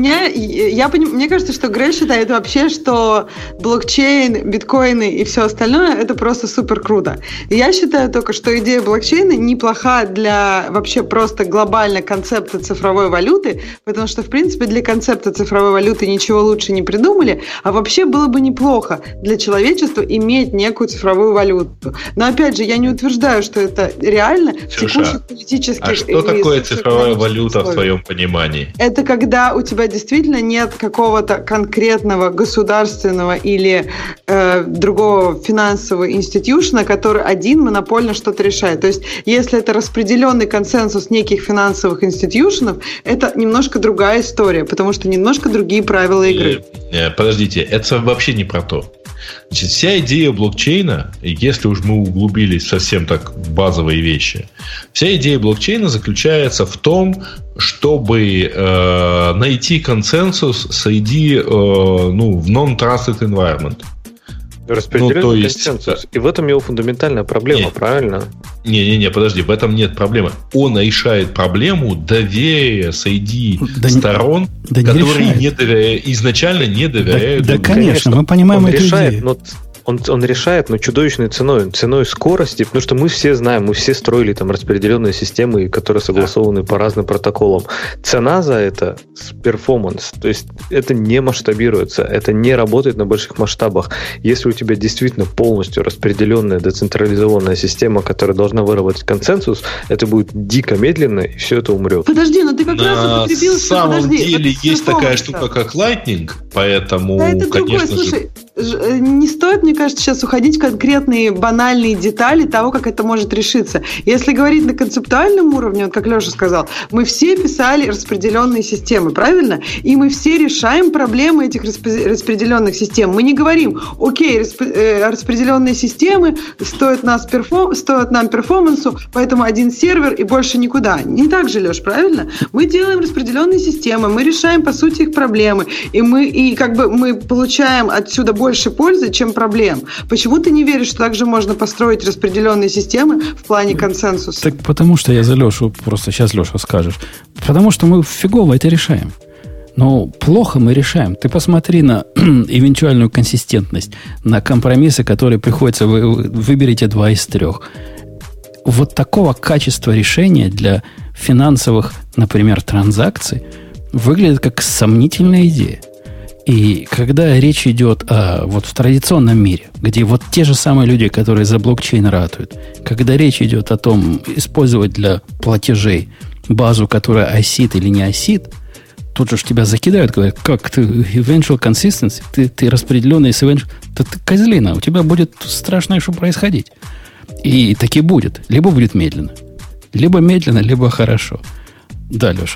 мне кажется, что Грей считает вообще, что блокчейн, биткоины и все остальное, это просто супер круто. И я считаю только, что идея блокчейна неплоха для вообще просто глобально концепта цифровой валюты, потому что, в принципе, для концепта цифровой валюты ничего лучше не придумали, а вообще было бы неплохо для человечества иметь некую цифровую валюту. Но, опять же, я не утверждаю, что это реально в текущих политических... А что такое цифровая валюта в твоем понимании? Это когда у тебя действительно нет какого-то конкретного государственного или другого финансового инститюшена, который один монопольно что-то решает. То есть, если это распределенный консенсус неких финансовых инститюшенов, это немножко другая история, потому что немножко другие правила игры. Подождите, это вообще не про то. Значит, вся идея блокчейна, если уж мы углубились совсем так в базовые вещи, вся идея блокчейна заключается в том, чтобы найти консенсус среди в non-trusted environment. Распределенный консенсус. И в этом его фундаментальная проблема, правильно? Не, подожди, в этом нет проблемы. Он решает проблему доверия среди сторон, которые изначально не доверяют. Да, конечно, мы понимаем эту идею. Он решает, но чудовищной ценой скорости, потому что мы все знаем, мы все строили там распределенные системы, которые согласованы по разным протоколам. Цена за это перформанс, то есть это не масштабируется, это не работает на больших масштабах. Если у тебя действительно полностью распределенная, децентрализованная система, которая должна выработать консенсус, это будет дико медленно, и все это умрет. Подожди, но ты как раз употребил... На самом деле есть такая штука, как Lightning, поэтому, да, это конечно другое. Слушай, не стоит, мне кажется, сейчас уходить в конкретные банальные детали того, как это может решиться. Если говорить на концептуальном уровне, вот как Леша сказал, мы все писали распределенные системы, правильно? И мы все решаем проблемы этих распределенных систем. Мы не говорим, окей, распределенные системы стоят нам перформансу, поэтому один сервер и больше никуда. Не так же, Леш, правильно? Мы делаем распределенные системы, мы решаем, по сути, их проблемы, и мы получаем отсюда больше пользы, чем проблем. Почему ты не веришь, что также можно построить распределенные системы в плане консенсуса? Так потому что я за Лешу, просто сейчас Леша скажешь. Потому что мы фигово это решаем. Но плохо мы решаем. Ты посмотри на эвенtuальную консистентность, на компромиссы, которые приходится, выберите 2 из 3. Вот такого качества решения для финансовых, например, транзакций выглядит как сомнительная идея. И когда речь идет вот в традиционном мире, где вот те же самые люди, которые за блокчейн ратуют, когда речь идет о том, использовать для платежей базу, которая осит или не осит, тут же тебя закидают, говорят, как ты eventual consistency, ты распределенный с eventual, да ты козлина, у тебя будет страшное что происходить. И таки будет. Либо будет медленно. Либо медленно, либо хорошо. Да, Леша.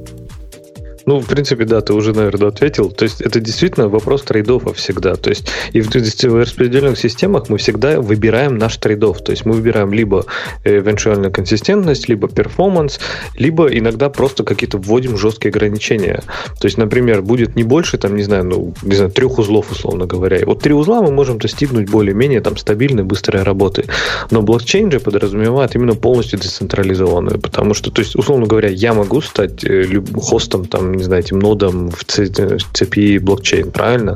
Ну, в принципе, да, ты уже, наверное, ответил. То есть это действительно вопрос трейд-оффа всегда. То есть и в распределенных системах мы всегда выбираем наш трейд-офф. То есть мы выбираем либо эвенtuальную консистентность, либо перформанс, либо иногда просто какие-то вводим жесткие ограничения. То есть, например, будет не больше, там, не знаю, 3 узлов, условно говоря. И вот 3 узла мы можем достигнуть более-менее там стабильной, быстрой работы. Но блокчейн же подразумевает именно полностью децентрализованную. Потому что, то есть, условно говоря, я могу стать хостом там, не знаю, этим нодом в цепи блокчейн, правильно?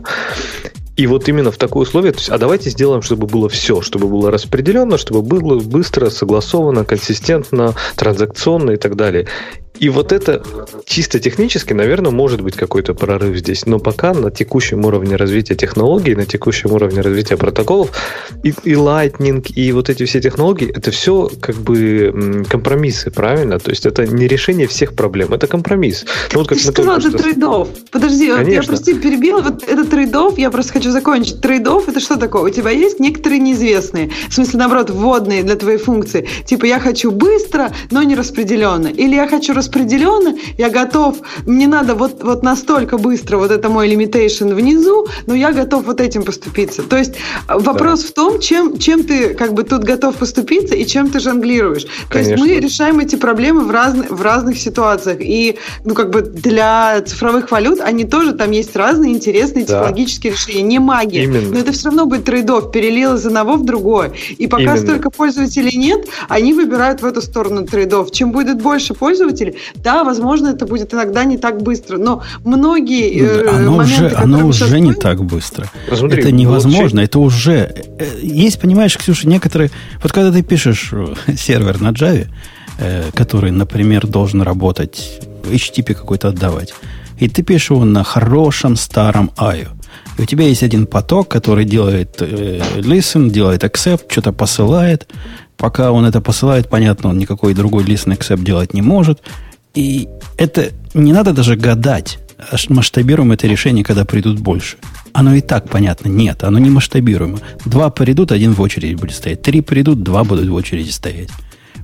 И вот именно в такое условие, то есть, а давайте сделаем, чтобы было все, чтобы было распределенно, чтобы было быстро, согласовано, консистентно, транзакционно и так далее. И вот это чисто технически, наверное, может быть какой-то прорыв здесь. Но пока на текущем уровне развития технологий, на текущем уровне развития протоколов и Lightning, и вот эти все технологии, это все как бы компромиссы, правильно? То есть это не решение всех проблем, это компромисс. Ну, вот как ты сказал, это трейд-офф. Подожди, вот я, прости, перебила. Вот это трейд-офф, я просто хочу закончить. Трейд-офф, это что такое? У тебя есть некоторые неизвестные, в смысле, наоборот, вводные для твоей функции. Типа я хочу быстро, но не распределенно. Или я хочу распределенно, я готов, мне надо вот настолько быстро, вот это мой limitation внизу, но я готов вот этим поступиться. То есть вопрос в том, чем ты как бы тут готов поступиться и чем ты жонглируешь. Конечно. То есть мы решаем эти проблемы в разных ситуациях. И ну как бы для цифровых валют они тоже, там есть разные интересные технологические решения, не магия. Именно. Но это все равно будет трейд-офф, перелил из одного в другое. И пока столько пользователей нет, они выбирают в эту сторону трейд-офф. Чем будет больше пользователей, да, возможно, это будет иногда не так быстро, но многие моменты, оно уже не так быстро. Посмотри, это невозможно, это уже... Есть, понимаешь, Ксюша, некоторые... Вот когда ты пишешь сервер на Java, который, например, должен работать, HTTP какой-то отдавать, и ты пишешь его на хорошем старом IO, и у тебя есть один поток, который делает listen, делает accept, что-то посылает. Пока он это посылает, понятно, он никакой другой listen accept делать не может. И это не надо даже гадать, масштабируем это решение, когда придут больше. Оно и так понятно. Нет, оно не масштабируемо. 2 придут, 1 в очереди будет стоять. 3 придут, 2 будут в очереди стоять.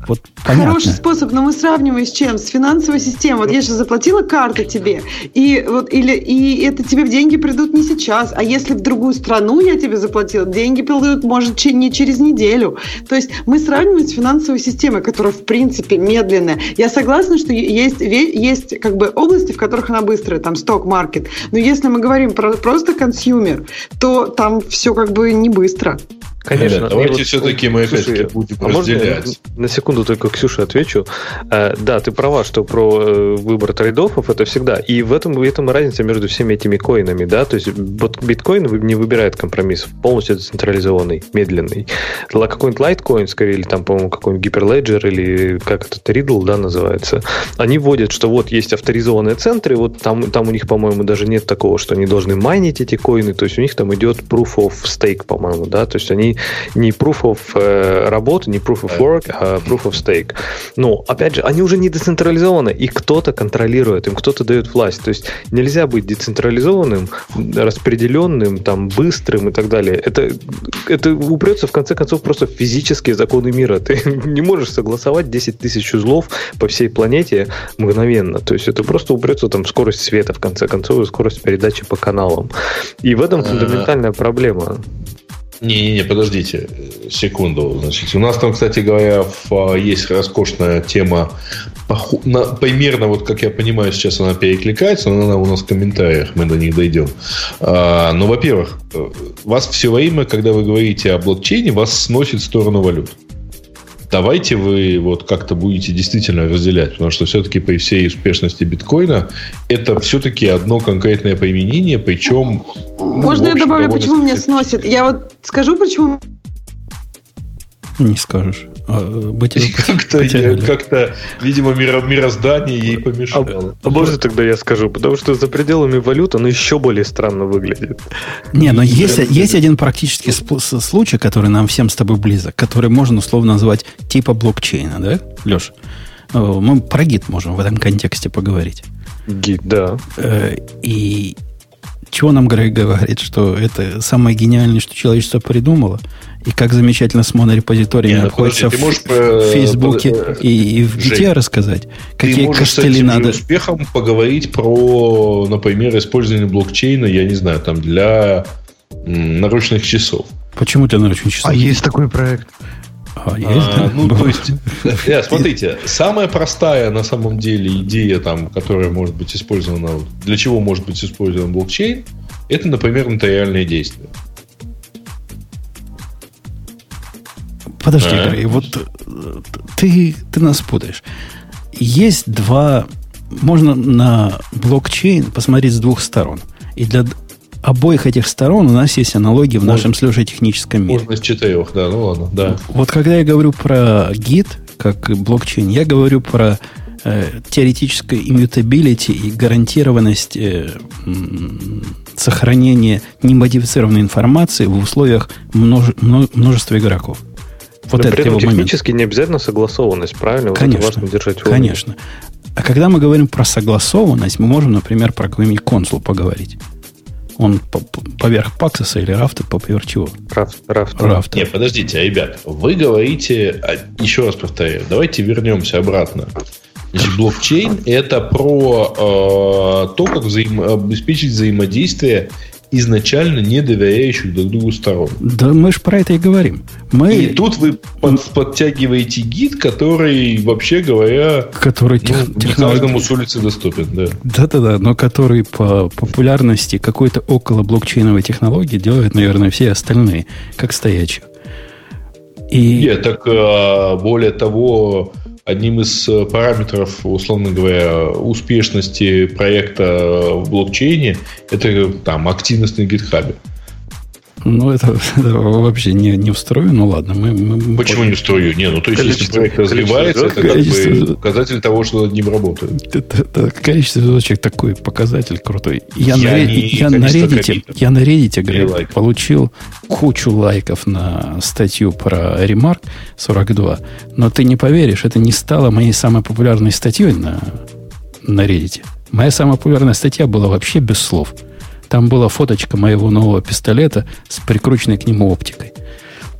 Вот понятно. Хороший способ, но мы сравниваем с чем? С финансовой системой. Вот я сейчас заплатила карту тебе, и это тебе в деньги придут не сейчас, а если в другую страну я тебе заплатила, деньги придут, может, не через неделю. То есть мы сравниваем с финансовой системой, которая, в принципе, медленная. Я согласна, что есть как бы области, в которых она быстрая, там сток-маркет. Но если мы говорим про просто консюмер, то там все как бы не быстро. Конечно. Ребят, давайте все-таки мы опять-таки будем разделять. На секунду только Ксюше отвечу. Да, ты права, что про выбор трейд-оффов это всегда. И в этом разница между всеми этими коинами, да. То есть вот биткоин не выбирает компромиссов, полностью децентрализованный, медленный. Какой-нибудь лайткоин, скорее, или там, по-моему, какой-нибудь гиперледжер, или как это, Тридл, да, называется. Они вводят, что вот есть авторизованные центры, вот там у них, по-моему, даже нет такого, что они должны майнить эти коины, то есть у них там идет proof of stake, по-моему, да, то есть они не proof of работы, не proof of work, а proof of stake. Но, опять же, они уже не децентрализованы, и кто-то контролирует, им кто-то дает власть. То есть нельзя быть децентрализованным, распределенным, там, быстрым и так далее. Это упрется, в конце концов, просто в физические законы мира. Ты не можешь согласовать 10 тысяч узлов по всей планете мгновенно. То есть это просто упрется там в скорость света, в конце концов, и скорость передачи по каналам. И в этом фундаментальная проблема. Не, подождите секунду. Значит, у нас там, кстати говоря, есть роскошная тема, примерно, вот как я понимаю, сейчас она перекликается, но она у нас в комментариях, мы до них дойдем. Но, во-первых, вас все время, когда вы говорите о блокчейне, вас сносит в сторону валют. Давайте вы вот как-то будете действительно разделять, потому что все-таки при всей успешности биткоина это все-таки одно конкретное применение, причем... Можно я добавлю, почему меня сносит? Я вот скажу, почему... Не скажешь. Как-то, видимо, мироздание ей помешало. А можно тогда я скажу? Потому что за пределами валют оно еще более странно выглядит. Не, но есть один практический случай, который нам всем с тобой близок, который можно условно назвать типа блокчейна, да, Леша? Мы про гид можем в этом контексте поговорить. Гид, да. И чего нам Грей говорит, что это самое гениальное, что человечество придумало, и как замечательно с монорепозиториями находится в Фейсбуке и в Гите рассказать, какие костыли надо. Ты можешь с успехом поговорить про, например, использование блокчейна, я не знаю, там для наручных часов. Почему для наручных часов? А есть такой проект. То есть, смотрите, самая простая на самом деле идея, там, которая может быть использована, для чего может быть использован блокчейн, это, например, нотариальные действия. Подожди, Грей, вот ты нас путаешь. Есть можно на блокчейн посмотреть с двух сторон. И для обоих этих сторон у нас есть аналогии в нашем с Лешей техническом мире. Можно с 4, да, ну ладно, да. Вот когда я говорю про гид, как блокчейн, я говорю про теоретическое immutability и гарантированность сохранения немодифицированной информации в условиях множества игроков. Вот это его момент. Технически не обязательно согласованность, правильно? Конечно, вот держать в уме. Конечно. А когда мы говорим про согласованность, мы можем, например, про какой-нибудь консул поговорить. Он поверх Paxos или Рафта, поверх чего? Рафта. Не, подождите, ребят, вы говорите, еще раз повторяю, давайте вернемся обратно. Значит, блокчейн это про то, как обеспечить взаимодействие изначально не доверяющих друг другу сторон. Да мы же про это и говорим. И тут вы подтягиваете гид, который, вообще говоря, не каждому с улицы доступен. Да-да-да, но который по популярности какой-то около блокчейновой технологии делают, наверное, все остальные, как стоячие. Нет, так более того, одним из параметров, условно говоря, успешности проекта в блокчейне это там активность на гитхабе. Ну, это вообще не встрою, ну ладно. Почему не встрою? То есть, если проект развивается, это как бы показатель того, что над ним работают. Это количество звездочек такой показатель крутой. Я на Reddit говорю, получил кучу лайков на статью про Remark 42, но ты не поверишь, это не стало моей самой популярной статьей на Reddit. Моя самая популярная статья была вообще без слов. Там была фоточка моего нового пистолета с прикрученной к нему оптикой.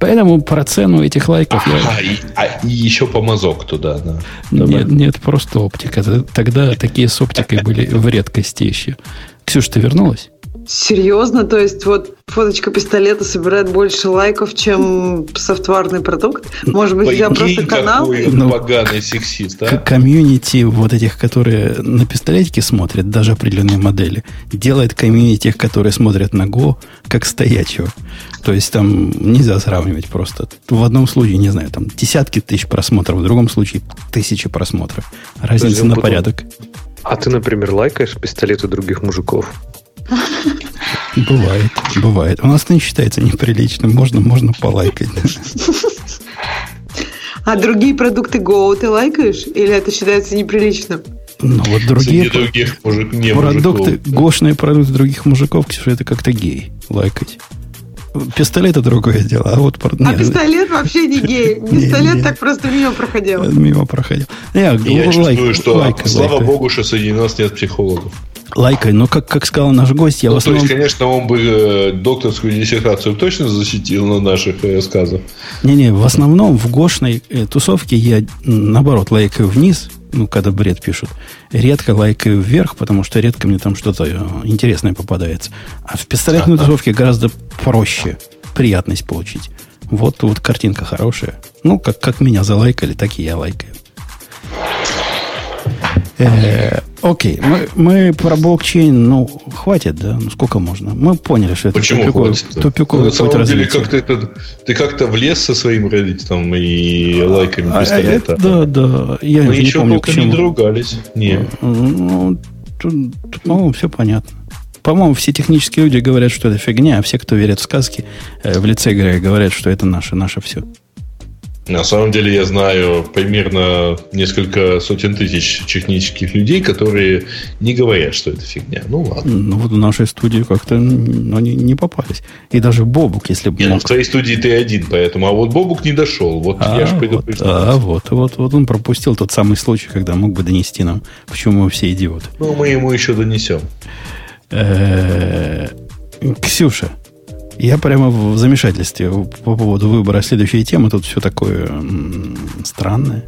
Поэтому про цену этих лайков... И еще помазок туда. Да. Нет, просто оптика. Тогда такие с оптикой были в редкости еще. Ксюш, ты вернулась? Серьезно? То есть вот фоточка пистолета собирает больше лайков, чем софтварный продукт? Может быть, я просто канал? Какой он поганый сексист, а? Комьюнити вот этих, которые на пистолетике смотрят, даже определенные модели, делает комьюнити тех, которые смотрят на Go, как стоячего. То есть там нельзя сравнивать просто. В одном случае, не знаю, там десятки тысяч просмотров, в другом случае тысячи просмотров. Разница на порядок. А ты, например, лайкаешь пистолеты других мужиков? Бывает. У нас это не считается неприличным. Можно полайкать. А другие продукты Go ты лайкаешь? Или это считается неприличным? Ну, вот другие других продукты, гошные продукты других мужиков, Ксюша, это как-то гей. Лайкать. Пистолет – это другое дело. А вот пистолет вообще не гей. Пистолет так просто мимо проходил. Я чувствую, что, слава богу, что среди нас нет психологов. Лайкай, но как сказал наш гость, я в основном... То есть, конечно, он бы докторскую диссертацию точно защитил на наших рассказах. Не, в основном в гошной тусовке я, наоборот, лайкаю вниз, когда бред пишут. Редко лайкаю вверх, потому что редко мне там что-то интересное попадается. А в пистолетной тусовке гораздо проще приятность получить. Вот картинка хорошая. Как меня залайкали, так и я лайкаю. Окей, мы про блокчейн, хватит, да? Сколько можно? Мы поняли, что это тупиковый на самом деле, ты как-то влез со своим Reddit и лайками пистолета. Да. Я мы еще толком не доругались. Нет. По-моему, все понятно. По-моему, все технические люди говорят, что это фигня, а все, кто верит в сказки, в лице Грея говорят, что это наше все. На самом деле я знаю примерно несколько сотен тысяч технических людей, которые не говорят, что это фигня. Ладно. В нашей студии как-то они не попались. И даже Бобук, если бы мог... в твоей студии ты один, поэтому. А вот Бобук не дошел. Я же предупреждал. Вот он пропустил тот самый случай, когда мог бы донести нам, почему мы все идиоты. Мы ему еще донесем. Ксюша, я прямо в замешательстве по поводу выбора следующей темы. Тут все такое странное.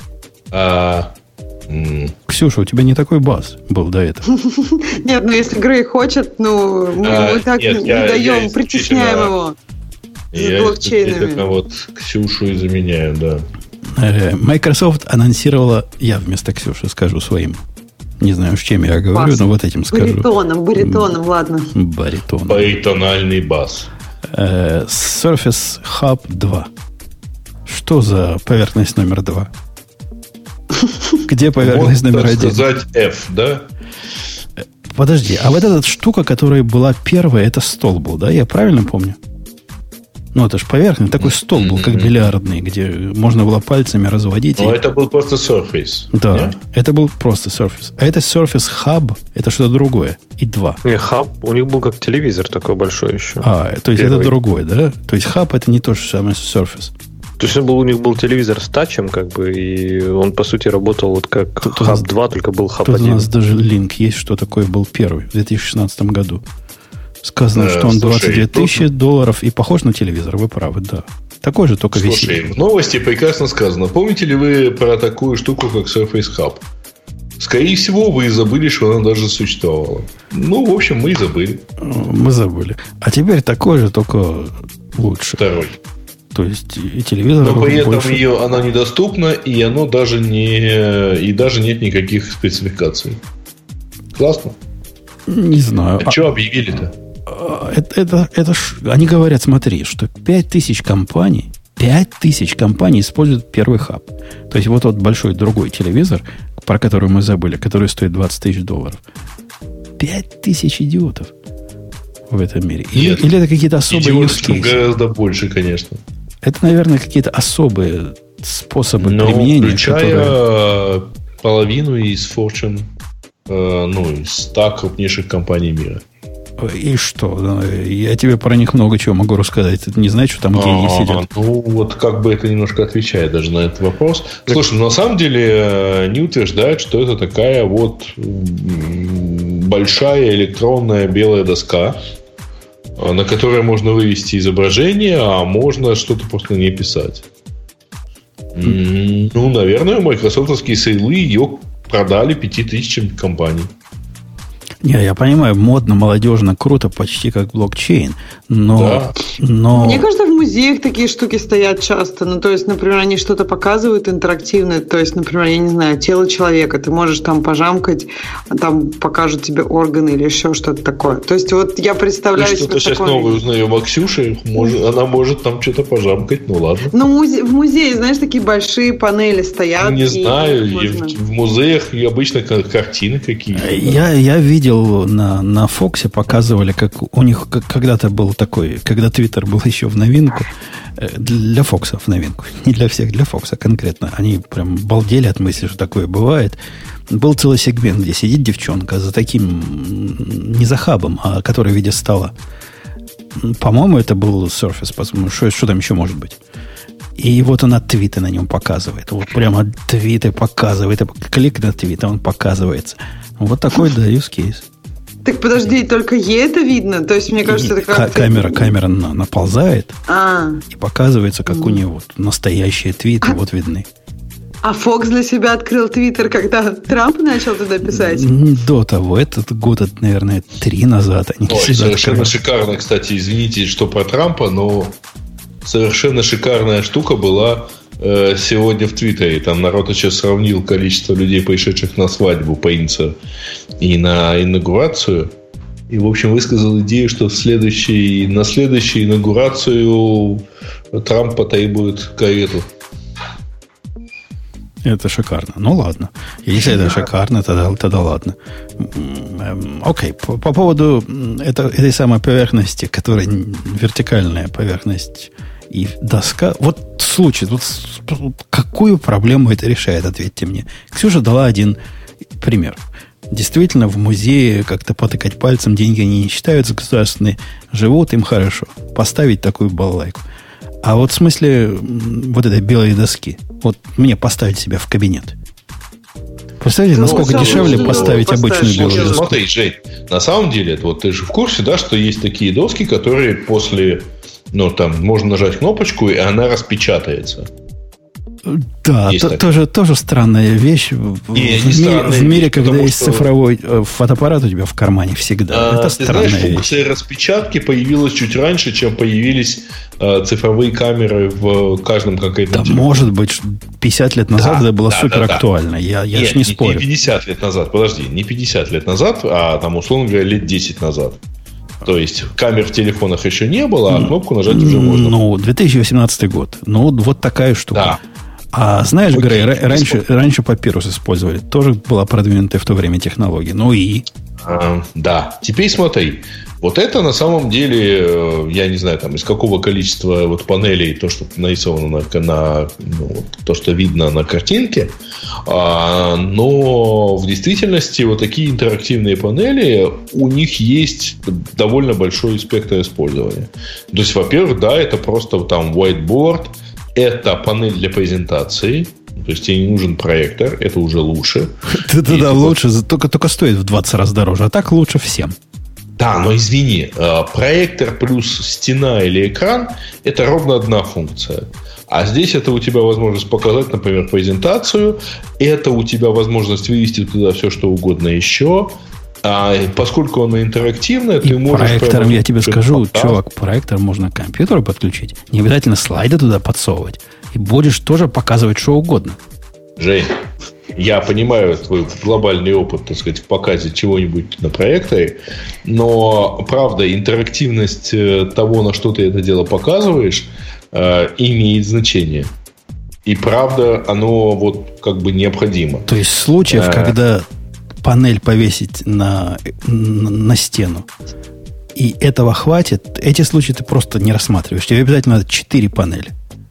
Ксюша, у тебя не такой бас был до этого. Нет, если Грей хочет, мы так не даем, притесняем его с блокчейнами. Ксюшу и заменяю, да. Microsoft анонсировала, я вместо Ксюши скажу своим. Не знаю, с чем я говорю, но вот этим скажу. Баритоном, ладно. Баритональный бас. Surface Hub 2. Что за поверхность номер 2? Где поверхность номер 1? Сказать F, да? Подожди, а вот эта штука, которая была первая, это стол был, да? Я правильно помню? Это же поверхность, такой стол был, как бильярдный, где можно было пальцами разводить. Это был просто Surface. Да, это был просто Surface. А это Surface Hub, это что-то другое. И 2. Hub, у них был как телевизор такой большой еще. То есть это другое, да? То есть Hub это не то же самое, что Surface. То есть у них был телевизор с тачем, и он, по сути, работал как Hub 2, только был Hub 1. У нас даже линк есть, что такое был первый в 2016 году. Сказано, что он $22 тысячи и похож на телевизор. Вы правы, да. Такой же, только висит. Слушай, в новости прекрасно сказано. Помните ли вы про такую штуку, как Surface Hub? Скорее всего, вы забыли, что она даже существовала. В общем, мы и забыли. Мы забыли. А теперь такой же, только лучше. Второй. То есть и телевизор. Но при этом она недоступна, и оно даже и даже нет никаких спецификаций. Классно? Не знаю. А что объявили-то? Они говорят, смотри, что 5000 компаний используют первый хаб. То есть вот большой другой телевизор, про который мы забыли, который стоит $20 тысяч. 5000 идиотов в этом мире. Или это какие-то особые use cases? Гораздо больше, конечно. Это, наверное, какие-то особые способы применения. Включая половину из Fortune, из 100 крупнейших компаний мира. И что? Я тебе про них много чего могу рассказать. Ты не знаешь, что там гении сидят? Как бы это немножко отвечает даже на этот вопрос. Слушай, на самом деле не утверждают, что это такая большая электронная белая доска, на которое можно вывести изображение, а можно что-то просто на ней писать. Ну, наверное, майкрософтовские сейлы ее продали 5000 компаний. Не, я понимаю, модно, молодежно, круто, почти как блокчейн, но... Мне кажется, в музеях такие штуки стоят часто. Ну, то есть, например, они что-то показывают интерактивное. То есть, например, я не знаю, тело человека. Ты можешь там пожамкать, там покажут тебе органы или еще что-то такое. То есть, вот я представляю себе что-то сейчас новое узнаем о Ксюше. Она может там что-то пожамкать, ну ладно. Ну, в музее, знаешь, такие большие панели стоят. Не знаю, в музеях обычно картины какие-то. Я видел на Фоксе, показывали, как у них когда-то был такой, когда Твиттер был еще в новинку, для Фокса в новинку, не для всех, для Фокса конкретно. Они прям балдели от мысли, что такое бывает. Был целый сегмент, где сидит девчонка за таким, не за хабом, а который в виде стола. По-моему, это был Surface, потому что там еще может быть. И вот она твиты на нем показывает. Вот прямо твиты показывает. Клик на твит, а он показывается. Вот такой, да, use case. Так подожди, только ей это видно? То есть, мне кажется, это как... Камера наползает и показывается, как у нее вот настоящие твиты вот видны. А Фокс для себя открыл Твиттер, когда Трамп начал туда писать? До того. Этот год, наверное, 3 назад. Они совершенно шикарно, кстати, извините, что про Трампа, но совершенно шикарная штука была сегодня в Твиттере. Там народ еще сравнил количество людей, пришедших на свадьбу Пейнса и на инаугурацию. И, в общем, высказал идею, что на следующую инаугурацию Трамп потребует карету. Это шикарно. Ну, ладно. Если это шикарно, тогда ладно. Окей. По поводу этой самой поверхности, которая вертикальная поверхность и доска. Вот случай. Вот какую проблему это решает, ответьте мне. Ксюша дала один пример. Действительно, в музее как-то потыкать пальцем, деньги они не считаются государственные, живут им хорошо. Поставить такую балалайку. А вот в смысле вот этой белой доски, вот мне поставить себя в кабинет. Представляете, насколько дешевле поставить обычную белую доску? Смотри, Жень, на самом деле, вот ты же в курсе, да, что есть такие доски, которые после, там можно нажать кнопочку, и она распечатается. Да, тоже странная вещь в мире, когда есть цифровой фотоаппарат у тебя в кармане всегда. Это странная вещь. Функция распечатки появилась чуть раньше, чем появились цифровые камеры в каждом конкретном телефоне. Может быть, 50 лет назад это было супер актуально. Я же не спорю. Не 50 лет назад, подожди, не 50 лет назад, а там, условно говоря, лет 10 назад. То есть камер в телефонах еще не было, а кнопку нажать уже можно. 2018 год. Вот такая штука. Да. А знаешь, Грей, раньше папирус использовали. Тоже была продвинутая в то время технология. Да. Теперь смотри. Вот это на самом деле, я не знаю, там из какого количества вот панелей, то, что нарисовано то, что видно на картинке. Но в действительности вот такие интерактивные панели, у них есть довольно большой спектр использования. То есть, во-первых, да, это просто там whiteboard. Это панель для презентации. То есть тебе не нужен проектор. Это уже лучше. Да, лучше. Только стоит в 20 раз дороже. А так лучше всем. Да, но извини. Проектор плюс стена или экран – это ровно одна функция. А здесь это у тебя возможность показать, например, презентацию. Это у тебя возможность вывести туда все, что угодно еще. А поскольку она интерактивная, ты можешь... Проектором, я тебе скажу, чувак, проектор можно к компьютеру подключить. Не обязательно слайды туда подсовывать. И будешь тоже показывать что угодно. Жень, я понимаю твой глобальный опыт, так сказать, в показе чего-нибудь на проекторе. Но, правда, интерактивность того, на что ты это дело показываешь, имеет значение. И, правда, оно вот как бы необходимо. То есть случаев, когда... панель повесить на стену, и этого хватит, эти случаи ты просто не рассматриваешь. Тебе обязательно надо 4 панели.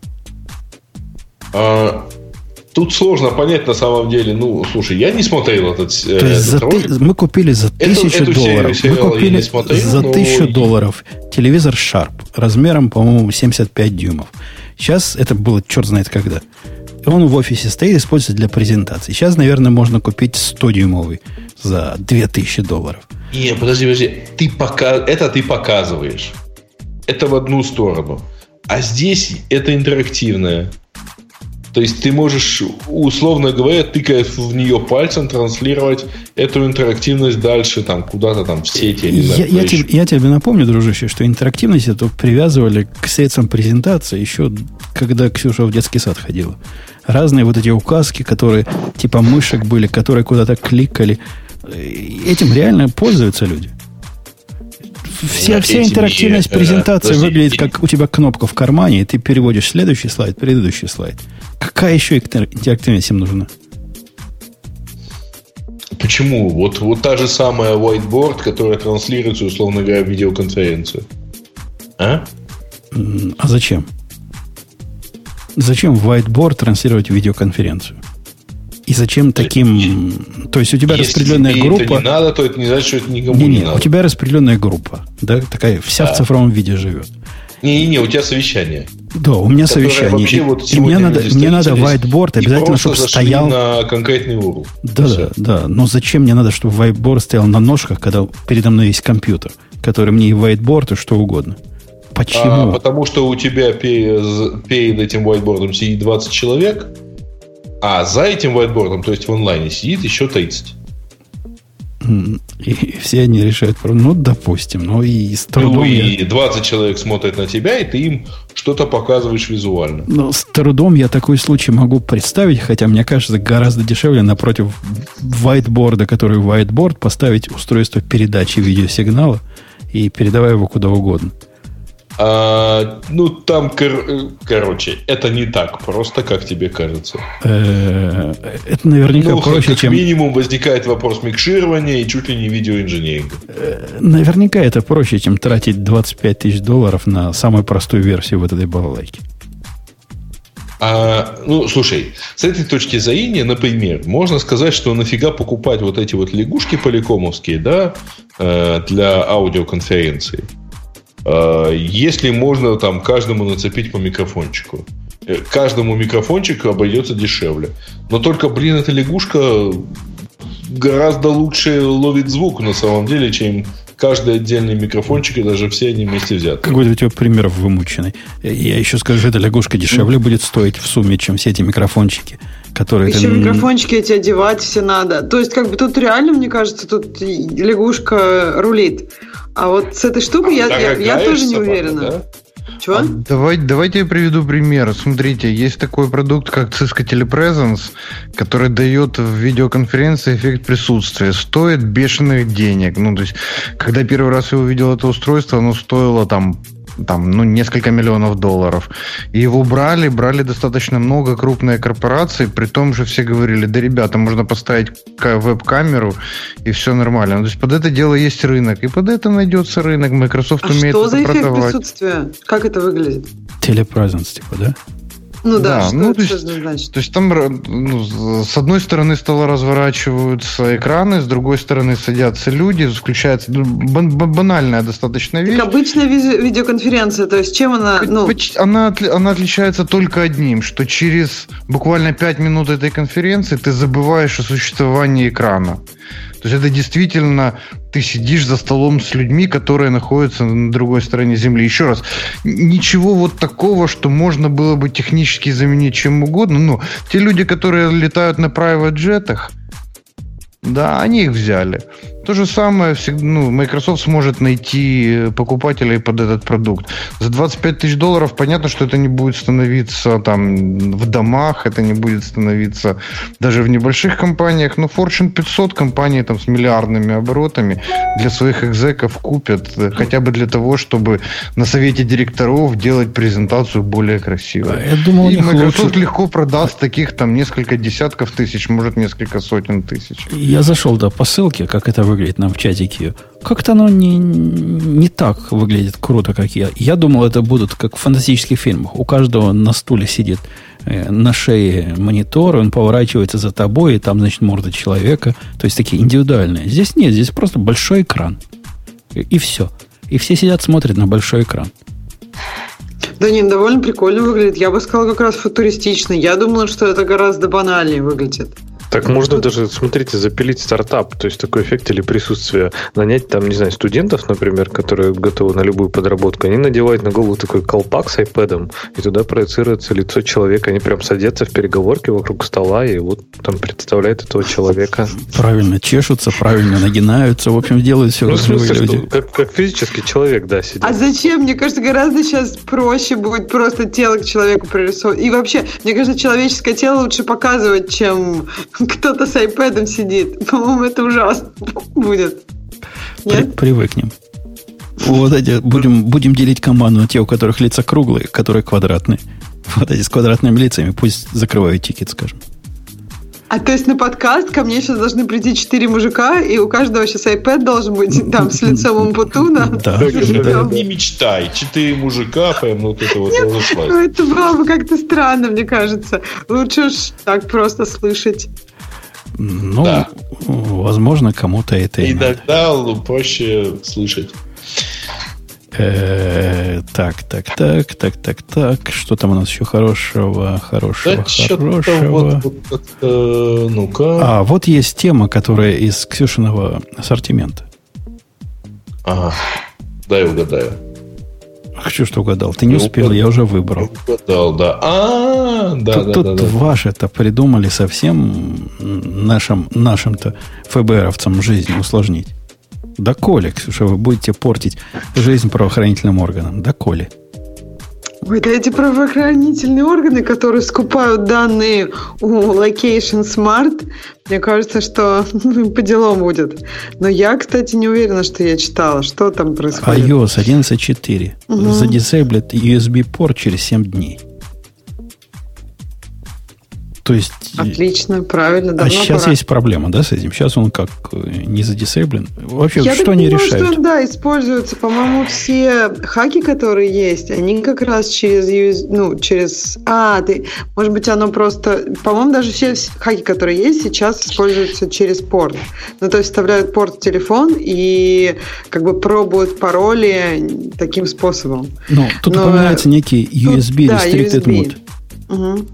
Тут сложно понять на самом деле. Слушай, я не смотрел этот ролик. Мы купили за $1000. Мы купили за $1000 телевизор Sharp размером, по-моему, 75 дюймов. Сейчас это было черт знает когда. Он в офисе стоит, используется для презентации. Сейчас, наверное, можно купить 100-дюймовый за $2000. Не, подожди. Это ты показываешь. Это в одну сторону. А здесь это интерактивное. То есть ты можешь, условно говоря, тыкая в нее пальцем, транслировать эту интерактивность дальше, там, куда-то там в сети. Я тебе напомню, дружище, что интерактивность эту привязывали к средствам презентации еще когда Ксюша в детский сад ходила. Разные вот эти указки, которые типа мышек были, которые куда-то кликали. Этим реально пользуются люди. Вся интерактивность презентации выглядит, как у тебя кнопка в кармане, и ты переводишь следующий слайд, предыдущий слайд. Какая еще интерактивность им нужна? Почему? Вот та же самая whiteboard, которая транслируется, условно говоря, в видеоконференцию. А зачем? Зачем в whiteboard транслировать видеоконференцию? И зачем таким... То есть у тебя распределенная группа... Если это не надо, то это не значит, что это никому не надо. У тебя распределенная группа, да, такая вся в цифровом виде живет. Не, у тебя совещание. Да, у меня совещание. И мне надо whiteboard обязательно, чтобы стоял... на конкретный угол. Да. Но зачем мне надо, чтобы whiteboard стоял на ножках, когда передо мной есть компьютер, который мне и whiteboard, и что угодно? Почему? Потому что у тебя перед этим whiteboard сидит 20 человек, а за этим whiteboard, то есть в онлайне, сидит еще 30. И все они решают, допустим, и с трудом... и 20 человек смотрят на тебя, и ты им что-то показываешь визуально. Но с трудом я такой случай могу представить, хотя мне кажется, гораздо дешевле напротив whiteboard, который whiteboard, поставить устройство передачи видеосигнала и передавая его куда угодно. Там, это не так просто, как тебе кажется. Это наверняка проще, как чем... минимум возникает вопрос микширования и чуть ли не видеоинженеринга. Наверняка это проще, чем тратить $25 тысяч на самую простую версию вот этой балалайки. Слушай, с этой точки зрения, например, можно сказать, что нафига покупать вот эти вот лягушки поликомовские, да, для аудиоконференции. Если можно там каждому нацепить по микрофончику. Каждому микрофончику обойдется дешевле. Но только, эта лягушка гораздо лучше ловит звук на самом деле, чем каждый отдельный микрофончик, и даже все они вместе взяты. Какой-то у тебя пример вымученный. Я еще скажу, что эта лягушка дешевле будет стоить в сумме, чем все эти микрофончики, которые... Еще микрофончики эти одевать все надо. То есть, тут реально, мне кажется, тут лягушка рулит. А вот с этой штукой я тоже не уверена. Да? Чего? Давайте я приведу пример. Смотрите, есть такой продукт, как Cisco Telepresence, который дает в видеоконференции эффект присутствия. Стоит бешеных денег. То есть, когда первый раз я увидел это устройство, оно стоило несколько миллионов $. И его брали достаточно много, крупные корпорации, при том же все говорили, да, ребята, можно поставить веб-камеру, и все нормально. То есть под это дело есть рынок, и под это найдется рынок. Microsoft умеет это продавать. Что за эффект присутствия? Как это выглядит? Телепрезенс, да? Значит? То есть там с одной стороны стало разворачиваются экраны, с другой стороны садятся люди, включается банальная достаточно вещь. Так обычная видеоконференция, то есть чем она... Она отличается только одним, что через буквально 5 минут этой конференции ты забываешь о существовании экрана. То есть это действительно ты сидишь за столом с людьми, которые находятся на другой стороне Земли. Еще раз, ничего вот такого, что можно было бы технически заменить чем угодно. Но те люди, которые летают на private джетах, да, они их взяли. То же самое, Microsoft сможет найти покупателей под этот продукт. За $25 тысяч понятно, что это не будет становиться в домах, это не будет становиться даже в небольших компаниях, но Fortune 500 компаний с миллиардными оборотами для своих экзеков купят, хотя бы для того, чтобы на совете директоров делать презентацию более красивой. Я думал, и Microsoft легко продаст таких несколько десятков тысяч, может, несколько сотен тысяч. Я зашел по ссылке, как это выглядит нам в чатике. Как-то оно не так выглядит круто, как я. Я думал, это будут как в фантастических фильмах. У каждого на стуле сидит на шее монитор, он поворачивается за тобой, и там, значит, морда человека. То есть такие индивидуальные. Здесь нет, здесь просто большой экран. И все. И все сидят, смотрят на большой экран. Да нет, довольно прикольно выглядит. Я бы сказала, как раз футуристично. Я думала, что это гораздо банальнее выглядит. Так можно даже, смотрите, запилить стартап, то есть такой эффект или присутствие. Нанять там, не знаю, студентов, например, которые готовы на любую подработку. Они надевают на голову такой колпак с iPad'ом, и туда проецируется лицо человека. Они прям садятся в переговорке вокруг стола и вот там представляют этого человека. Правильно чешутся, правильно нагинаются. В общем, делают все, ну, как живые люди. Как физический человек, да, сидит. А зачем? Мне кажется, гораздо сейчас проще будет просто тело к человеку пририсовывать. И вообще, мне кажется, человеческое тело лучше показывать, чем кто-то с iPad'ом сидит. По-моему, это ужасно будет. Нет? Привыкнем. Вот эти будем делить команду на те, у которых лица круглые, которые квадратные. Вот эти с квадратными лицами пусть закрывают тикет, скажем. А то есть на подкаст ко мне сейчас должны прийти 4 мужика, и у каждого сейчас iPad должен быть там с лицом Умпутуна. Да. Не мечтай. 4 мужика, прям вот это вот разошлась. Это было бы как-то странно, мне кажется. Лучше уж так просто слышать. Ну, да. Возможно, кому-то это и надо. Иногда проще слышать. Так. Что там у нас еще хорошего? Ну-ка. Вот есть тема, которая из Ксюшиного ассортимента. Ага. Дай угадаю. Хочу, что угадал. Ты не успел, я уже выбрал. Угадал, да. Тут ваши-то придумали совсем нашим-то ФБРовцам жизнь усложнить. Да коли, Ксюша, вы будете портить жизнь правоохранительным органам. Да коли. Ой, да эти правоохранительные органы, которые скупают данные у Location Smart, мне кажется, что по делам будет. Но я, кстати, не уверена, что я читала, что там происходит. iOS 11.4 задисейблит USB-порт через 7 дней. То есть... Отлично, правильно. А сейчас пора. Есть проблема, да, с этим? Сейчас он как не задисейблен. Вообще, я что они решают? Я думаю, что, да, используются, по-моему, все хаки, которые есть, они как раз через... может быть, оно просто... По-моему, даже все хаки, которые есть, сейчас используются через порт. Ну, то есть, вставляют порт в телефон и как бы пробуют пароли таким способом. Ну, тут упоминается некий USB Restricted Mode. Угу.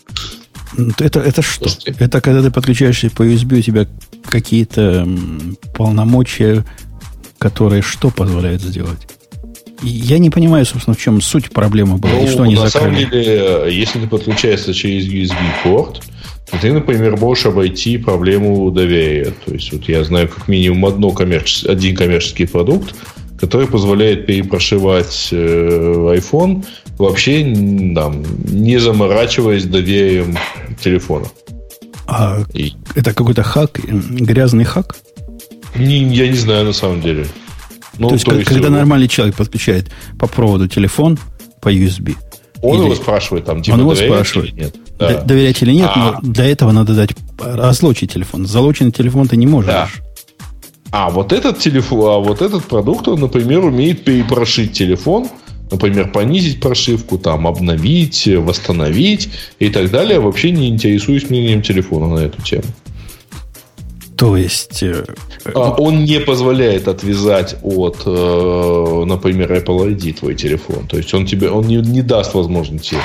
Это что? Это когда ты подключаешься по USB, у тебя какие-то полномочия, которые что позволяют сделать? Я не понимаю, собственно, в чем суть проблемы была, и что они закрыли. На самом деле, если ты подключаешься через USB-порт, то ты, например, можешь обойти проблему доверия. То есть, вот я знаю как минимум один коммерческий продукт, который позволяет перепрошивать iPhone, вообще не заморачиваясь доверием телефона. Это какой-то хак, грязный хак? Я не знаю на самом деле. То есть, когда нормальный человек подключает по проводу телефон по USB. Он его спрашивает, там, типа, доверять или нет. Да. Доверять или нет, но для этого надо дать разлочить телефон. Залоченный телефон ты не можешь. Да. Вот этот продукт, он, например, умеет перепрошить телефон, например, понизить прошивку, там, обновить, восстановить и так далее. Вообще не интересуюсь мнением телефона на эту тему. То есть... Он не позволяет отвязать от, например, Apple ID твой телефон. То есть он не даст возможности.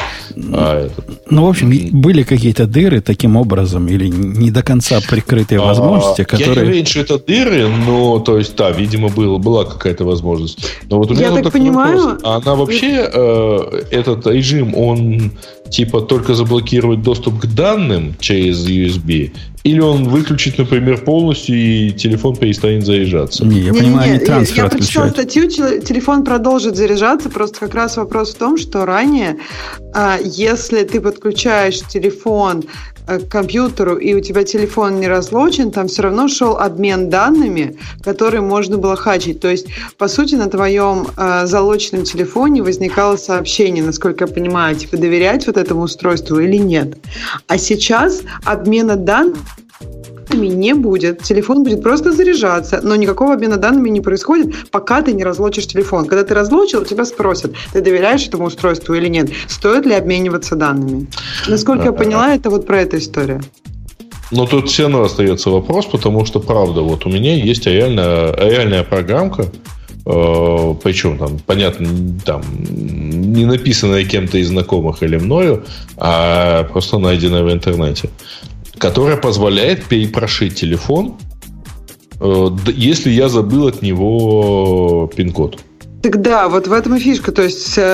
В общем, были какие-то дыры таким образом, или не до конца прикрытые возможности, которые... Я не уверен, что это дыры, но, то есть, да, видимо, была какая-то возможность. Но вот у меня я так понимаю... вопрос. Она вообще, этот режим, он типа только заблокирует доступ к данным через USB, или он выключит, например, полностью, и телефон перестанет заряжаться? Я понимаю, они трансфер отключают. Я прочитала статью, телефон продолжит заряжаться, просто как раз вопрос в том, что ранее, если ты подключаешь телефон к компьютеру, и у тебя телефон не разлочен, там все равно шел обмен данными, которые можно было хакить. То есть, по сути, на твоем залоченном телефоне возникало сообщение, насколько я понимаю, типа доверять вот этому устройству или нет. А сейчас обмена данными не будет. Телефон будет просто заряжаться, но никакого обмена данными не происходит, пока ты не разлочишь телефон. Когда ты разлочил, тебя спросят, ты доверяешь этому устройству или нет, стоит ли обмениваться данными. Насколько я поняла, это вот про эту историю. Но тут все равно остается вопрос, потому что, правда, вот у меня есть реальная программка, причем там, понятно, там не написанная кем-то из знакомых или мною, а просто найденная в интернете, которая позволяет перепрошить телефон, если я забыл от него пин-код. Тогда вот в этом и фишка. То есть с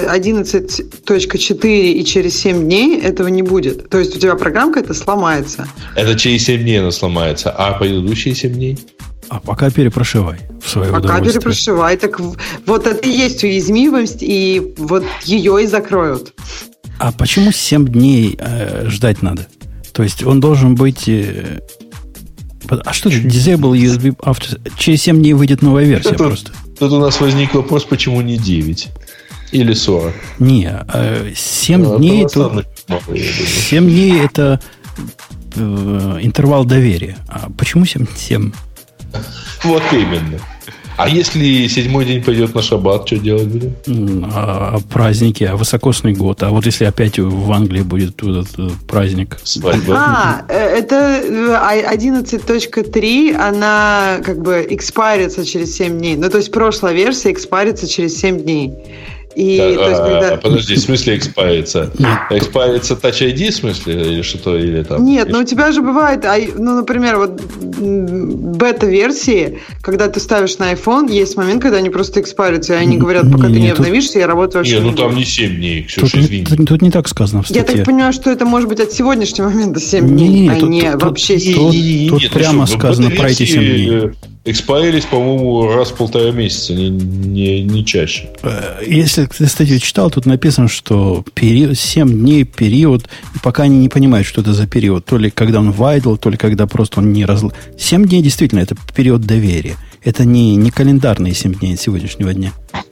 11.4 и через 7 дней этого не будет. То есть у тебя программка это сломается. Это через 7 дней она сломается, а предыдущие 7 дней? А пока перепрошивай в свое удовольствие. Пока перепрошивай. Так вот это и есть уязвимость, и вот ее и закроют. А почему 7 дней ждать надо? То есть он должен быть... А что это? Disable USB after... Через 7 дней выйдет новая версия просто. Тут у нас возник вопрос, почему не 9 или 40. Не, 7 дней... 7 дней это интервал доверия. А почему 7? Вот именно. А если 7-й день пойдет на шаббат, что делать будем? Праздники, высокосный год. А вот если опять в Англии будет этот праздник? Свадьба. Это 11.3, она как бы экспарится через 7 дней. Ну, то есть прошлая версия экспарится через 7 дней. И, то есть, когда... Подожди, в смысле экспарится? Экспарится Touch ID в смысле? Или что-то? Или там? Нет, но у тебя же бывает, ну, например, вот бета-версии, когда ты ставишь на iPhone, есть момент, когда они просто экспарятся, и они говорят, пока ты не обновишься, я работаю вообще. Не, ну там не 7 дней, Ксюша, извини. Тут не так сказано в статье. Я так понимаю, что это может быть от сегодняшнего момента 7 дней, а не вообще 7 дней. Тут прямо сказано про эти 7 дней. Экспарились, по-моему, раз в 1,5 месяца, не чаще. Если ты статью читал, тут написано, что 7 дней период, и пока они не понимают, что это за период. То ли когда он вайдл, то ли когда просто он не 7 дней действительно это период доверия. Это не календарные 7 дней от сегодняшнего дня.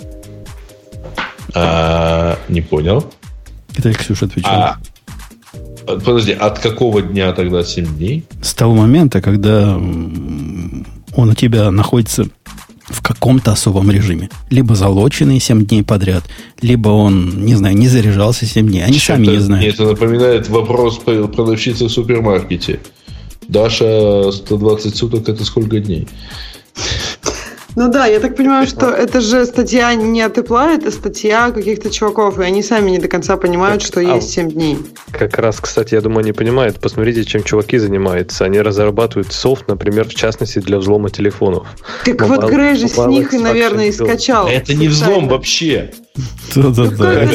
Не понял. Это Ксюша отвечала. Подожди, от какого дня тогда 7 дней? С того момента, когда он у тебя находится в каком-то особом режиме. Либо залоченный 7 дней подряд, либо он, не знаю, не заряжался 7 дней. Они сами не знают. Мне это напоминает вопрос продавщицы в супермаркете. Даша, 120 суток – это сколько дней? Ну да, я так понимаю, что это же статья не от Apple, это статья каких-то чуваков, и они сами не до конца понимают, что есть 7 дней. Как раз, кстати, я думаю, они понимают. Посмотрите, чем чуваки занимаются. Они разрабатывают софт, например, в частности, для взлома телефонов. Так вот Грей же с них, и, наверное, и скачал. Это не взлом вообще. Да-да-да.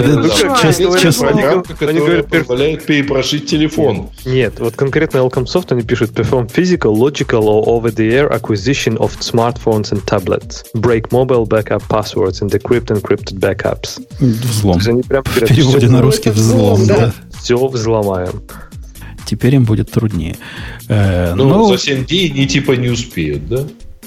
Они говорят, позволяет перепрошить телефон. Нет, вот конкретно Elcom Soft они пишут perform physical, logical or over-the-air acquisition of smartphones and tablets, break mobile backup passwords and decrypt encrypted backups. Взлом. В переводе на русский взлом, да. Все взломаем. Теперь им будет труднее. Ну, за 7 дней не успеют, да?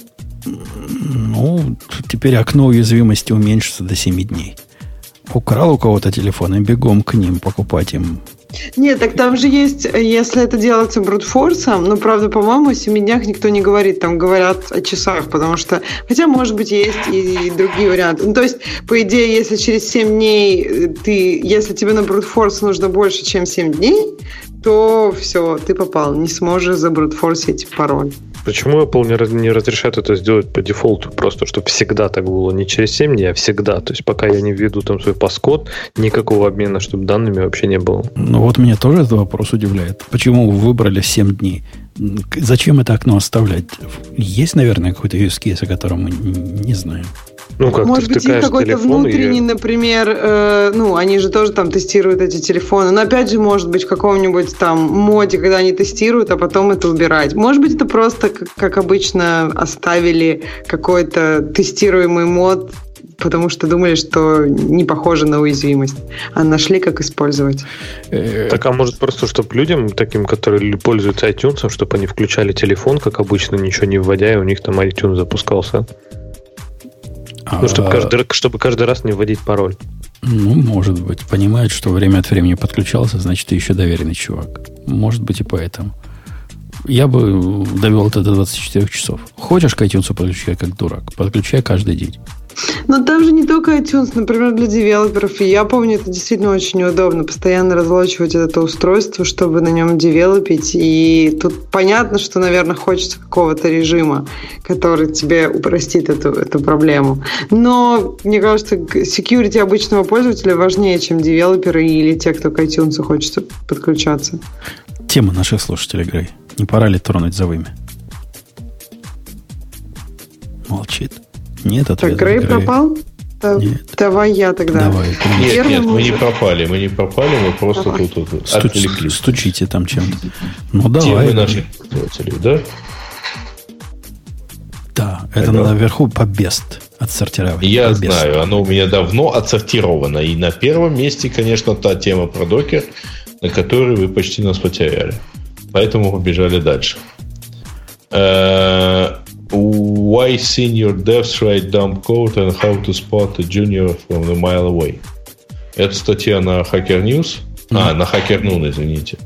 Ну, теперь окно уязвимости уменьшится до 7 дней. Украл у кого-то телефон и бегом к ним покупать им. Нет, так там же есть, если это делается брутфорсом, но, правда, по-моему, о 7 днях никто не говорит, там говорят о часах, потому что, хотя, может быть, есть и другие варианты. Ну, то есть, по идее, если через 7 дней если тебе на брутфорс нужно больше, чем 7 дней, то все, ты попал, не сможешь забрутфорсить пароль. Почему Apple не разрешает это сделать по дефолту? Просто, чтобы всегда так было. Не через 7 дней, а всегда. То есть, пока я не введу там свой паскод, никакого обмена, чтобы данными вообще не было. Ну, вот меня тоже этот вопрос удивляет. Почему вы выбрали 7 дней? Зачем это окно оставлять? Есть, наверное, какой-то use case, о котором мы не знаем. Ну, как может быть, есть какой-то внутренний, например, они же тоже там тестируют эти телефоны, но опять же, может быть, в каком-нибудь там моде, когда они тестируют, а потом это убирать. Может быть, это просто, как обычно, оставили какой-то тестируемый мод, потому что думали, что не похоже на уязвимость, а нашли, как использовать. Так, а может просто, чтобы людям, таким, которые пользуются iTunes, чтобы они включали телефон, как обычно, ничего не вводя, и у них там iTunes запускался? Ну, чтобы каждый раз не вводить пароль. Ну, может быть. Понимает, что время от времени подключался, значит, ты еще доверенный чувак. Может быть, и поэтому. Я бы довел это до 24 часов. Хочешь к iTunes подключай, как дурак? Подключай каждый день. Но там же не только iTunes, например, для девелоперов. И я помню, это действительно очень неудобно. Постоянно разлочивать это устройство, чтобы на нем девелопить. И тут понятно, что, наверное, хочется какого-то режима, который тебе упростит эту проблему. Но, мне кажется, security обычного пользователя важнее, чем девелоперы или те, кто к iTunes хочет подключаться. Тема наших слушателей, Грей. Не пора ли тронуть за вымя? Молчит. Нет ответа. Так, Грей пропал? Нет. Давай я тогда. Давай. Нет, мы не пропали. Мы просто тут отвлеклись. Стучите там чем-то. Ну, давай. Темы наших пользователей, да? Да, это наверху по бест отсортировать. Я знаю, оно у меня давно отсортировано. И на первом месте, конечно, та тема про докер, на которой вы почти нас потеряли. Поэтому побежали дальше. Why senior devs write dumb code and how to spot a junior from a mile away. Это статья на Hacker News. На Hacker Noon, извините.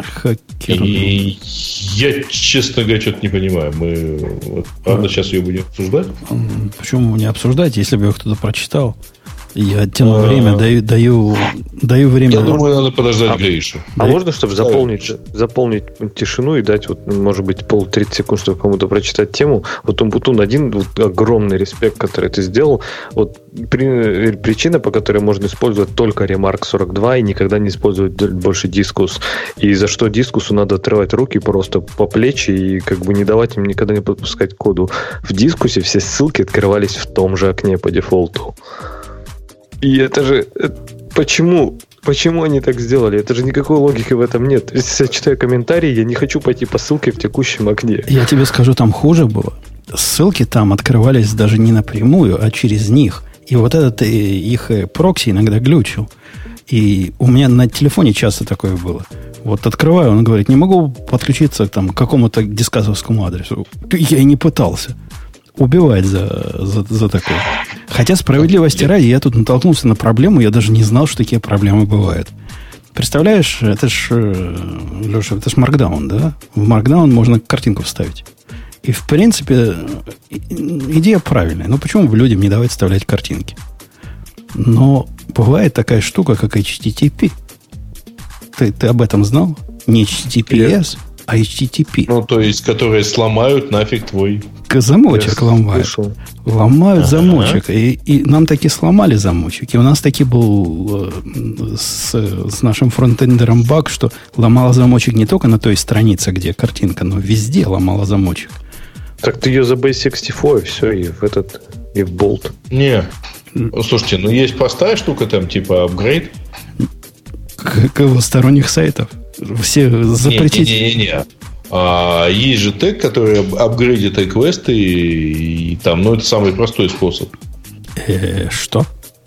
И я, честно говоря, что-то не понимаю. Мы, правда, сейчас ее будем обсуждать? Почему не обсуждать, если бы ее кто-то прочитал? Я тяну время, даю время. Я думаю, надо подождать Гришу. А можно, чтобы заполнить тишину и дать, вот, может быть, 30 секунд, чтобы кому-то прочитать тему? Вот Умпутун, один вот, огромный респект, который ты сделал. Вот причина, по которой можно использовать только Remark 42 и никогда не использовать больше Disqus. И за что Disqusу надо отрывать руки просто по плечи и как бы не давать им никогда не подпускать коду. В Disqusе все ссылки открывались в том же окне по дефолту. И это же... Почему они так сделали? Это же никакой логики в этом нет. Если я читаю комментарии, я не хочу пойти по ссылке в текущем окне. Я тебе скажу, там хуже было. Ссылки там открывались даже не напрямую, а через них. И вот этот их прокси иногда глючил. И у меня на телефоне часто такое было. Вот открываю, он говорит, не могу подключиться там, к какому-то дискасовскому адресу. Я и не пытался. Убивает за такое. Хотя, справедливости ради, я тут натолкнулся на проблему, я даже не знал, что такие проблемы бывают. Представляешь, это ж, Леша, это ж Markdown, да? В Markdown можно картинку вставить. И, в принципе, идея правильная. Но почему бы людям не давать вставлять картинки? Но бывает такая штука, как HTTP. Ты об этом знал? Не HTTPS, а HTTP. Ну, то есть, которые сломают нафиг твой... Замочек ломают. Ломают замочек. И нам таки сломали замочек. И у нас таки был с нашим фронтендером баг, что ломала замочек не только на той странице, где картинка, но везде ломала замочек. Так ты ее за Base64, все, и в Bolt. Не. Слушайте, есть простая штука там, типа апгрейд. К сторонних сайтов. Все запретить. Не. Есть же тег, который апгрейдит реквесты, и там, это самый простой способ. Что?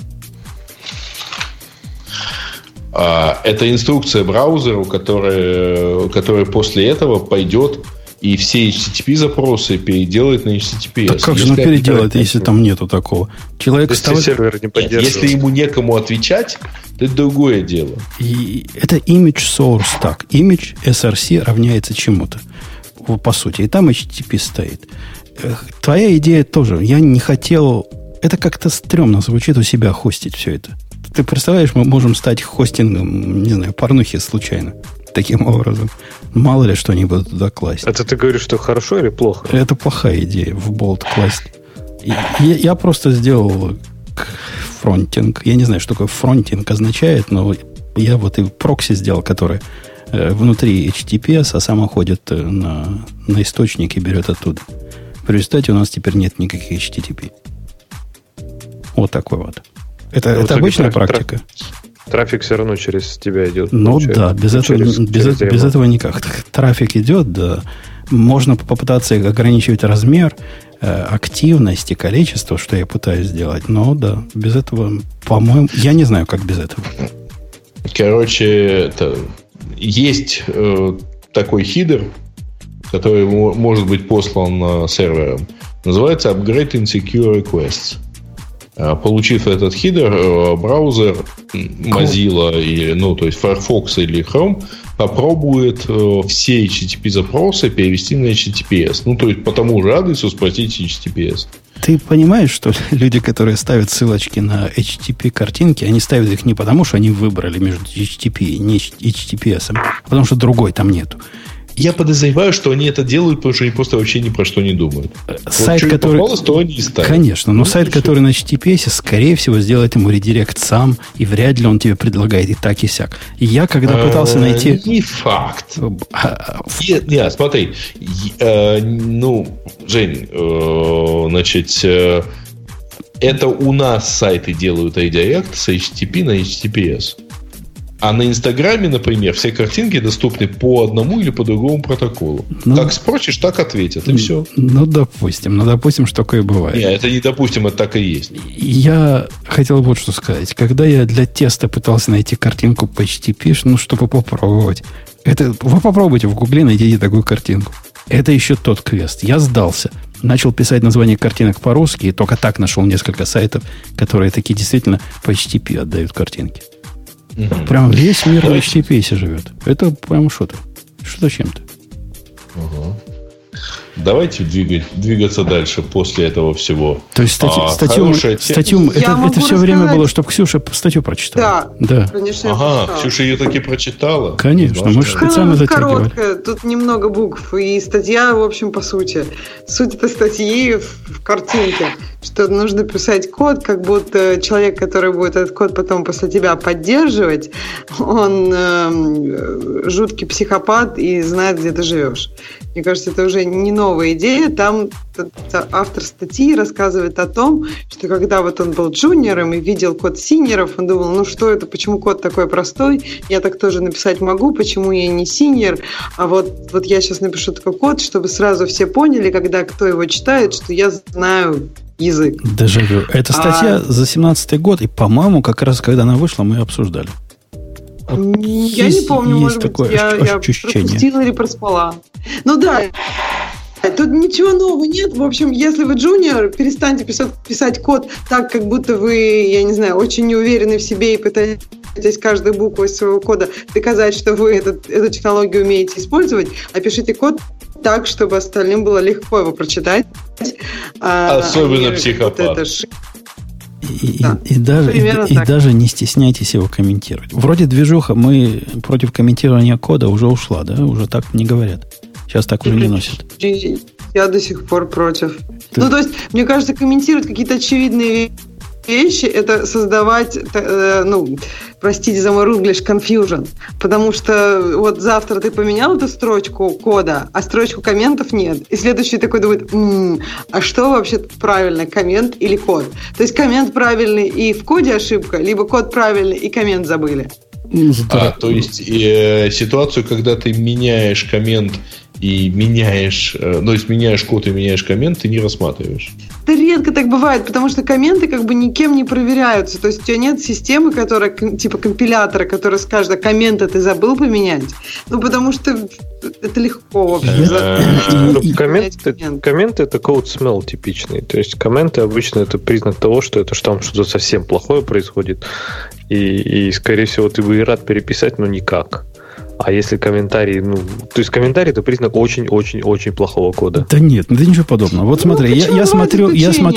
Это инструкция браузеру, которая после этого пойдет и все HTTP-запросы переделает на HTTPS. Так как же он переделает, если там нету такого? Человек сервер не поддерживает. Если ему некому отвечать, то это другое дело. И это image source так. Image src равняется чему-то. По сути. И там HTTP стоит. Твоя идея тоже. Я не хотел... Это как-то стрёмно звучит у себя хостить все это. Ты представляешь, мы можем стать хостингом, не знаю, порнухи случайно. Таким образом. Мало ли, что они будут туда класть. Это ты говоришь, что хорошо или плохо? Это плохая идея в болт класть. Я просто сделал фронтинг. Я не знаю, что такое фронтинг означает, но я вот и прокси сделал, который внутри HTTPS, а сам уходит на источник и берет оттуда. В результате у нас теперь нет никаких HTTP. Вот такой вот. Это обычная практика. Трафик все равно через тебя идет. Ну да, без этого никак. Трафик идет, да. Можно попытаться ограничивать размер, активность и количество, что я пытаюсь сделать. Но да, без этого, по-моему, я не знаю, как без этого. Короче, есть такой хидер, который может быть послан сервером. Называется Upgrade Insecure Requests. Получив этот хидер, браузер Mozilla, или, то есть Firefox или Chrome, попробует все HTTP-запросы перевести на HTTPS. То есть по тому же адресу спросить HTTPS. Ты понимаешь, что люди, которые ставят ссылочки на HTTP-картинки, они ставят их не потому, что они выбрали между HTTP и не HTTPS, а потому что другой там нету. Я подозреваю, что они это делают, потому что они просто вообще ни про что не думают. Сайт, вот, который... попалось, то они и ставят. Конечно, но сайт, который на HTTPS, скорее всего, сделает ему редирект сам, и вряд ли он тебе предлагает и так, и сяк. И я, когда пытался найти... Не факт. Нет, смотри. Жень, значит... Это у нас сайты делают редирект с HTTP на HTTPS. А на Инстаграме, например, все картинки доступны по одному или по другому протоколу. Как спросишь, так ответят, и все. Допустим, что такое бывает. Нет, это не допустим, это так и есть. Я хотел вот что сказать. Когда я для теста пытался найти картинку по HTTP, чтобы попробовать. Вы попробуйте в Гугле, найдите такую картинку. Это еще тот квест. Я сдался. Начал писать название картинок по-русски, и только так нашел несколько сайтов, которые такие действительно по HTTP отдают картинки. Угу. Прям весь мир в HTTP живет. Это прям что-то. Что-то чем-то. Угу. Давайте двигаться дальше после этого всего. То есть статью это все время было, чтобы Ксюша статью прочитала. Да. Конечно. Ксюша ее таки прочитала. Конечно, мы же специально затягивали. Короткая, тут немного букв. И статья, в общем, по сути. Суть этой статьи в картинке. Что нужно писать код, как будто человек, который будет этот код потом после тебя поддерживать, он жуткий психопат и знает, где ты живешь. Мне кажется, это уже не новая идея. Там автор статьи рассказывает о том, что когда вот он был джуниором и видел код синьоров, он думал, что это, почему код такой простой, я так тоже написать могу, почему я не синьор, а вот я сейчас напишу такой код, чтобы сразу все поняли, когда кто его читает, что я знаю язык. Дежавю. Эта статья за 17-й год, и, по-моему, как раз когда она вышла, мы ее обсуждали. Я не помню, может быть, я пропустила или проспала. Да, тут ничего нового нет. В общем, если вы джуниор, перестаньте писать код так, как будто вы, я не знаю, очень не уверены в себе и пытаетесь каждой буквой своего кода доказать, что вы эту технологию умеете использовать, а пишите код так, чтобы остальным было легко его прочитать. Особенно психопат. И даже не стесняйтесь его комментировать. Вроде движуха, мы против комментирования кода уже ушла, да? Уже так не говорят. Сейчас так уже не носят. Я до сих пор против. То есть, мне кажется, комментировать какие-то очевидные вещи, это создавать, простите за мой English, confusion. Потому что вот завтра ты поменял эту строчку кода, а строчку комментов нет. И следующий такой думает, а что вообще правильно, коммент или код? То есть коммент правильный и в коде ошибка, либо код правильный и коммент забыли. То есть ситуацию, когда ты меняешь коммент и меняешь код и меняешь коммент, ты не рассматриваешь. Да редко так бывает, потому что комменты как бы никем не проверяются. То есть у тебя нет системы, которая типа компилятора, который скажет, а комменты ты забыл поменять. Потому что это легко вообще. Комменты это code smell типичный. То есть комменты обычно это признак того, что это там что-то совсем плохое происходит. И скорее всего, ты бы и рад переписать, но никак. А если комментарий, то есть комментарий это признак очень-очень-очень плохого кода. Да нет, да ничего подобного. Вот смотри, я смотрю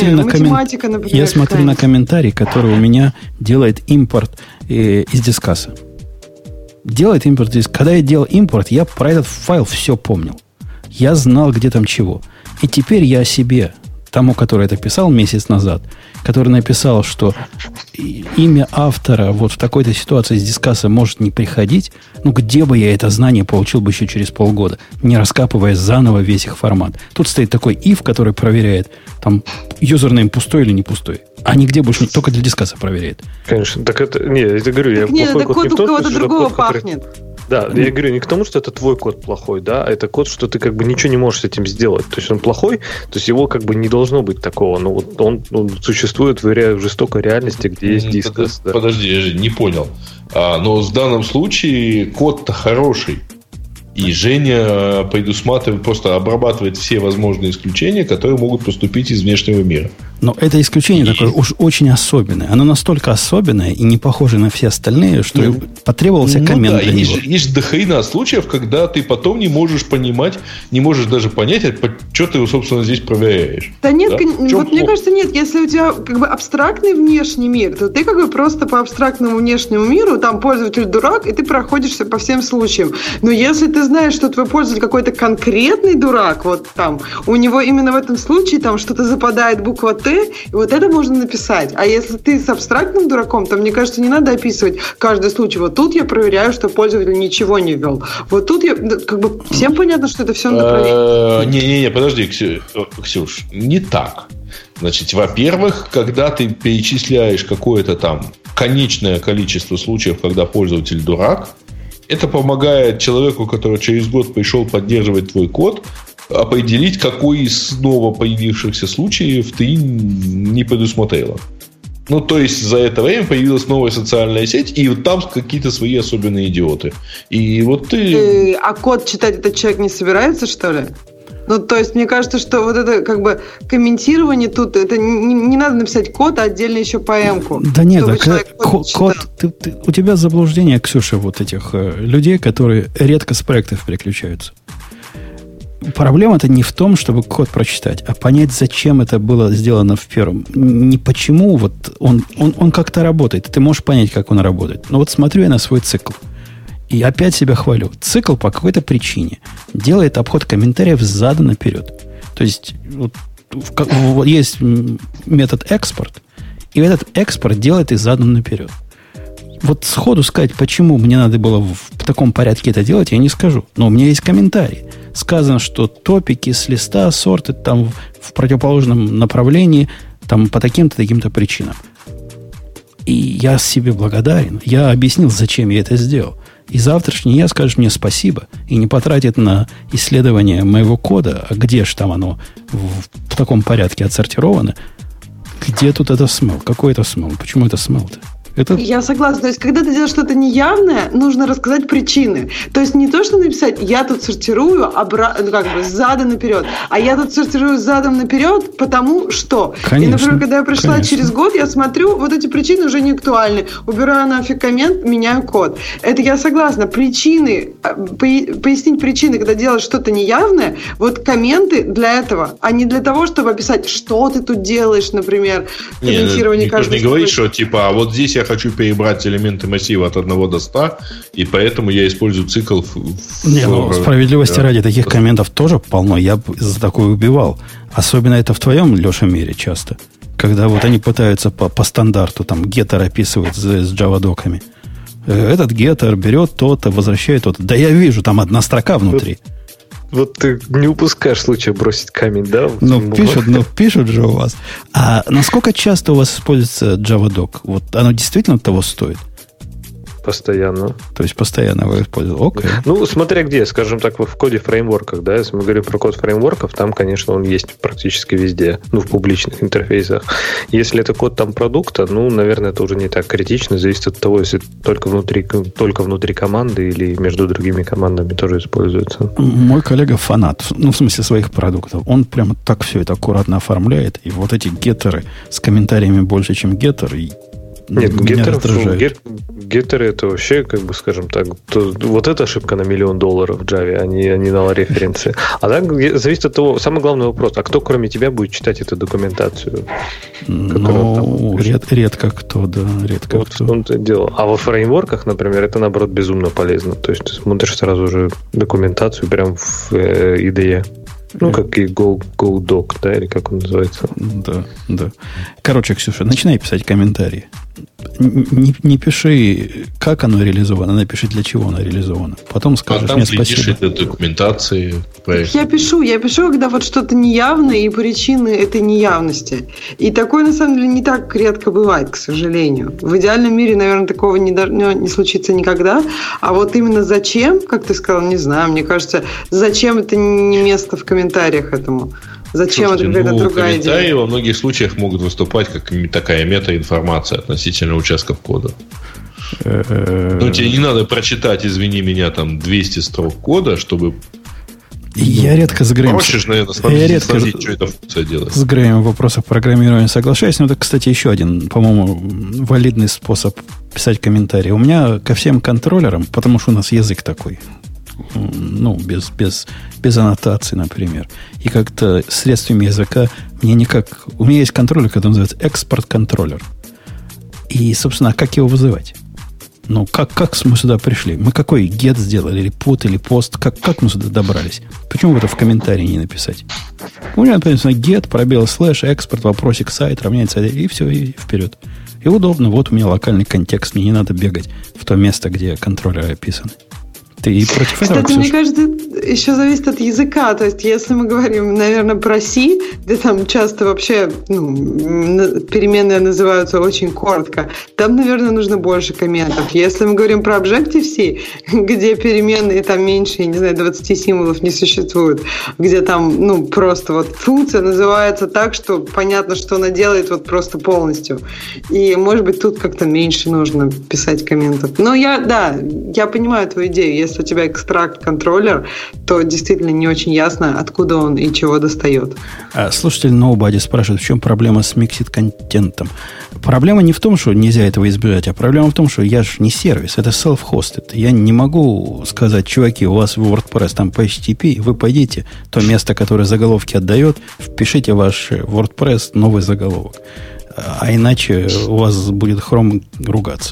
на комментарий, который у меня делает импорт из дискаса. Когда я делал импорт, я про этот файл все помнил. Я знал, где там чего. И теперь я себе, тому, который это писал месяц назад, который написал, что имя автора вот в такой-то ситуации из дискаса может не приходить, где бы я это знание получил бы еще через полгода, не раскапывая заново весь их формат. Тут стоит такой if, который проверяет, там, юзернейм пустой или не пустой. А нигде больше только для дискаса проверяет. Конечно. Так это, я говорю, это код у кого-то другого пахнет. Да, я говорю не к тому, что это твой код плохой, да, а это код, что ты как бы ничего не можешь с этим сделать. То есть он плохой, то есть его как бы не должно быть такого. Но вот он существует в жестокой реальности, где есть дискос. Подожди, я же не понял. Но в данном случае код-то хороший. И Женя предусматривает, просто обрабатывает все возможные исключения, которые могут поступить из внешнего мира. Но это исключение такое уж очень особенное. Оно настолько особенное и не похоже на все остальные, что потребовался коммент для него. Есть дохрена случаев, когда ты потом не можешь понимать, не можешь даже понять, что ты, собственно, здесь проверяешь. Да нет, вот мне кажется, нет. Если у тебя как бы абстрактный внешний мир, то ты как бы просто по абстрактному внешнему миру, там пользователь дурак, и ты проходишься по всем случаям. Но если ты знаешь, что твой пользователь какой-то конкретный дурак, вот там, у него именно в этом случае там что-то западает, буква Т, и вот это можно написать. А если ты с абстрактным дураком, то, мне кажется, не надо описывать каждый случай. Вот тут я проверяю, что пользователь ничего не ввел. Вот тут я, как бы, всем понятно, что это все надо проверить. Не, подожди, Ксюш, не так. Значит, во-первых, когда ты перечисляешь какое-то там конечное количество случаев, когда пользователь дурак, это помогает человеку, который через год пришел поддерживать твой код, определить, какой из снова появившихся случаев ты не предусмотрела. Ну, то есть, за это время появилась новая социальная сеть, и вот там какие-то свои особенные идиоты. И вот ты... А код читать этот человек не собирается, что ли? Ну, то есть, мне кажется, что вот это как бы комментирование тут, это не надо написать код, а отдельно еще поэмку. Да нет, код у тебя заблуждение, Ксюша, вот этих людей, которые редко с проектов переключаются. Проблема-то не в том, чтобы код прочитать, а понять, зачем это было сделано в первом. Не почему вот он как-то работает. Ты можешь понять, как он работает. Но вот смотрю я на свой цикл. И опять себя хвалю. Цикл по какой-то причине делает обход комментариев задом наперед. То есть вот есть метод экспорт, и этот экспорт делает и задом наперед. Вот сходу сказать, почему мне надо было в таком порядке это делать, я не скажу. Но у меня есть комментарий. Сказано, что топики с листа, сорты там в противоположном направлении, там по таким-то, таким-то причинам. И я себе благодарен. Я объяснил, зачем я это сделал. И завтрашний я скажешь мне спасибо и не потратит на исследование моего кода, а где же там оно в таком порядке отсортировано. Где тут это смел? Какой это смел? Почему это смел-то? Я согласна. То есть, когда ты делаешь что-то неявное, нужно рассказать причины. То есть, не то, что написать, я тут сортирую задом наперед, а я тут сортирую задом наперед, потому что. Конечно, и, например, когда я пришла через год, я смотрю, вот эти причины уже не актуальны. Убираю нафиг коммент, меняю код. Это я согласна. Причины, пояснить причины, когда делаешь что-то неявное, вот комменты для этого, а не для того, чтобы описать, что ты тут делаешь, например, комментирование каждого. Никто не говорит, что типа, а вот здесь я хочу перебрать элементы массива от 1 до 100, и поэтому я использую цикл справедливости ради, таких комментов тоже полно. Я за такое убивал. Особенно это в твоем, Леша, мире часто. Когда вот они пытаются по стандарту, там, геттер описывают с Java-доками. Этот геттер берет то-то, возвращает то-то. Да я вижу, там одна строка внутри. Вот ты не упускаешь случая бросить камень, да? Пишут же у вас. А насколько часто у вас используется JavaDoc? Вот оно действительно того стоит? Постоянно. То есть постоянно вы используете? Okay. Ну, смотря где, скажем так, в коде фреймворков, да, если мы говорим про код фреймворков, там, конечно, он есть практически везде, в публичных интерфейсах. Если это код там продукта, наверное, это уже не так критично, зависит от того, если только внутри команды или между другими командами тоже используется. Мой коллега фанат, в смысле своих продуктов, он прямо так все это аккуратно оформляет, и вот эти геттеры с комментариями больше, чем геттер, и нет, геттеры это вообще, скажем так, вот эта ошибка на $1 миллион в Java, а не на референсы. А так зависит от того, самый главный вопрос, а кто кроме тебя будет читать эту документацию? Редко кто, да, редко вот кто. В том-то и дело. А во фреймворках, например, это наоборот безумно полезно. То есть ты смотришь сразу же документацию прям в IDE. Как и GoDoc, да, или как он называется. Да. Короче, Ксюша, начинай писать комментарии. Не пиши, как оно реализовано, напиши, для чего оно реализовано. Потом скажешь мне спасибо. Для документации. Я пишу, когда вот что-то неявное и причины этой неявности. И такое, на самом деле, не так редко бывает, к сожалению. В идеальном мире, наверное, такого не случится никогда. А вот именно зачем, как ты сказал, не знаю, мне кажется, зачем это не место в комментариях этому. Зачем это какая-то другая идея? Комментарии во многих случаях могут выступать как такая мета-информация относительно участков кода. Тебе не надо прочитать, извини меня, там 200 строк кода, чтобы Я редко с Греем... Проще же, наверное, сложить, что эта функция делает. С Греем в вопросах программирования соглашаюсь. Но это, кстати, еще один, по-моему, валидный способ писать комментарии. У меня ко всем контроллерам, потому что у нас язык такой, ну, без аннотаций, например. И как-то средствами языка мне никак... У меня есть контроллер, который называется экспорт-контроллер. И, собственно, как его вызывать? Ну, как мы сюда пришли? Мы какой get сделали, или put, или post? Как мы сюда добрались? Почему бы это в комментарии не написать? У меня написано get, пробел, слэш, экспорт, вопросик, сайт, равняется, и все, и вперед. И удобно. Вот у меня локальный контекст. Мне не надо бегать в то место, где контроллеры описаны. Ты и против этого, Кстати, мне кажется, еще зависит от языка. То есть, если мы говорим, наверное, про C, где там часто вообще переменные называются очень коротко, там, наверное, нужно больше комментов. Если мы говорим про Objective-C, где переменные там меньше, я не знаю, 20 символов не существует, где там, ну, просто вот функция называется так, что понятно, что она делает вот просто полностью. И, может быть, тут как-то меньше нужно писать комментов. Но я понимаю твою идею. Если у тебя экстракт-контроллер, то действительно не очень ясно, откуда он и чего достает. Слушатель Nobody спрашивает, в чем проблема с миксит-контентом. Проблема не в том, что нельзя этого избежать, а проблема в том, что я же не сервис, это self-hosted. Я не могу сказать, чуваки, у вас в WordPress там по HTTP, вы пойдите, то место, которое заголовки отдает, впишите в ваш WordPress новый заголовок. А иначе у вас будет Chrome ругаться.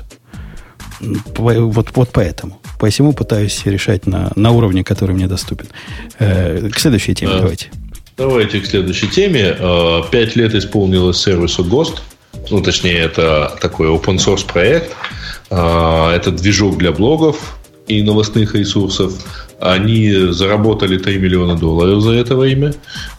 Вот поэтому. Посему пытаюсь решать на уровне, который мне доступен. К следующей теме давайте. Давайте к следующей теме. 5 лет исполнилось сервису Ghost. Ну, точнее, это такой open source проект. Это движок для блогов и новостных ресурсов. Они заработали $3 миллиона за это время.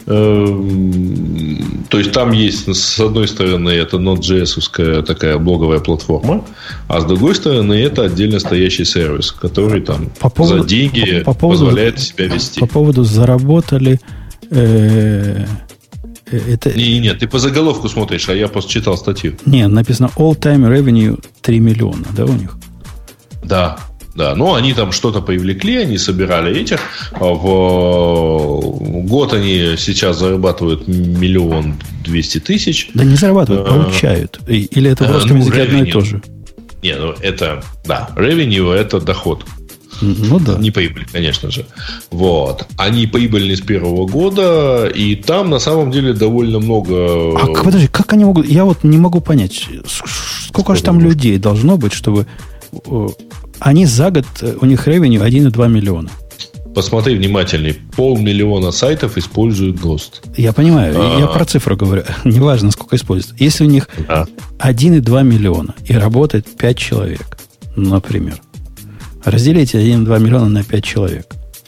То есть там есть, с одной стороны, это Node.js-овская такая блоговая платформа, а с другой стороны, это отдельно стоящий сервис, который там за деньги позволяет себя вести. По поводу заработали... Нет, ты по заголовку смотришь, а я просто читал статью. Не, написано all-time revenue 3 миллиона, да, у них? Да. Да, ну они там что-то привлекли, они собирали этих. В год они сейчас зарабатывают 1 200 000. Да не зарабатывают, получают. Или это в русском языке одно и то же? Не, ну это, да, revenue это доход. Ну да. Не прибыль, конечно же. Вот. Они прибыльны с первого года, и там на самом деле довольно много... Подожди, как они могут... Я вот не могу понять, сколько же там людей должно быть, чтобы... Они за год, у них ревеню 1,2 миллиона. Посмотри внимательней. 500 000 сайтов используют Ghost. Я понимаю, я про цифру говорю. Неважно, сколько используют. Если у них 1,2 миллиона и работает 5 человек, например, разделите 1,2 миллиона на 5 человек.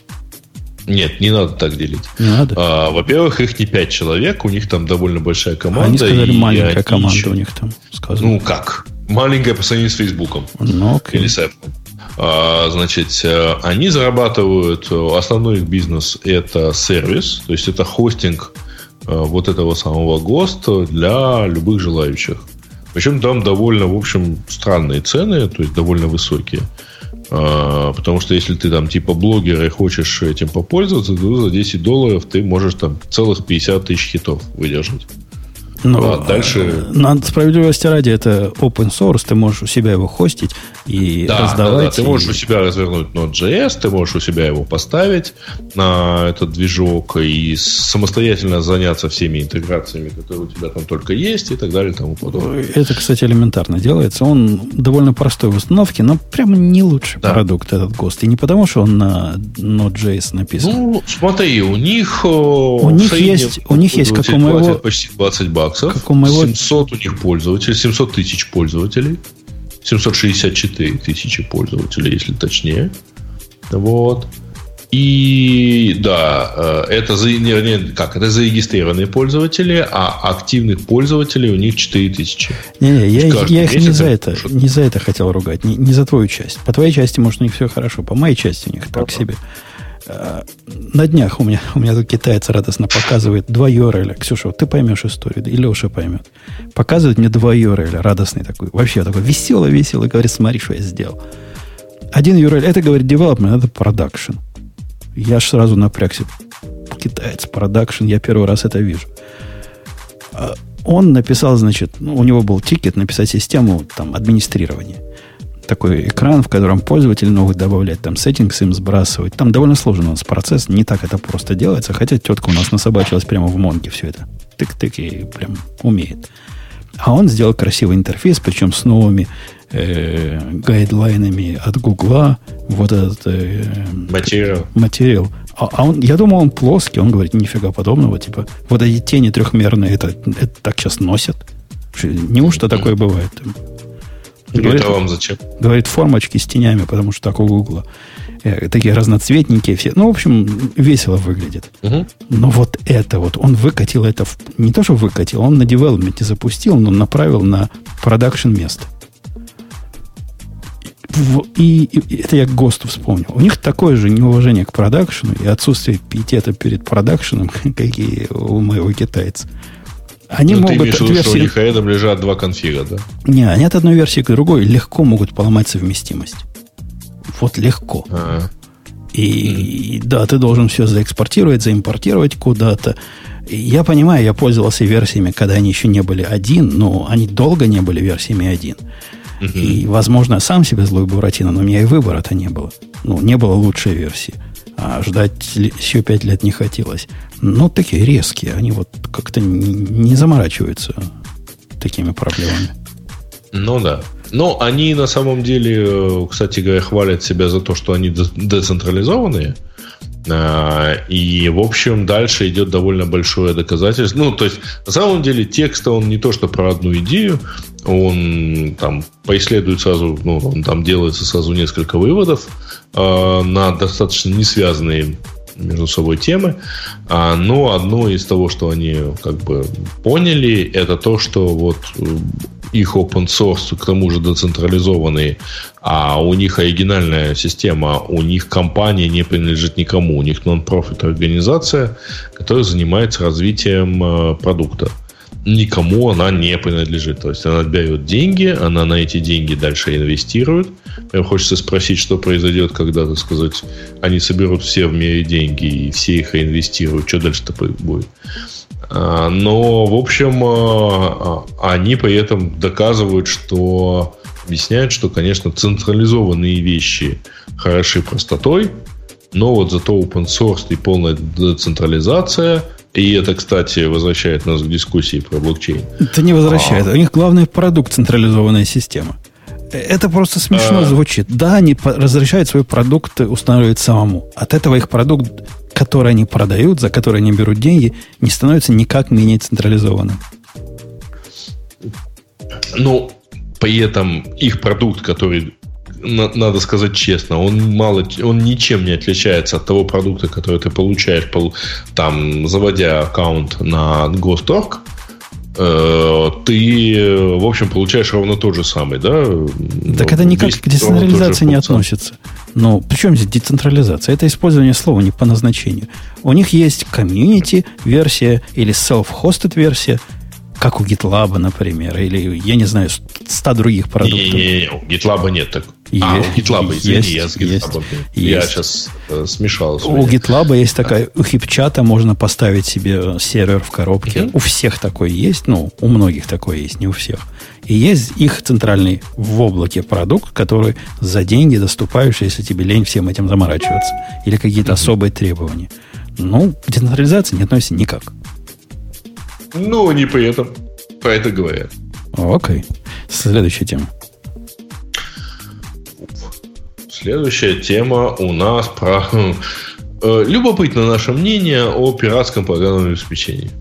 Нет, не надо так делить. Не надо? Во-первых, их не 5 человек, у них там довольно большая команда. Они сказали, маленькая команда у них там сказано. Ну, как? Маленькая по сравнению с Фейсбуком. Или с Apple. Значит, они зарабатывают, основной их бизнес это сервис, то есть это хостинг вот этого самого Ghost для любых желающих. Причем там довольно, в общем, странные цены, то есть довольно высокие. Потому что если ты там типа блогер и хочешь этим попользоваться, то за $10 ты можешь там целых 50 000 хитов выдержать. Но дальше... На справедливости ради, это open source, ты можешь у себя его хостить и раздавать. Да, ты можешь у себя развернуть Node.js, ты можешь у себя его поставить на этот движок и самостоятельно заняться всеми интеграциями, которые у тебя там только есть, и так далее и тому подобное. Это, кстати, элементарно делается. Он довольно простой в установке, но прямо не лучший продукт этот Ghost. И не потому, что он на Node.js написан. Ну, смотри, у них есть, как у моего... почти $20. Как у моего... 700 у них пользователей, 700 000 пользователей, 764 000 пользователей, если точнее. Вот. И да, это зарегистрированные пользователи, а активных пользователей у них 4000. Не, я их не за это хотел ругать, не за твою часть. По твоей части, может, у них все хорошо, по моей части у них так себе. На днях у меня тут китаец радостно показывает 2 URL. Ксюша, ты поймешь историю, и Леша поймет. Показывает мне 2 URL, радостный такой, вообще такой веселый, говорит, смотри, что я сделал. Один URL, это, говорит, development, это production. Я аж сразу напрягся. Китаец, продакшн, я первый раз это вижу. Он написал, значит, у него был тикет написать систему там, администрирования. Такой экран, в котором пользователь новый добавлять, там, settings им сбрасывать. Там довольно сложный у нас процесс, не так это просто делается, хотя тетка у нас насобачилась прямо в Монке все это. Тык-тык и прям умеет. А он сделал красивый интерфейс, причем с новыми гайдлайнами от Гугла. Вот этот материал. Я думал, он плоский. Он говорит, нифига подобного. Типа, вот эти тени трехмерные, это так сейчас носят. Неужто такое бывает? Говорит, а вам зачем? Говорит, формочки с тенями, потому что так у Гугла. Такие разноцветненькие все. Ну, в общем, весело выглядит. Угу. Но вот это вот, он выкатил это, не то, что выкатил, он на девелопменте запустил, но направил на продакшн место. И это я к ГОСТу вспомнил. У них такое же неуважение к продакшену и отсутствие пиетета перед продакшеном, какие у моего китайца. Они могут ты имеешь в виду, что у них рядом лежат два конфига, да? Не, они от одной версии к другой легко могут поломать совместимость. Вот легко. И да, ты должен все заэкспортировать, заимпортировать куда-то. И я понимаю, я пользовался версиями, когда они еще не были 1, но они долго не были версиями 1. И, возможно, я сам себе злой Буратино, но у меня и выбора-то не было. Ну, не было лучшей версии. А ждать еще 5 лет не хотелось. Но такие резкие, они вот как-то не заморачиваются такими проблемами. Ну да. Но они на самом деле, кстати говоря, хвалят себя за то, что они децентрализованные. И, в общем, дальше идет довольно большое доказательство. Ну, то есть, на самом деле, текст, он не то, что про одну идею, он там поисследует сразу, ну, он там делается сразу несколько выводов на достаточно не связанные между собой темы. Но одно из того, что они как бы поняли, это то, что вот их open source, к тому же децентрализованные, а у них оригинальная система, у них компания не принадлежит никому, у них нон-профит организация, которая занимается развитием продукта. Никому она не принадлежит. То есть она берет деньги, она на эти деньги дальше инвестирует. Мне хочется спросить, что произойдет, когда, так сказать, они соберут все в мире деньги и все их инвестируют. Что дальше-то будет? Но, в общем, они при этом доказывают, что объясняют, что, конечно, централизованные вещи хороши простотой, но вот зато open source и полная децентрализация, и это, кстати, возвращает нас к дискуссии про блокчейн. Это не возвращает. У них главный продукт — централизованная система. Это просто смешно звучит. Да, они разрешают свой продукт устанавливать самому. От этого их продукт, который они продают, за который они берут деньги, не становится никак менее централизованным. Ну, при этом их продукт, который, надо сказать честно, он ничем не отличается от того продукта, который ты получаешь, там, заводя аккаунт на Ghost.org. Ты, в общем, получаешь ровно тот же самый, да? Так это никак к децентрализации не относится. Но при чем здесь децентрализация? Это использование слова не по назначению. У них есть комьюнити-версия или self-hosted версия, как у GitLab, например, или, я не знаю, 100 других продуктов. Не, у GitLab нет так. У GitLab, извини, я с GitLab. Я сейчас смешал. У GitLab есть такая, у HipChat можно поставить себе сервер в коробке. У всех такой есть, ну, у многих такой есть, не у всех. И есть их центральный в облаке продукт, который за деньги доступаешь, если тебе лень всем этим заморачиваться. Или какие-то особые требования. Ну, к децентрализации не относится никак. Ну, не при этом. Про это говорят. Окей. Следующая тема. Следующая тема у нас про... Любопытно наше мнение о пиратском программном обеспечении.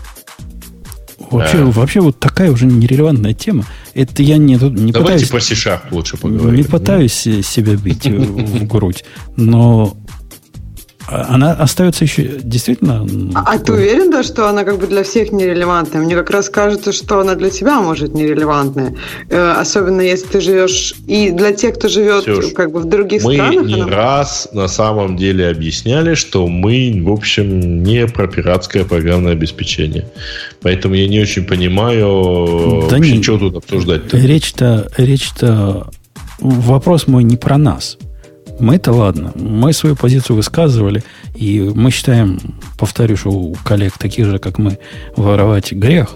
Вообще вот такая уже нерелевантная тема. Это я не Давайте пытаюсь... про C# лучше поговорим. Не пытаюсь себя бить в грудь, но она остается еще действительно... А ты уверен, да, что она как бы для всех нерелевантная? Мне как раз кажется, что она для тебя может нерелевантная. Особенно если ты живешь... И для тех, кто живет как бы в других странах... Мы не раз на самом деле объясняли, что мы, в общем, не про пиратское программное обеспечение. Поэтому я не очень понимаю, что тут обсуждать-то. Речь-то... Вопрос мой не про нас. Мы-то ладно. Мы свою позицию высказывали, и мы считаем, повторю, что у коллег таких же, как мы, воровать грех.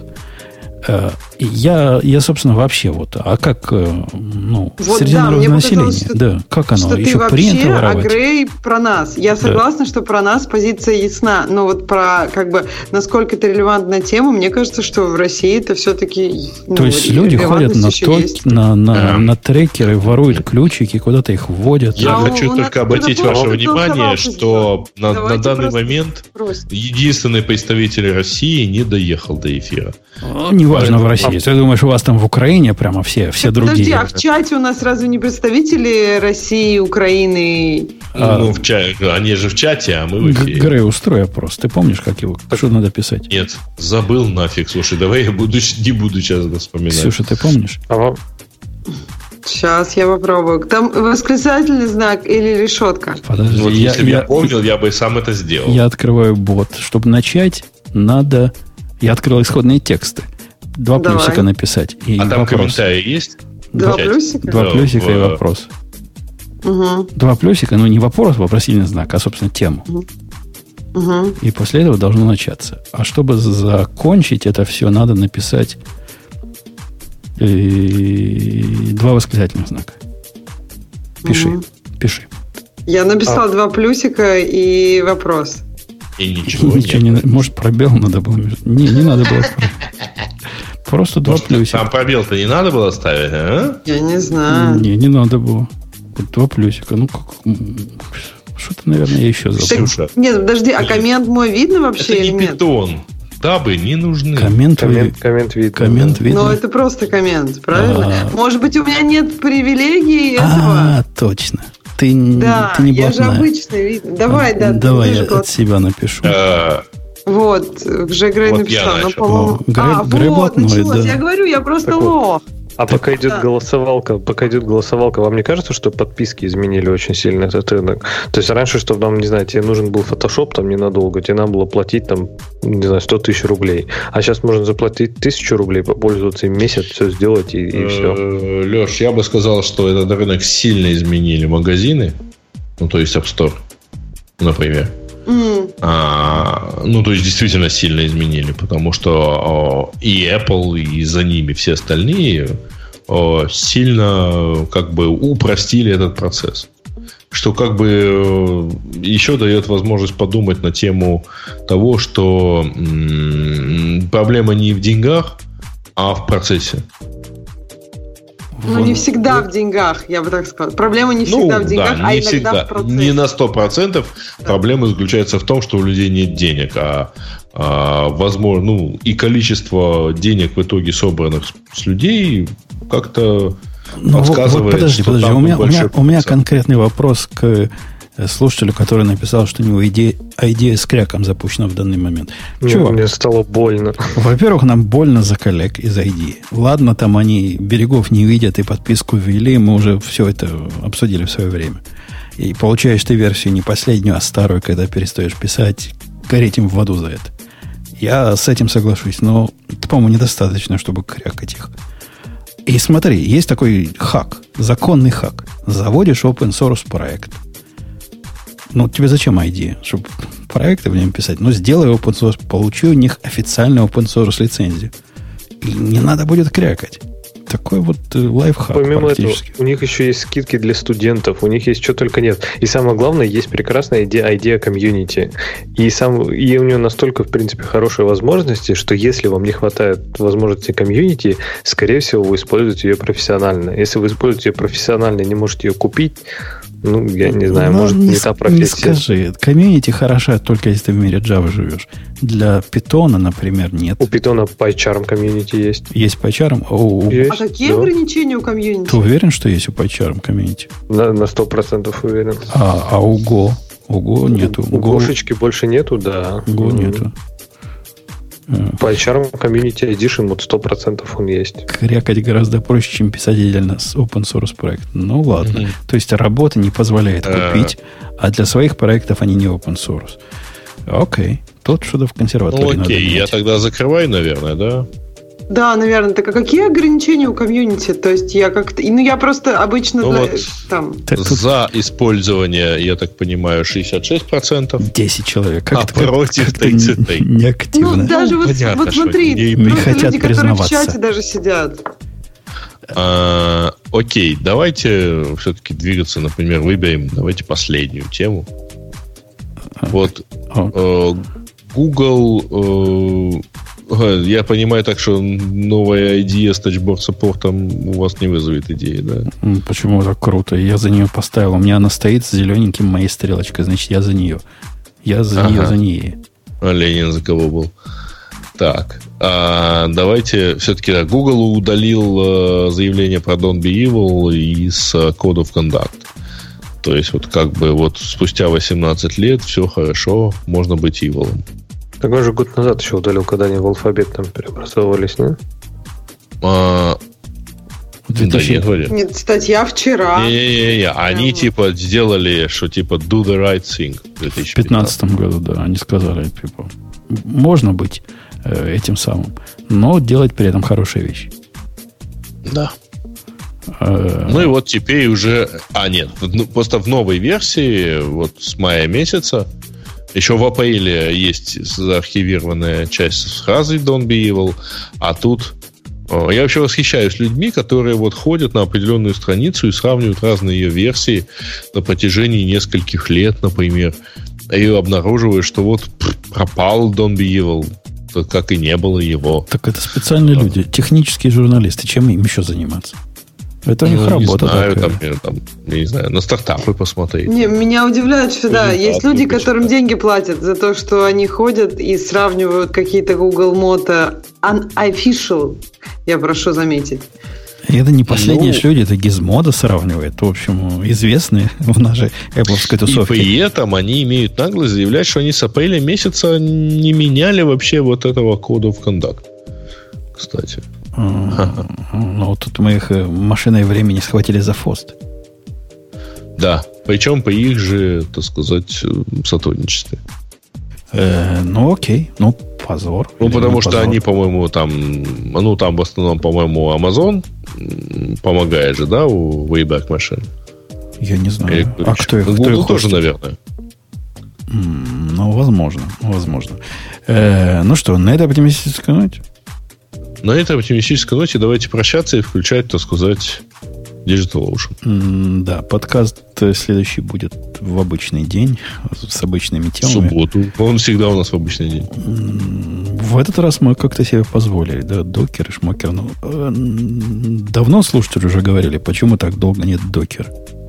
Я, собственно, вообще вот, а как, вот среди народного населения, да, как оно, что еще принято воровать? Грей про нас. Я согласна, что про нас позиция ясна, но вот про, насколько это релевантная тема, мне кажется, что в России это все-таки... То есть люди ходят на трекеры, воруют ключики, куда-то их вводят. Я хочу только обратить ваше внимание, что на данный момент единственный представитель России не доехал до эфира. Неважно в России. Ты думаешь, у вас там в Украине прямо все другие? Подожди, а в чате у нас разве не представители России, Украины? В чате. Они же в чате, а мы в эфире. Грей, устрой опрос. Ты помнишь, как его? Что надо писать? Нет, забыл нафиг. Слушай, давай я не буду сейчас вспоминать. Ксюша, ты помнишь? Сейчас я попробую. Там восклицательный знак или решетка? Подожди, вот если бы я помнил, я бы сам это сделал. Я открываю бот. Чтобы начать, надо... Я открыл исходные тексты. 2 плюсика написать. И там вопрос. комментарии есть? 2 плюсика? 2 плюсика и вопрос. 2 плюсика, не вопрос, вопросительный знак, а, собственно, тему. И после этого должно начаться. А чтобы закончить это все, надо написать 2 восклицательных знака. Пиши. Я написал 2 плюсика и вопрос. И ничего нет. Может, пробел надо было? Не надо было. Просто 2 плюсика. Там пробел-то не надо было ставить, а? Я не знаю. Не надо было. 2 плюсика. Что-то, наверное, я еще забыл. Нет, подожди, а коммент мой видно вообще или нет? Это не Python. Табы не нужны. Коммент видно. Но это просто коммент, правильно? Может быть, у меня нет привилегий этого? Точно. Ты не блатная. Я же обычно видно. Давай я от себя напишу. Вот, уже Грей написал. Грей блатной, да. Я говорю, я просто лох. А пока идет голосовалка, вам не кажется, что подписки изменили очень сильно этот рынок? То есть раньше, чтобы нам, не знаю, тебе нужен был Photoshop там ненадолго, тебе надо было платить там, не знаю, 100 тысяч рублей. А сейчас можно заплатить 1000 рублей, попользоваться им месяц, все сделать и все. Леш, я бы сказал, что этот рынок сильно изменили магазины, то есть App Store, например. То есть действительно сильно изменили, потому что и Apple, и за ними все остальные сильно упростили этот процесс. Что еще дает возможность подумать на тему того, что проблема не в деньгах, а в процессе. Не всегда в деньгах, я бы так сказал. Проблема не всегда в деньгах, а иногда в процессе. Не на 100%. Проблема заключается в том, что у людей нет денег, возможно, и количество денег в итоге собранных с людей как-то подсказывает. Подожди, у меня конкретный вопрос к слушателю, который написал, что у него идея с кряком запущена в данный момент. Мне стало больно. Во-первых, нам больно за коллег из ID. Ладно, там они берегов не видят и подписку ввели, мы уже все это обсудили в свое время. И получаешь ты версию не последнюю, а старую, когда перестаешь писать, гореть им в аду за это. Я с этим соглашусь, но это, по-моему, недостаточно, чтобы крякать их. И смотри, есть такой хак, законный хак. Заводишь open source проект. Тебе зачем ID? Чтобы проекты в нем писать? Сделай open source, получи у них официальный open source лицензию. И не надо будет крякать. Такой вот лайфхак. Помимо этого, у них еще есть скидки для студентов, у них есть что только нет. И самое главное, есть прекрасная идея комьюнити. И у нее настолько, в принципе, хорошие возможности, что если вам не хватает возможности комьюнити, скорее всего, вы используете ее профессионально. Если вы используете ее профессионально и не можете ее купить, я не знаю, может, не та профессия. Не скажи. Комьюнити хороша только если ты в мире Java живешь. Для Python, например, нет. У Python PyCharm комьюнити есть. Есть PyCharm? А какие ограничения у комьюнити? Ты уверен, что есть у PyCharm комьюнити? На 100% уверен. А у Go? У Go нету. У Гошечки больше нету, да. Go нету. PyCharm Community Edition 100% он есть. Крякать гораздо проще, чем писать отдельно с open source проект. Ладно. То есть работа не позволяет купить, а для своих проектов они не open source. Окей. Тут что-то в консерватории надо менять. Я тогда закрываю, наверное, да? Да, наверное. Так а какие ограничения у комьюнити? То есть я как-то... Ну, я просто обычно... За использование, я так понимаю, 66%. 10 человек. Против 33%. Неактивно. Ну, даже вот смотри, не хотят люди, которые в чате даже сидят. Окей, давайте все-таки двигаться, например, выберем, давайте последнюю тему. Вот Google... Я понимаю так, что новая идея с тачборд-саппортом у вас не вызовет идеи, да? Почему так круто? Я за нее поставил. У меня она стоит с зелененьким моей стрелочкой. Значит, я за нее. Я за нее, за ней. А Ленин за кого был? Так. Давайте все-таки Google удалил заявление про Don't Be Evil из Code of Conduct. То есть вот как бы вот спустя 18 лет все хорошо, можно быть evil. Такой же год назад еще удалил, когда они в алфабет там переобразовывались, не? Нет, статья вчера. Не-не-не, они типа сделали, что типа do the right thing в 2015 году, да, они сказали, типа, можно быть этим самым, но делать при этом хорошие вещи. Да. Ну и вот теперь уже... нет, просто в новой версии, вот с мая месяца, еще в апреле есть заархивированная часть с фразой Don't Be Evil, а тут... Я вообще восхищаюсь людьми, которые вот ходят на определенную страницу и сравнивают разные ее версии на протяжении нескольких лет, например, и обнаруживают, что вот пропал Don't Be Evil, как и не было его. Так это специальные люди, технические журналисты. Чем им еще заниматься? Это у них работа такая. Я не знаю, на стартапы посмотреть. Не, меня удивляет, что да, есть люди, которым деньги платят за то, что они ходят и сравнивают какие-то Google Moto unofficial, я прошу заметить. Это не последние люди, это Gizmodo сравнивает. В общем, известные в нашей Apple-овской тусовке. И при этом они имеют наглость заявлять, что они с апреля месяца не меняли вообще вот этого Code of Conduct. Кстати. Ну, тут мы их машиной времени схватили за хвост. Да, причем по их же, так сказать, сотрудничестве. Ну, окей, ну, позор. Ну, потому что они, по-моему, там в основном, по-моему, Amazon помогает же, да, у Wayback Machine? Я не знаю. А кто их? Google тоже, наверное. Ну, возможно. Ну что, на этой оптимистической ноте? На этой оптимистической ноте давайте прощаться и включать, так сказать, DigitalOcean. Да, подкаст следующий будет в обычный день с обычными темами. В субботу. Он всегда у нас в обычный день. В этот раз мы как-то себе позволили. Да, докер и шмокер. Ну, давно слушатели уже говорили, почему так долго нет докера.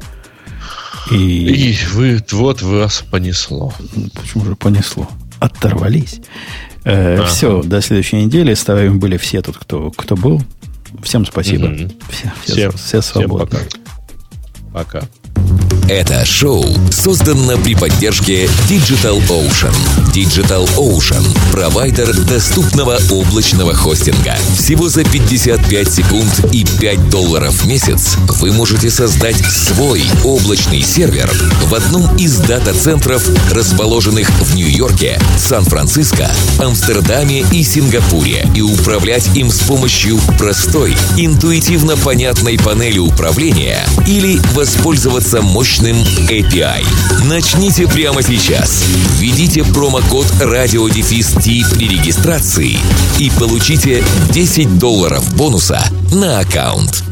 И вас понесло. Почему же понесло? Оторвались. Все, до следующей недели. С вами были все тут, кто был. Всем спасибо. Все свободны. Пока. Это шоу создано при поддержке DigitalOcean. DigitalOcean – провайдер доступного облачного хостинга. Всего за 55 секунд и $5 в месяц вы можете создать свой облачный сервер в одном из дата-центров, расположенных в Нью-Йорке, Сан-Франциско, Амстердаме и Сингапуре, и управлять им с помощью простой, интуитивно понятной панели управления или воспользоваться мощным API. Начните прямо сейчас. Введите промокод RadioDefist при регистрации и получите $10 бонуса на аккаунт.